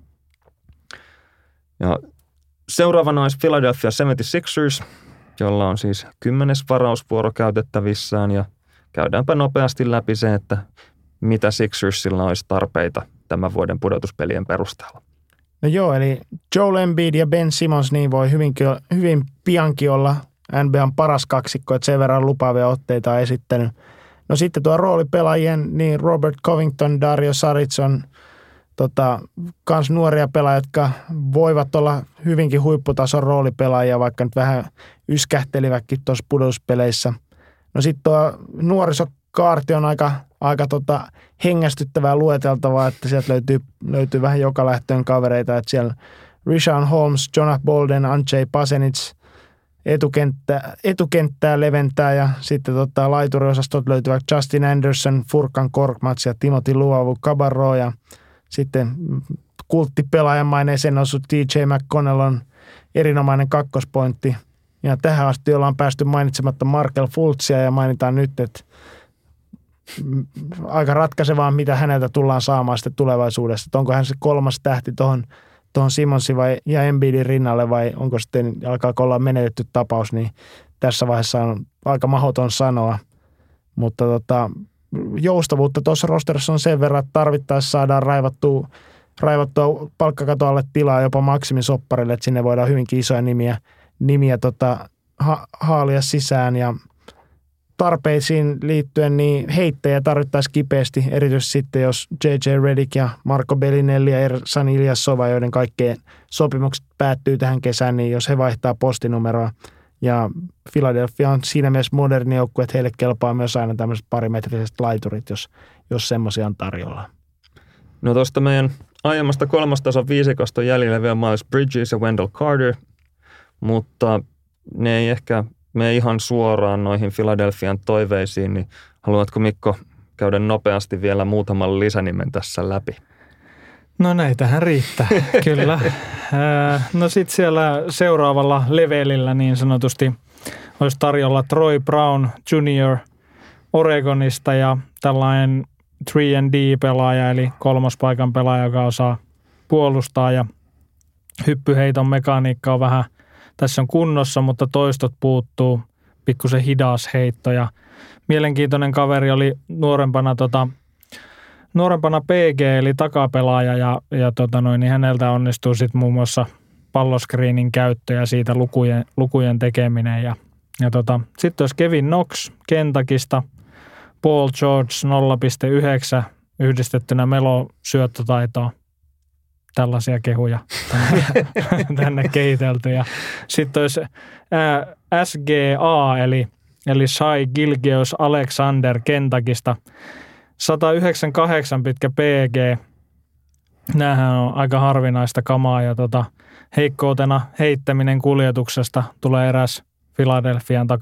[SPEAKER 2] Ja seuraavana olisi Philadelphia seitsemänkymmentäkuusi ers, jolla on siis kymmenes varausvuoro käytettävissään, ja käydäänpä nopeasti läpi se, että mitä Sixersilla olisi tarpeita tämän vuoden pudotuspelien perusteella.
[SPEAKER 1] No joo, eli Joel Embiid ja Ben Simmons niin voi hyvinkin, hyvin piankin olla N B A:n paras kaksikko, että sen verran lupaavia otteita on esittänyt. No sitten tuo roolipelaajien, niin Robert Covington, Dario Saric on tota, kans nuoria pelaajia, jotka voivat olla hyvinkin huipputason roolipelaajia, vaikka nyt vähän yskähtelivätkin tuossa pudotuspeleissä. No sitten tuo nuorisokaarti on aika, aika tota, hengästyttävää lueteltavaa, että sieltä löytyy, löytyy vähän joka lähtöön kavereita, että siellä Richaun Holmes, Jonah Bolden, Andrzej Pasenic etukenttä, etukenttää leventää, ja sitten tota, laituriosastot löytyvät Justin Anderson, Furkan Korkmaz ja Timothy Luovu Cabarro, ja sitten kulttipelaajan maineeseen osut D J McConnell on erinomainen kakkospointti. Ja tähän asti ollaan päästy mainitsematta Markel Fultzia, ja mainitaan nyt, että aika ratkaisevaa, mitä häneltä tullaan saamaan sitten tulevaisuudessa. Että onko hän se kolmas tähti tuohon tuohon Simmonsin vai, ja Embiidin rinnalle, vai onko sitten, alkaako olla menetetty tapaus, niin tässä vaiheessa on aika mahdoton sanoa. Mutta tota, joustavuutta tuossa rosterissa on sen verran, että tarvittaessa saadaan raivattua, raivattua palkkakatoalle tilaa jopa maksimisopparille, että sinne voidaan hyvinkin isoja nimiä, nimiä tota, ha, haalia sisään, ja tarpeisiin liittyen niin heittäjä tarvittaisiin kipeästi, erityisesti sitten jos J J Redick ja Marco Bellinelli ja Ersan Ilyasova, joiden kaikkien sopimukset päättyy tähän kesään, niin jos he vaihtaa postinumeroa. Ja Philadelphia on siinä mielessä moderni joukkue, että heille kelpaa myös aina tämmöiset parimetriset laiturit, jos, jos semmoisia on tarjolla.
[SPEAKER 2] No tuosta meidän aiemmasta kolmostason viisikosta on jäljellä vielä Miles Bridges ja Wendell Carter, mutta ne ei ehkä mene ihan suoraan noihin Philadelphian toiveisiin, niin haluatko Mikko käydä nopeasti vielä muutaman lisänimen tässä läpi?
[SPEAKER 3] No näitähän riittää, kyllä. No sitten siellä seuraavalla levelillä niin sanotusti olisi tarjolla Troy Brown junior Oregonista ja tällainen three and D-pelaaja, eli kolmospaikan pelaaja, joka osaa puolustaa, ja hyppyheiton mekaniikka on vähän tässä on kunnossa, mutta toistot puuttuu, pikkusen hidas heitto, ja mielenkiintoinen kaveri oli nuorempana, tota, nuorempana P G eli takapelaaja, ja, ja tota noin, niin häneltä onnistuu sitten muun muassa palloskriinin käyttö ja siitä lukujen, lukujen tekeminen. Ja, ja tota, sitten olisi Kevin Knox Kentakista, Paul George nolla pilkku yhdeksän yhdistettynä Melo syöttötaitoa. Tällaisia kehuja tänne, tänne kehitelty. Ja sitten olisi ää, S G A eli, eli Shai Gilgeous Alexander Kentakista. sata yhdeksänkymmentäkahdeksan pitkä P G. Nämähän on aika harvinaista kamaa, ja tota, heikkoutena heittäminen kuljetuksesta tulee eräs Philadelphian takaa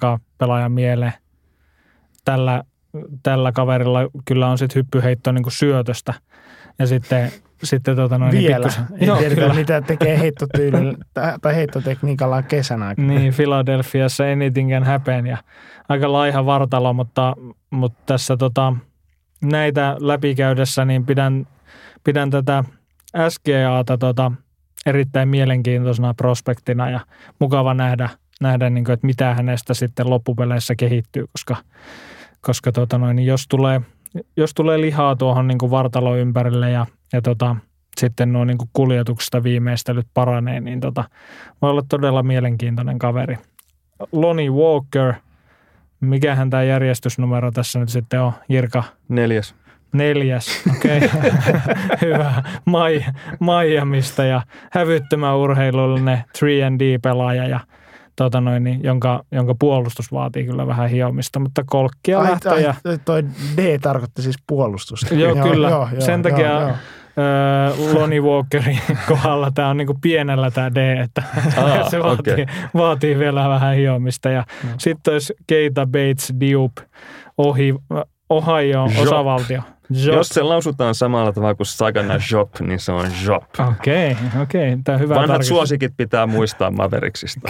[SPEAKER 3] pelaajan mieleen. Tällä, tällä kaverilla kyllä on sitten hyppyheitto niin kuin syötöstä. Ja sitten, sitten tota noin...
[SPEAKER 1] Vielä.
[SPEAKER 3] Niin
[SPEAKER 1] ei tiedetä, mitä tekee heittotyylillä tai heittotekniikalla kesän aikana.
[SPEAKER 3] Niin, Philadelphiassa anything can happen ja aika laiha vartalo, mutta, mutta tässä tota, näitä läpikäydessä niin pidän, pidän tätä S G A:ta tota, erittäin mielenkiintoisena prospektina ja mukava nähdä, nähdä niin kuin, että mitä hänestä sitten loppupeleissä kehittyy, koska, koska tota noin, jos, tulee, jos tulee lihaa tuohon niin kuin vartalon ympärille ja, ja tota, sitten nuo niin kuin kuljetuksesta viimeistelyt paranee, niin tota, voi olla todella mielenkiintoinen kaveri. Lonnie Walker, mikähän tämä järjestysnumero tässä nyt sitten on, Jirka?
[SPEAKER 2] Neljäs.
[SPEAKER 3] Neljäs, okei. Okay. Hyvä. Mai, Miamista ja hävyttömän urheilullinen kolme and D-pelaaja, ja, tota noin, niin, jonka, jonka puolustus vaatii kyllä vähän hiomista, mutta kolkkia
[SPEAKER 1] ai,
[SPEAKER 3] lähtöjä.
[SPEAKER 1] Ai, toi D tarkoitti siis puolustusta.
[SPEAKER 3] Joo,
[SPEAKER 1] joo,
[SPEAKER 3] kyllä.
[SPEAKER 1] Joo,
[SPEAKER 3] Sen
[SPEAKER 1] joo,
[SPEAKER 3] takia...
[SPEAKER 1] Joo, joo.
[SPEAKER 3] Lonnie Walkerin kohdalla tämä on niinku pienellä tämä D, että Aa, se vaatii, okay. vaatii vielä vähän hiomista. Ja no. Sitten olisi Keita Bates Diop, ohi, Ohio osavaltio.
[SPEAKER 2] Job. Jos se lausutaan samalla tavalla kuin Sagana Job, niin se on Job.
[SPEAKER 3] Okei, okay, okei. Okay. Tämä hyvä
[SPEAKER 2] Vanhat
[SPEAKER 3] tarkistus.
[SPEAKER 2] Suosikit pitää muistaa Mavericksista.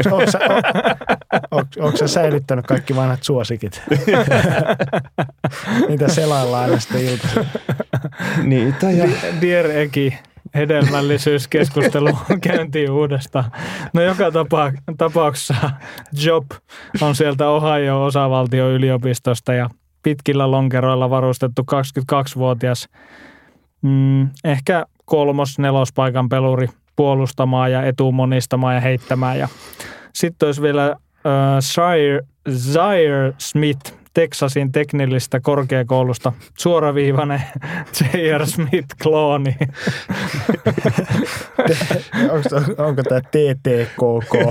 [SPEAKER 1] Onko sä säilyttänyt kaikki vanhat suosikit? Niitä selaillaan aina sitten iltaisin.
[SPEAKER 2] Niitä ja...
[SPEAKER 3] Dear Eki, hedelmällisyyskeskustelu käyntiin uudestaan. No joka tapa, tapauksessa Job on sieltä Ohio-osavaltion yliopistosta ja pitkillä lonkeroilla varustettu kaksikymmentäkaksivuotias, mm, ehkä kolmos, nelospaikan peluri puolustamaan ja etumonistamaan ja heittämään. Ja sitten olisi vielä äh, Zaire, Zaire Smith Texasin teknillisestä korkeakoulusta, suoraviivainen J R Smith-klooni.
[SPEAKER 1] onko, onko tämä T T K K?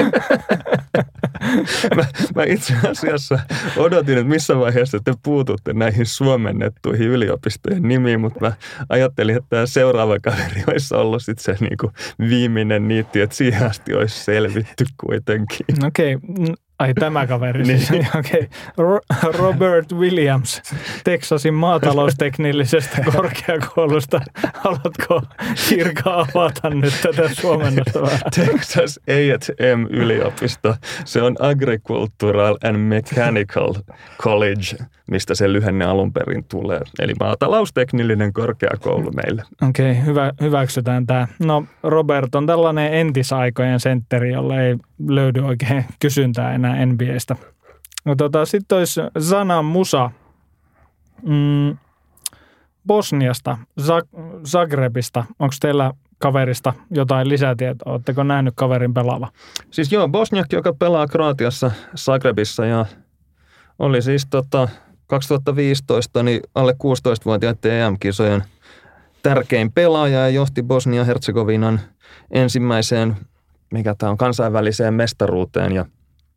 [SPEAKER 2] mä, mä itse asiassa odotin, että missä vaiheessa te puututte näihin suomennettuihin yliopistojen nimiin, mutta mä ajattelin, että tämä seuraava kaveri olisi ollut sitten se niinku viimeinen niitti, että siihen asti olisi selvitty kuitenkin.
[SPEAKER 3] Okei. Okay. Ai tämä kaveri siis. Niin. Okay. Robert Williams, Texasin maatalousteknillisestä korkeakoulusta. Haluatko Jirka avata nyt tätä suomennosta vähän?
[SPEAKER 2] Texas A and M-yliopisto. Se on Agricultural and Mechanical College, mistä se lyhenne alun perin tulee. Eli maatalousteknillinen korkeakoulu meille. Okei,
[SPEAKER 3] okay, hyvä, hyväksytään tämä. No Robert on tällainen entisaikojen sentteri, jolle ei löydy oikein kysyntää enää N B A:stä. No, tota, sitten olisi Zana Musa mm, Bosniasta, Zagrebista. Onko teillä kaverista jotain lisätietoa? Oletteko nähnyt kaverin pelaava?
[SPEAKER 2] Siis joo, Bosniak, joka pelaa Kroatiassa Zagrebissa ja oli siis tota, kaksituhattaviisitoista niin alle kuusitoistavuotiaiden E M-kisojen tärkein pelaaja ja johti Bosnia-Herzegovinan ensimmäiseen, mikä tämä on, kansainväliseen mestaruuteen. Ja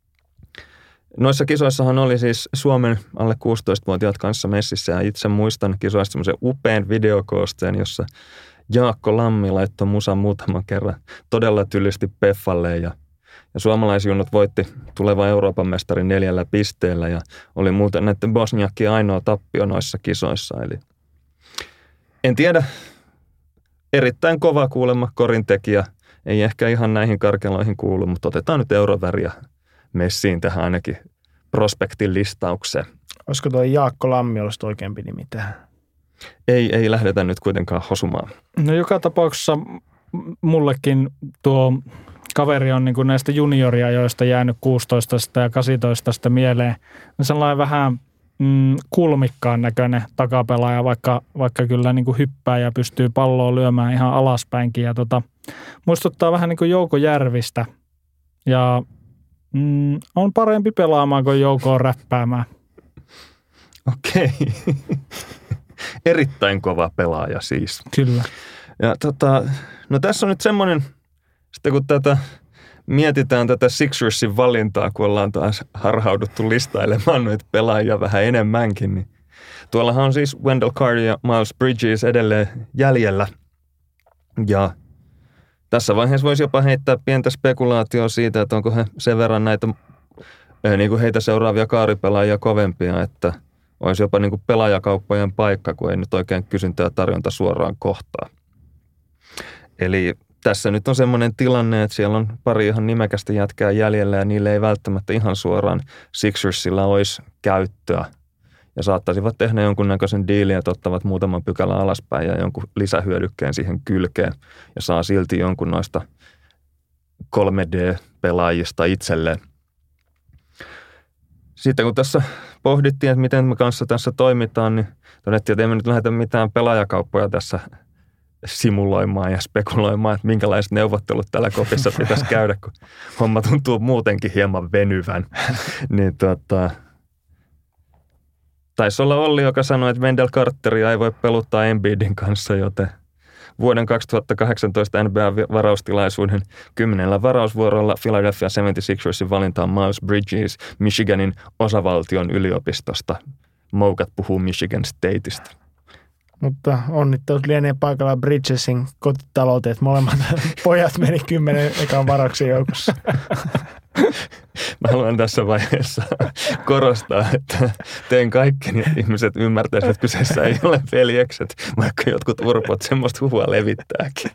[SPEAKER 2] noissa kisoissahan oli siis Suomen alle kuusitoistavuotiaat kanssa messissä ja itse muistan kisoista semmoisen upean videokoosteen, jossa Jaakko Lammi laittoi musan muutaman kerran todella tylysti Peffalle ja Ja suomalaisjunnut voitti tulevan Euroopan mestarin neljällä pisteellä ja oli muuten näiden Bosniakin ainoa tappio noissa kisoissa. Eli en tiedä, erittäin kova kuulemma korintekijä. Ei ehkä ihan näihin karkeloihin kuulu, mutta otetaan nyt euroväriä messiin tähän ainakin prospektin listaukseen.
[SPEAKER 1] Olisiko tuo Jaakko Lammi olisi oikeampi nimi tähän?
[SPEAKER 2] Ei, ei lähdetä nyt kuitenkaan hosumaan. No
[SPEAKER 3] joka tapauksessa mullekin tuo kaveri on niin kuin näistä junioriajoista jäänyt kuusitoista ja kahdeksantoista mieleen. Sellainen vähän mm, kulmikkaan näköinen takapelaaja, vaikka, vaikka kyllä niin kuin hyppää ja pystyy palloa lyömään ihan alaspäinkin. Ja tota, muistuttaa vähän niin kuin Jouko Järvistä ja mm, on parempi pelaamaan kuin Jouko on räppäämään.
[SPEAKER 2] Okei. Erittäin kova pelaaja siis.
[SPEAKER 3] Kyllä.
[SPEAKER 2] Ja tota, no tässä on nyt semmoinen, sitten kun tätä mietitään tätä Sixersin valintaa, kun ollaan taas harhauduttu listailemaan noita pelaajia vähän enemmänkin, niin tuollahan on siis Wendell Carter ja Miles Bridges edelleen jäljellä. Ja tässä vaiheessa voisi jopa heittää pientä spekulaatioa siitä, että onko he sen verran näitä niin kuin heitä seuraavia kaaripelaajia kovempia, että olisi jopa niin kuin pelaajakauppojen paikka, kun ei nyt oikein kysyntä ja tarjonta suoraan kohtaa. Eli tässä nyt on semmoinen tilanne, että siellä on pari ihan nimekästä jätkää jäljellä ja niille ei välttämättä ihan suoraan Sixersilla olisi käyttöä. Ja saattaisivat tehdä jonkunnäköisen diilin, että ottavat muutaman pykälän alaspäin ja jonkun lisähyödykkeen siihen kylkeen ja saa silti jonkun noista kolme D-pelaajista itselleen. Sitten kun tässä pohdittiin, että miten me kanssa tässä toimitaan, niin todettiin, että emme nyt lähdetä mitään pelaajakauppoja tässä simuloimaan ja spekuloimaan, että minkälaiset neuvottelut tällä kopissa pitäisi käydä, kun homma tuntuu muutenkin hieman venyvän. niin tuota, taisi olla Olli, joka sanoi, että Wendell Carteria ei voi peluttaa Embiidin kanssa, joten vuoden kaksituhattakahdeksantoista N B A-varaustilaisuuden kymmenellä varausvuorolla Philadelphia seitsemänkymmentäkuusikers valintaan Miles Bridges Michiganin osavaltion yliopistosta. Moukat puhuu Michigan Stateista.
[SPEAKER 1] Mutta onnittelut lienee paikalla Bridgesin kotitalouteen, että molemmat pojat meni kymmenen ekan varauksen joukossa.
[SPEAKER 2] Mä haluan tässä vaiheessa korostaa, että teen kaikkeni, että ihmiset ymmärtäisivät, että kyseessä ei ole veljekset, vaikka jotkut urpot semmoista huhua levittääkin.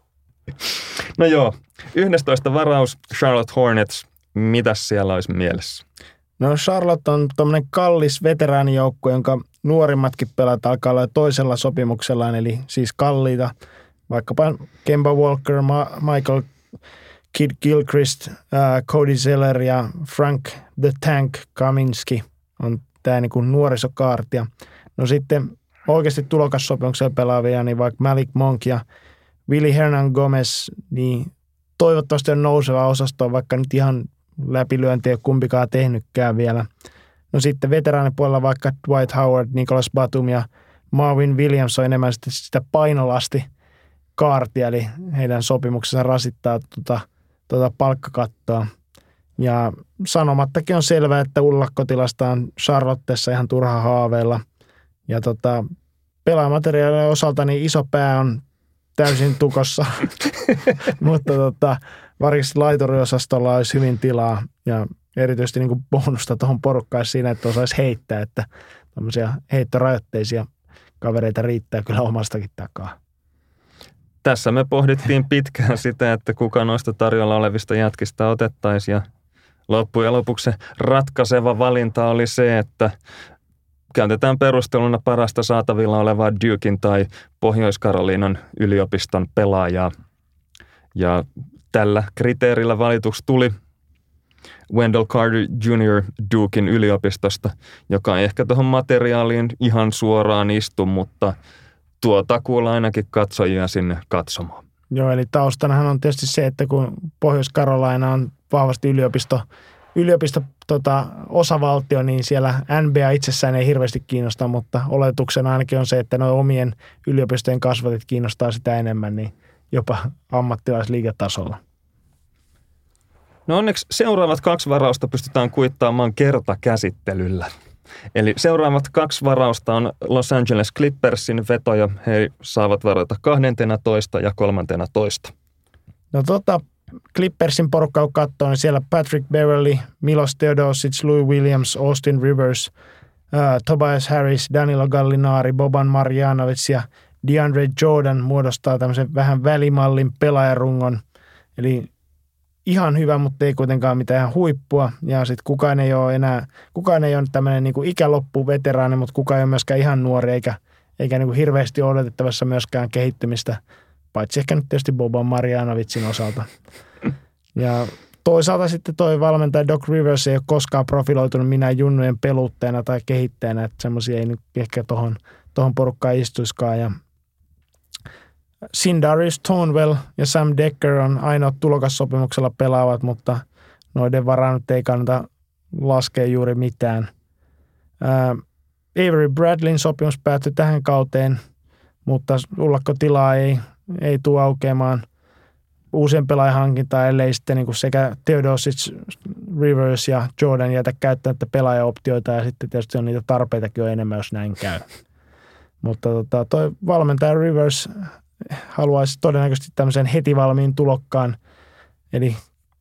[SPEAKER 2] No joo, yhdestoista varaus Charlotte Hornets. Mitäs siellä olisi mielessä?
[SPEAKER 1] No Charlotte on tommoinen kallis veteraanijoukko, jonka nuorimmatkin pelaat alkaa olla toisella sopimuksellaan, eli siis kalliita. Vaikkapa Kemba Walker, Ma- Michael Kid Gilchrist, uh, Cody Zeller ja Frank the Tank Kaminski on tämä niinku nuorisokaartia. No sitten oikeasti tulokassopimuksella pelaavia, niin vaikka Malik Monk ja Willy Hernan Gomez, niin toivottavasti on nouseva osasto, vaikka nyt ihan läpilyöntiä ei ole kumpikaan tehnytkään vielä. No sitten veteraanipuolella vaikka Dwight Howard, Nicholas Batum ja Marvin Williams on enemmän sitten sitä painolasti kaartia, eli heidän sopimuksensa rasittaa tuota, tuota palkkakattoa. Ja sanomattakin on selvää, että ullakkotilasta on Charlottessa ihan turha haaveilla. Ja tota, pelaamateriaalien osalta niin iso pää on täysin tukossa, mutta tota, varsinkin laituriosastolla olisi hyvin tilaa ja erityisesti niin kuin bonusta tuohon porukkaan siinä, että osaisi heittää, että tämmöisiä heittorajoitteisia kavereita riittää kyllä omastakin takaa.
[SPEAKER 2] Tässä me pohdittiin pitkään sitä, että kuka noista tarjolla olevista jätkistä otettaisiin ja loppujen lopuksi se ratkaiseva valinta oli se, että käytetään perusteluna parasta saatavilla olevaa Duken tai Pohjois-Karoliinan yliopiston pelaajaa. Ja tällä kriteerillä valituksi tuli Wendell Carter junior Duken yliopistosta, joka ei ehkä tuohon materiaaliin ihan suoraan istu, mutta tuo takuulla ainakin katsojia sinne katsomaan.
[SPEAKER 1] Joo, eli taustanahan on tietysti se, että kun Pohjois-Karolaina on vahvasti yliopisto, yliopisto tota, osavaltio, niin siellä N B A itsessään ei hirveästi kiinnosta, mutta oletuksena ainakin on se, että nuo omien yliopistojen kasvatit kiinnostaa sitä enemmän, niin jopa ammattilaisliigatasolla.
[SPEAKER 2] No onneksi seuraavat kaksi varausta pystytään kuittaamaan kertakäsittelyllä. Eli seuraavat kaksi varausta on Los Angeles Clippersin vetoja. He saavat varata kaksitoista ja kolmetoista.
[SPEAKER 1] No tota, Clippersin porukka kun katsoo, niin siellä Patrick Beverley, Milos Teodosic, Lou Williams, Austin Rivers, uh, Tobias Harris, Danilo Gallinari, Boban Marjanovic ja DeAndre Jordan muodostaa tämmöisen vähän välimallin pelaajarungon. Eli ihan hyvä, mutta ei kuitenkaan mitään huippua. Ja sitten kukaan ei ole enää, kukaan ei ole tämmöinen niin kuin ikäloppu veteraani, mutta kukaan ei ole myöskään ihan nuori, eikä, eikä niin kuin hirveästi odotettavassa myöskään kehittymistä, paitsi ehkä nyt tietysti Boban Marjanovicin osalta. Ja toisaalta sitten toi valmentaja Doc Rivers ei ole koskaan profiloitunut minään junnujen peluttajana tai kehittäjänä, että semmoisia ei nyt ehkä tohon, tohon porukkaan istuiskaan. Ja Sindarius Thornwell ja Sam Decker on ainoa tulokassopimuksella pelaavat, mutta noiden varaan nyt ei kannata laskea juuri mitään. Ää, Avery Bradleyn sopimus päättyi tähän kauteen, mutta ullakkotilaa ei, ei tule aukeamaan uusien pelaajahankintaan, ellei sitten niin kuin sekä Theodosic, Rivers ja Jordan jätä käyttämättä pelaajaoptioita ja sitten tietysti on niitä tarpeitakin on enemmän, jos näin käy. Mutta tota, toi valmentaja Rivers haluaisi todennäköisesti tämmöisen heti valmiin tulokkaan, eli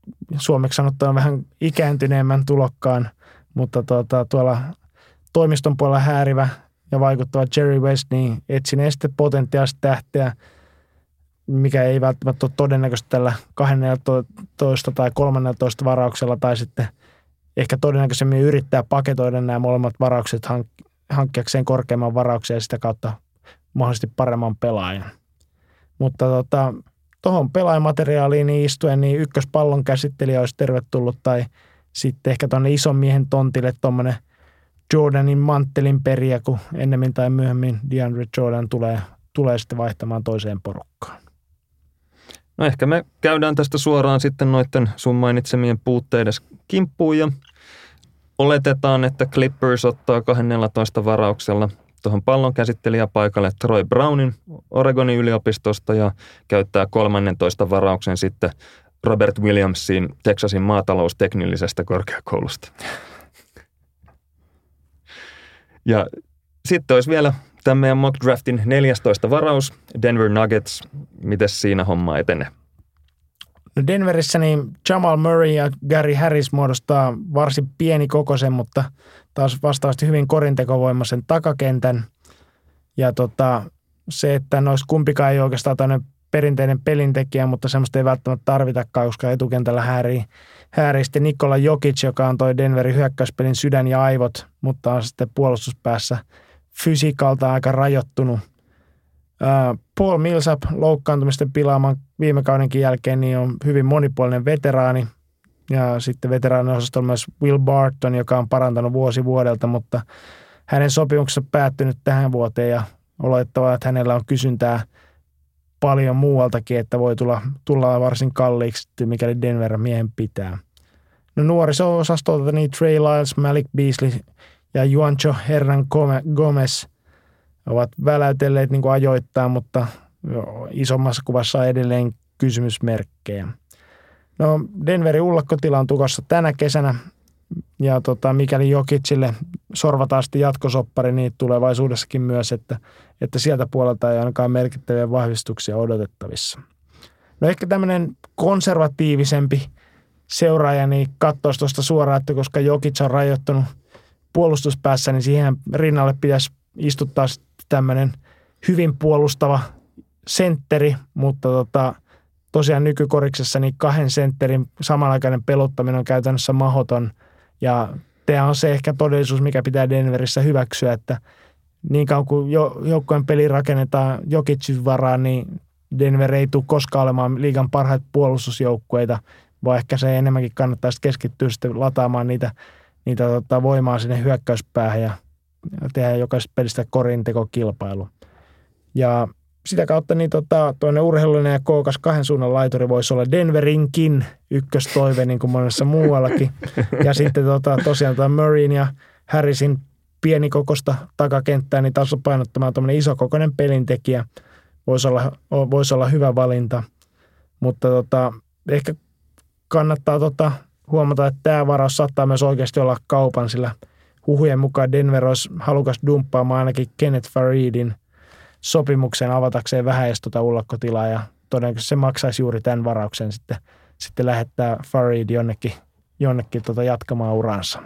[SPEAKER 1] suomeksi sanottuna vähän ikääntyneemmän tulokkaan, mutta tuota, tuolla toimiston puolella häärivä ja vaikuttava Jerry West, niin etsinee sitten potentiaalista tähteä, mikä ei välttämättä ole todennäköistä tällä kaksitoista tai kolmetoista varauksella, tai sitten ehkä todennäköisemmin yrittää paketoida nämä molemmat varaukset hank- hankkiakseen korkeamman varauksen ja sitä kautta mahdollisesti paremman pelaajan. Mutta tota, tuohon pelaajamateriaaliin niin istuen, niin ykköspallon käsittelijä olisi tervetullut, tai sitten ehkä tuonne ison miehen tontille tuommoinen Jordanin manttelin periä, kun ennemmin tai myöhemmin DeAndre Jordan tulee, tulee sitten vaihtamaan toiseen porukkaan.
[SPEAKER 2] No ehkä me käydään tästä suoraan sitten noiden sun mainitsemien puutteiden kimppuun ja oletetaan, että Clippers ottaa kaksitoista varauksella tuohon pallon käsittelijäpaikalle Troy Brownin Oregonin yliopistosta ja käyttää kolmannentoista varauksen sitten Robert Williamsin Texasin maatalousteknillisestä korkeakoulusta. Ja sitten olisi vielä tämän meidän mock draftin neljästoista varaus, Denver Nuggets. Mites siinä homma etenee?
[SPEAKER 1] No Denverissä niin Jamal Murray ja Gary Harris muodostaa varsin pieni kokoisen, mutta taas vastaavasti hyvin korintekovoimaisen takakentän. Ja tota, se, että noissa kumpikaan ei oikeastaan tämmöinen perinteinen pelintekijä, mutta semmoista ei välttämättä tarvitakaan, koska etukentällä häärii, häärii sitten Nikola Jokic, joka on toi Denverin hyökkäyspelin sydän ja aivot, mutta on sitten puolustuspäässä fysiikalta aika rajoittunut. Paul Millsap loukkaantumisten pilaaman viime kaudenkin jälkeen niin on hyvin monipuolinen veteraani. Ja sitten veteraaniosastolla myös Will Barton, joka on parantanut vuosi vuodelta, mutta hänen sopimuksensa päättynyt tähän vuoteen ja olettavaa, että hänellä on kysyntää paljon muualtakin, että voi tulla, tulla varsin kalliiksi, mikäli Denver miehen pitää. No nuoriso-osastolta niin Trey Lyles, Malik Beasley ja Juancho Hernan Gomez ovat väläytelleet niin kuin ajoittain, mutta jo, isommassa kuvassa on edelleen kysymysmerkkejä. No Denverin ullakkotila on tukossa tänä kesänä ja tota, mikäli Jokicille sorvataan sitten jatkosoppari, niin tulevaisuudessakin myös, että, että sieltä puolelta ei ainakaan merkittäviä vahvistuksia odotettavissa. No ehkä tämmöinen konservatiivisempi seuraaja niin katsoisi tuosta suoraan, että koska Jokic on rajoittunut puolustuspäässä, niin siihen rinnalle pitäisi istuttaa tämmöinen hyvin puolustava sentteri, mutta tota, tosiaan nykykoriksessa niin kahden sentterin samanaikainen peluttaminen on käytännössä mahdoton. Ja tämä on se ehkä todellisuus, mikä pitää Denverissä hyväksyä, että niin kauan kuin jo, joukkojen peli rakennetaan Jokicin varaan, niin Denver ei tule koskaan olemaan liigan parhaita puolustusjoukkueita, vaan ehkä se enemmänkin kannattaisi keskittyä sitten lataamaan niitä, niitä tota, voimaa sinne hyökkäyspäähän ja tehdä jokaisesta pelistä korintekokilpailu. Ja sitä kautta niin tota, toinen urheilullinen ja kookas kahden suunnan laituri voisi olla Denverinkin ykköstoive, niin kuin monessa muuallakin. Ja sitten tota, tosiaan tota Murrayn ja Harrisin pienikokoista takakenttää, niin tasapainottamaan tuommoinen isokokoinen pelintekijä voisi olla, voisi olla hyvä valinta. Mutta tota, ehkä kannattaa tota, huomata, että tämä varaus saattaa myös oikeasti olla kaupan, sillä huhujen mukaan Denver olisi halukas dumppaamaan ainakin Kenneth Faridin sopimuksen avatakseen vähän edes tuota ullakkotilaa ja todennäköisesti se maksaisi juuri tämän varauksen sitten, sitten lähettää Farid jonnekin, jonnekin tuota jatkamaan uransa.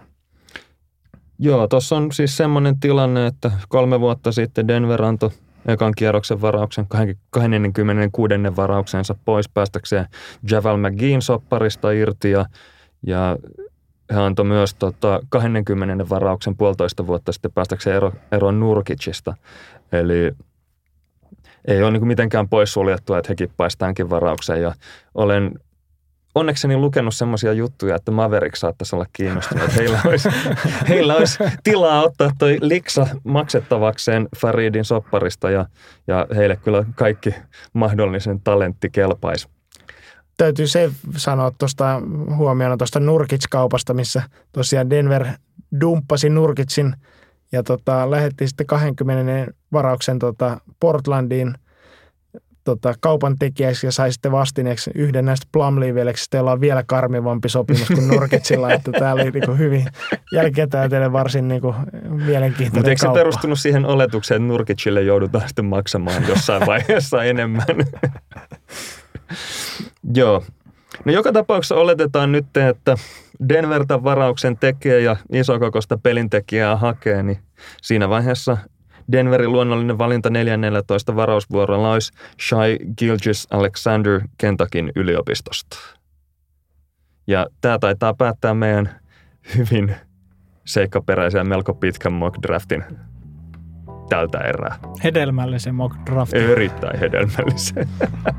[SPEAKER 2] Joo, tuossa on siis semmoinen tilanne, että kolme vuotta sitten Denver antoi ekan kierroksen varauksen, kaksikymmentäkuusi varauksensa pois päästäkseen Javal McGeein sopparista irti ja, ja he antoi myös tota, kaksikymmentä varauksen puolitoista vuotta sitten päästäkseen ero, eroon Nurkicista. Eli ei ole niin kuin mitenkään poissuljettua, että hekin paistaankin varaukseen. Ja olen onnekseni lukenut semmoisia juttuja, että Mavericks saattaisi olla kiinnostunut. Heillä olisi, heillä olisi tilaa ottaa toi liksa maksettavakseen Faridin sopparista ja, ja heille kyllä kaikki mahdollisen talentti kelpaisi.
[SPEAKER 1] Täytyy se sanoa tuosta huomiona tuosta Nurkic-kaupasta, missä tosiaan Denver dumppasi Nurkicin ja tota, lähetti sitten kaksikymmentä varauksen tota Portlandiin tota, kaupan tekijäksi ja sai sitten vastineeksi yhden näistä Plumlee-veljeksistä, jolla on vielä karmivampi sopimus kuin Nurkicilla. Että tämä oli niin kuin hyvin jälkikäteen varsin niin kuin mielenkiintoinen
[SPEAKER 2] Mutta eikö se
[SPEAKER 1] kauppa.
[SPEAKER 2] perustunut siihen oletukseen, että Nurkicille joudutaan sitten maksamaan jossain vaiheessa enemmän? Joo. No joka tapauksessa oletetaan nyt, että Denver tämän varauksen tekee ja isokokoista pelintekijää hakee, niin siinä vaiheessa Denverin luonnollinen valinta neljä neljätoista varausvuorolla olisi Shai Gilgeous-Alexander Kentuckyn yliopistosta. Ja tämä taitaa päättää meidän hyvin seikkaperäisen ja melko pitkän mock draftin tältä erää.
[SPEAKER 3] Hedelmällisen mock draftin.
[SPEAKER 2] Erittäin hedelmällisen.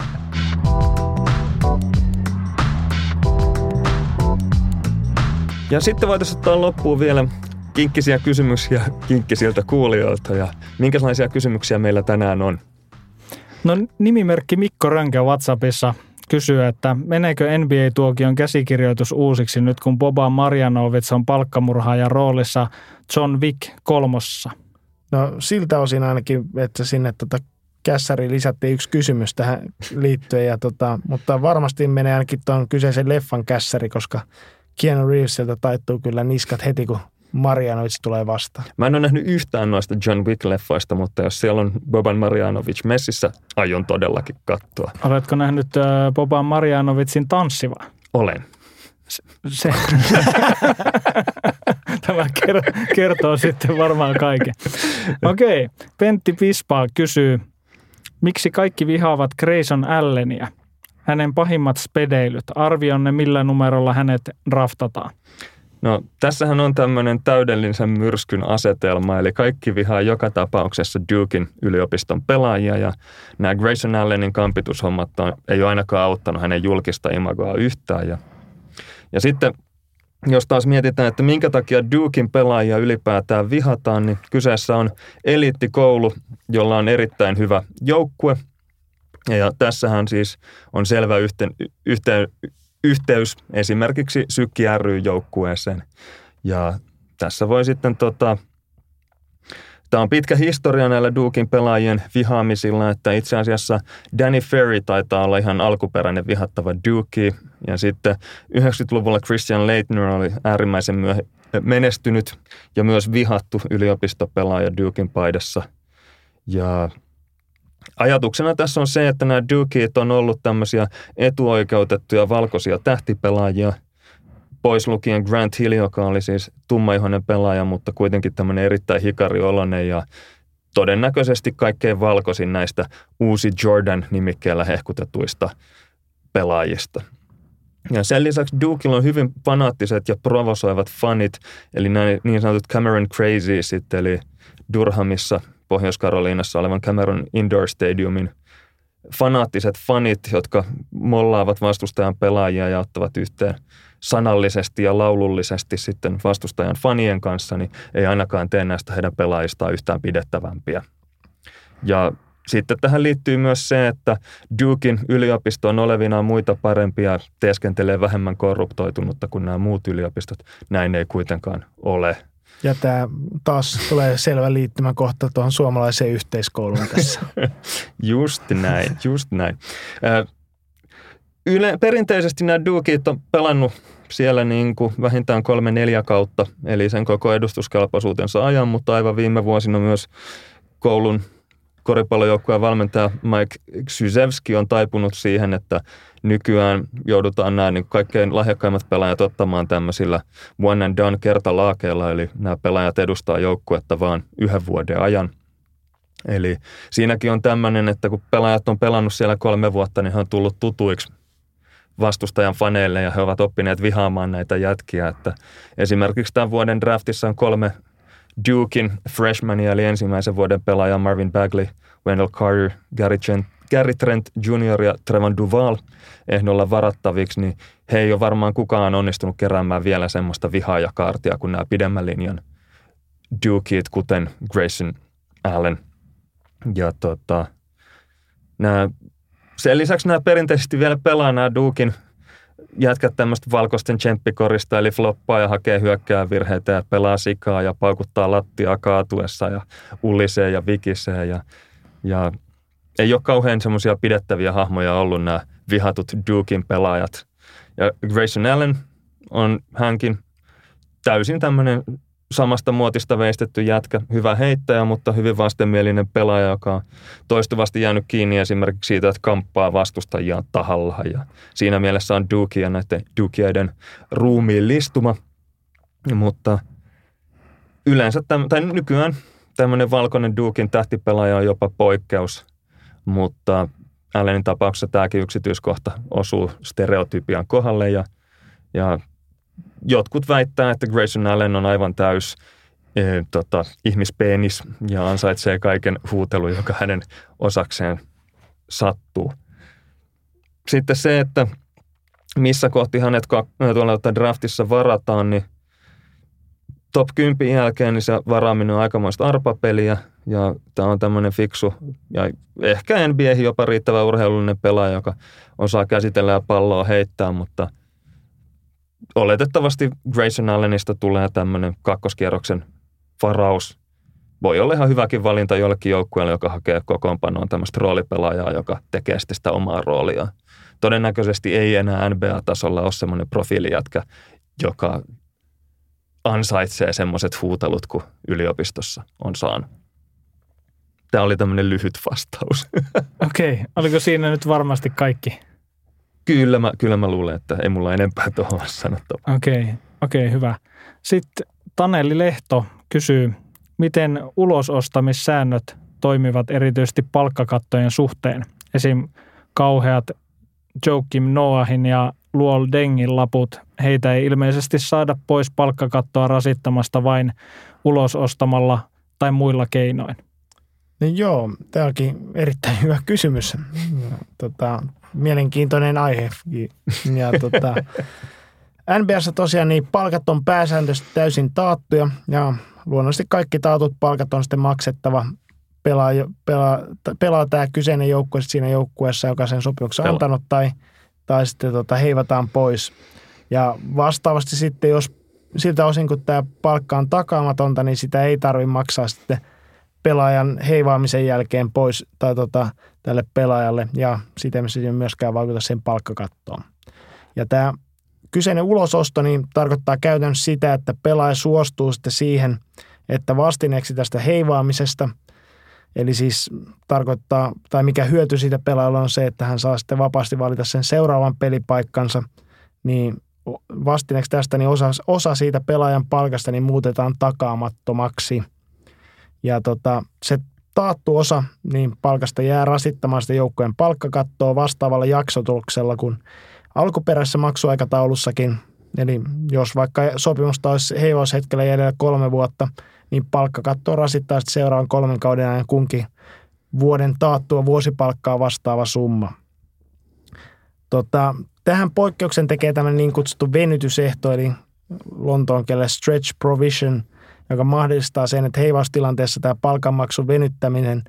[SPEAKER 2] Ja sitten voitaisiin ottaa loppuun vielä kinkkisiä kysymyksiä kinkkisiltä kuulijoilta. Ja minkälaisia kysymyksiä meillä tänään on?
[SPEAKER 3] No nimimerkki Mikko Rönkä WhatsAppissa kysyy, että meneekö N B A-tuokion käsikirjoitus uusiksi nyt, kun Boban Marjanovic on palkkamurhaajan roolissa John Wick kolmossa?
[SPEAKER 1] No siltä osin ainakin, että sinne tota kässäriin lisättiin yksi kysymys tähän liittyen, ja tota, mutta varmasti menee ainakin tuon kyseisen leffan kässäri, koska Keanu Reevesiltä taittuu kyllä niskat heti, kun Marjanovic tulee vastaan.
[SPEAKER 2] Mä en ole nähnyt yhtään noista John Wick-leffoista, mutta jos siellä on Boban Marjanovic messissä, aion todellakin katsoa.
[SPEAKER 3] Oletko nähnyt äh, Boban Marjanovicin tanssivaa?
[SPEAKER 2] Olen.
[SPEAKER 3] Se, se. Tämä kertoo sitten varmaan kaiken. Okei, okay. Pentti Pispaa kysyy, miksi kaikki vihaavat Grayson Allenia? Hänen pahimmat spedeilyt. Arvionne, millä numerolla hänet draftataan?
[SPEAKER 2] No tässähän on tämmöinen täydellisen myrskyn asetelma, eli kaikki vihaa joka tapauksessa Duken yliopiston pelaajia, ja nämä Grayson Allenin kampitushommat on, ei ole ainakaan auttanut hänen julkista imagoa yhtään. Ja, ja sitten jos taas mietitään, että minkä takia Duken pelaajia ylipäätään vihataan, niin kyseessä on eliittikoulu, jolla on erittäin hyvä joukkue, ja tässähän siis on selvä yhteen, yhteen yhteys esimerkiksi Sykki ry-joukkueeseen. Ja tässä voi sitten, tota, tämä on pitkä historia näillä Duken pelaajien vihaamisilla, että itse asiassa Danny Ferry taitaa olla ihan alkuperäinen vihattava Duke. Ja sitten yhdeksänkymmentäluvulla Christian Laettner oli äärimmäisen myöh- menestynyt ja myös vihattu yliopistopelaaja Duken paidassa. Ja ajatuksena tässä on se, että nämä Dukeet on ollut tämmöisiä etuoikeutettuja valkoisia tähtipelaajia, pois lukien Grant Hill, joka oli siis tummaihoinen pelaaja, mutta kuitenkin tämmöinen erittäin hikarioloinen ja todennäköisesti kaikkein valkoisin näistä uusi Jordan-nimikkeellä hehkutetuista pelaajista. Ja sen lisäksi Dukella on hyvin fanaattiset ja provosoivat fanit, eli nämä niin sanotut Cameron Craziesit, eli Durhamissa Pohjois-Karoliinassa olevan Cameron Indoor Stadiumin fanaattiset fanit, jotka mollaavat vastustajan pelaajia ja ottavat yhteen sanallisesti ja laulullisesti sitten vastustajan fanien kanssa, niin ei ainakaan tee näistä heidän pelaajistaan yhtään pidettävämpiä. Ja sitten tähän liittyy myös se, että Duken yliopisto on olevinaan muita parempia, teeskentelee vähemmän korruptoitunutta kuin nämä muut yliopistot. Näin ei kuitenkaan ole.
[SPEAKER 1] Ja tämä taas tulee selvä liittymäkohta tuohon suomalaiseen yhteiskouluun tässä.
[SPEAKER 2] Just näin, just näin. Yle, perinteisesti nämä Dukit on pelannut siellä niin kuin vähintään kolme neljä kautta, eli sen koko edustuskelpoisuutensa ajan, mutta aivan viime vuosina myös koulun koripallojoukkueen valmentaja Mike Krzyzewski on taipunut siihen, että nykyään joudutaan nämä niin kaikkein lahjakkaimmat pelaajat ottamaan tämmöisillä one and done kertalaakeilla, eli nämä pelaajat edustaa joukkuetta vaan yhden vuoden ajan. Eli siinäkin on tämmöinen, että kun pelaajat on pelannut siellä kolme vuotta, niin he on tullut tutuiksi vastustajan faneille ja he ovat oppineet vihaamaan näitä jätkiä. Että esimerkiksi tämän vuoden draftissa on kolme Duken freshmania, eli ensimmäisen vuoden pelaaja Marvin Bagley, Wendell Carter, Gary Trent, Gary Trent junior ja Trevon Duval ehdolla varattaviksi, niin he ei ole varmaan kukaan onnistunut keräämään vielä semmoista vihaajakaartia kuin nämä pidemmän linjan Dukeet, kuten Grayson Allen. Ja tota, nämä, sen lisäksi nämä perinteisesti vielä pelaa nämä Duken jätkät tämmöistä valkoisten tsemppikorista, eli floppaa ja hakee hyökkää virheitä ja pelaa sikaa ja paukuttaa lattiaa kaatuessa ja ulisee ja vikisee. Ja, ja ei ole kauhean semmoisia pidettäviä hahmoja ollut nämä vihatut Duken pelaajat. Ja Grayson Allen on hänkin täysin tämmöinen samasta muotista veistetty jätkä, hyvä heittäjä, mutta hyvin vastenmielinen pelaaja, joka on toistuvasti jäänyt kiinni esimerkiksi siitä, että kamppaa vastustajia tahallaan. Ja siinä mielessä on Duke ja näiden Dukeiden ruumiin listuma, mutta yleensä, täm, tai nykyään tämmöinen valkoinen Duken tähtipelaaja on jopa poikkeus, mutta Allenin tapauksessa tämäkin yksityiskohta osuu stereotypian kohdalle ja, ja jotkut väittää, että Grayson Allen on aivan täys e, tota, ihmispenis ja ansaitsee kaiken huutelun, joka hänen osakseen sattuu. Sitten se, että missä kohti hänet tuolla draftissa varataan, niin top kymmenen jälkeen niin se varaaminen on aikamoista arpapeliä ja tämä on tämmöinen fiksu ja ehkä N B A:hin jopa riittävä urheilullinen pelaaja, joka osaa käsitellä ja palloa heittää, mutta oletettavasti Grayson Allenista tulee tämmöinen kakkoskierroksen varaus. Voi olla ihan hyväkin valinta jollekin joukkueelle, joka hakee kokoonpanoon tämmöistä roolipelaajaa, joka tekee sitten sitä omaa roolia. Todennäköisesti ei enää N B A-tasolla ole semmoinen profiilijätkä, joka ansaitsee semmoiset huutelut, kuin yliopistossa on saanut. Tämä oli tämmöinen lyhyt vastaus.
[SPEAKER 3] Okei, okay. Oliko siinä nyt varmasti kaikki?
[SPEAKER 2] Kyllä mä, kyllä mä luulen, että ei mulla enempää tuohon sanottavaa.
[SPEAKER 3] Okei, okay. okei, okay, hyvä. Sitten Taneli Lehto kysyy, miten ulosostamissäännöt toimivat erityisesti palkkakattojen suhteen? Esim. Kauheat Joakim Noahin ja Luol Dengin laput, heitä ei ilmeisesti saada pois palkkakattoa rasittamasta vain ulosostamalla tai muilla keinoin.
[SPEAKER 1] No joo, tämä onkin erittäin hyvä kysymys. Tota, mielenkiintoinen aihe. Ja tota, N B A:ssa tosiaan niin palkat on pääsääntöisesti täysin taattuja ja luonnollisesti kaikki taatut palkat on sitten maksettava. Pelaa, pelaa, pelaa tämä kyseinen joukkue siinä joukkueessa, joka sen sopimuksen on antanut tai, tai sitten tota, heivataan pois. Ja vastaavasti sitten, jos siltä osin kun tämä palkka on takaamatonta, niin sitä ei tarvitse maksaa sitten pelaajan heivaamisen jälkeen pois tai tota, tälle pelaajalle ja siten se ei myöskään vaikuta sen palkkakattoon. Ja tämä kyseinen ulososto niin tarkoittaa käytännössä sitä, että pelaaja suostuu sitten siihen, että vastineeksi tästä heivaamisesta, eli siis tarkoittaa, tai mikä hyöty siitä pelaajalla on se, että hän saa sitten vapaasti valita sen seuraavan pelipaikkansa, niin vastineeksi tästä niin osa, osa siitä pelaajan palkasta niin muutetaan takaamattomaksi. Ja tota, se taattu osa niin palkasta jää rasittamaan sitä joukkojen palkkakattoa vastaavalla jaksotuksella kuin alkuperäisessä maksuaikataulussakin. Eli jos vaikka sopimusta olisi heivaushetkellä jäljellä kolme vuotta, niin palkkakattoa rasittaa sitten seuraavan kolmen kauden ajan kunkin vuoden taattua vuosipalkkaa vastaava summa. Tota, tähän poikkeuksen tekee tämmöinen niin kutsuttu venytysehto, eli Lontoon kielellä stretch provision, joka mahdollistaa sen, että heivaustilanteessa tämä palkanmaksun venyttäminen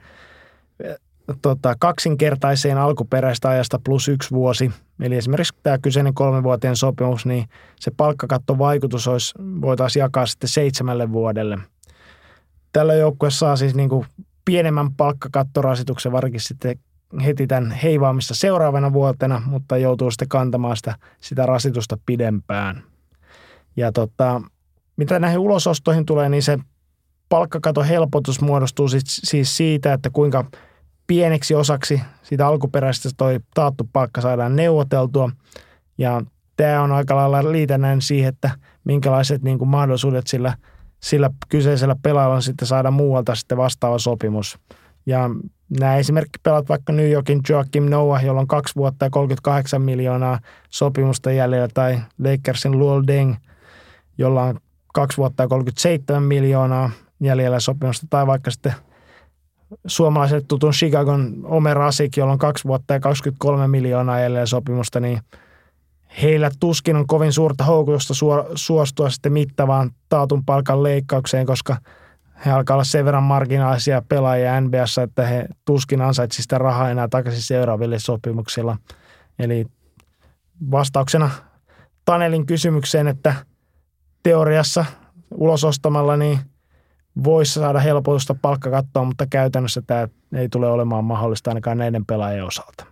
[SPEAKER 1] tota, kaksinkertaiseen alkuperäistä ajasta plus yksi vuosi. Eli esimerkiksi tämä kyseinen kolmenvuotien sopimus, niin se palkkakattovaikutus olisi, voitaisiin jakaa sitten seitsemälle vuodelle. Tällä joukkueessa saa siis niin kuin pienemmän palkkakattorasituksen varsinkin sitten heti tämän heivaamista seuraavana vuotena, mutta joutuu sitten kantamaan sitä, sitä rasitusta pidempään. Ja tota, mitä näihin ulosostoihin tulee, niin se palkkakaton helpotus muodostuu siis, siis siitä, että kuinka pieneksi osaksi siitä alkuperäisestä toi taattu palkka saadaan neuvoteltua. Ja tämä on aika lailla liitännäinen siihen, että minkälaiset niin kuin mahdollisuudet sillä, sillä kyseisellä pelaajalla on sitten saada muualta sitten vastaava sopimus. Ja nämä esimerkiksi pelaat vaikka New Yorkin Joakim Noah, jolla on kaksi vuotta ja kolmekymmentäkahdeksan miljoonaa sopimusta jäljellä, tai Lakersin Luol Deng, jolla on kaksi vuotta ja kolmekymmentäseitsemän miljoonaa jäljellä sopimusta, tai vaikka sitten suomalaiselle tutun Chicagon Omer Asik, jolla on kaksi vuotta ja kaksikymmentäkolme miljoonaa jäljellä sopimusta, niin heillä tuskin on kovin suurta houkutusta suostua sitten mittavaan taatun palkan leikkaukseen, koska he alkaa olla sen verran marginaalisia pelaajia N B A:ssa, että he tuskin ansaitsisivat sitä rahaa enää takaisin seuraaville sopimuksilla. Eli vastauksena Tanelin kysymykseen, että teoriassa ulosostamalla niin voisi saada helpotusta palkkakattoa, mutta käytännössä tämä ei tule olemaan mahdollista ainakaan näiden pelaajien osalta.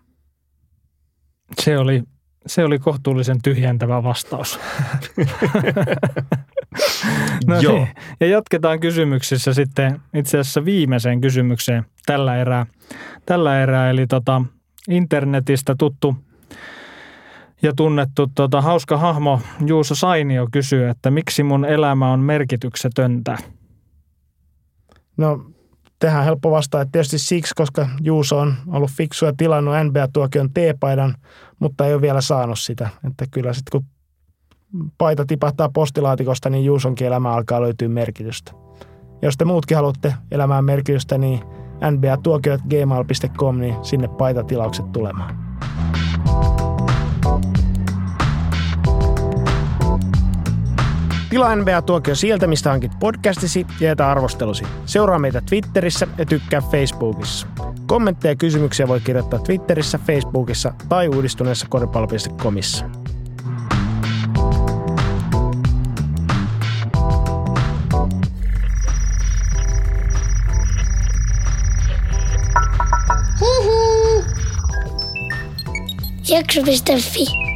[SPEAKER 3] Se oli, se oli kohtuullisen tyhjentävä vastaus. No
[SPEAKER 2] Joo.
[SPEAKER 3] niin. Ja jatketaan kysymyksissä sitten itse asiassa viimeiseen kysymykseen tällä erää. Tällä erää eli tota, internetistä tuttu ja tunnettu tota, hauska hahmo Juuso Sainio kysyy, että miksi mun elämä on merkityksetöntä?
[SPEAKER 1] No, tähän helppo vastaa, että tietysti siksi, koska Juuso on ollut fiksu ja tilannut N B A-tuokion T-paidan, mutta ei ole vielä saanut sitä. Että kyllä sitten kun paita tipahtaa postilaatikosta, niin Juusonkin elämä alkaa löytyä merkitystä. Jos te muutkin haluatte elämään merkitystä, niin n b a tuokiot piste gmail piste com, niin sinne paitatilaukset tulemaan. Tilaa N B A-tuokio sieltä, mistä hankit podcastisi ja jätä arvostelusi. Seuraa meitä Twitterissä ja tykkää Facebookissa. Kommentteja ja kysymyksiä voi kirjoittaa Twitterissä, Facebookissa tai uudistuneessa koripallo piste comissa.
[SPEAKER 4] Jakso piste fi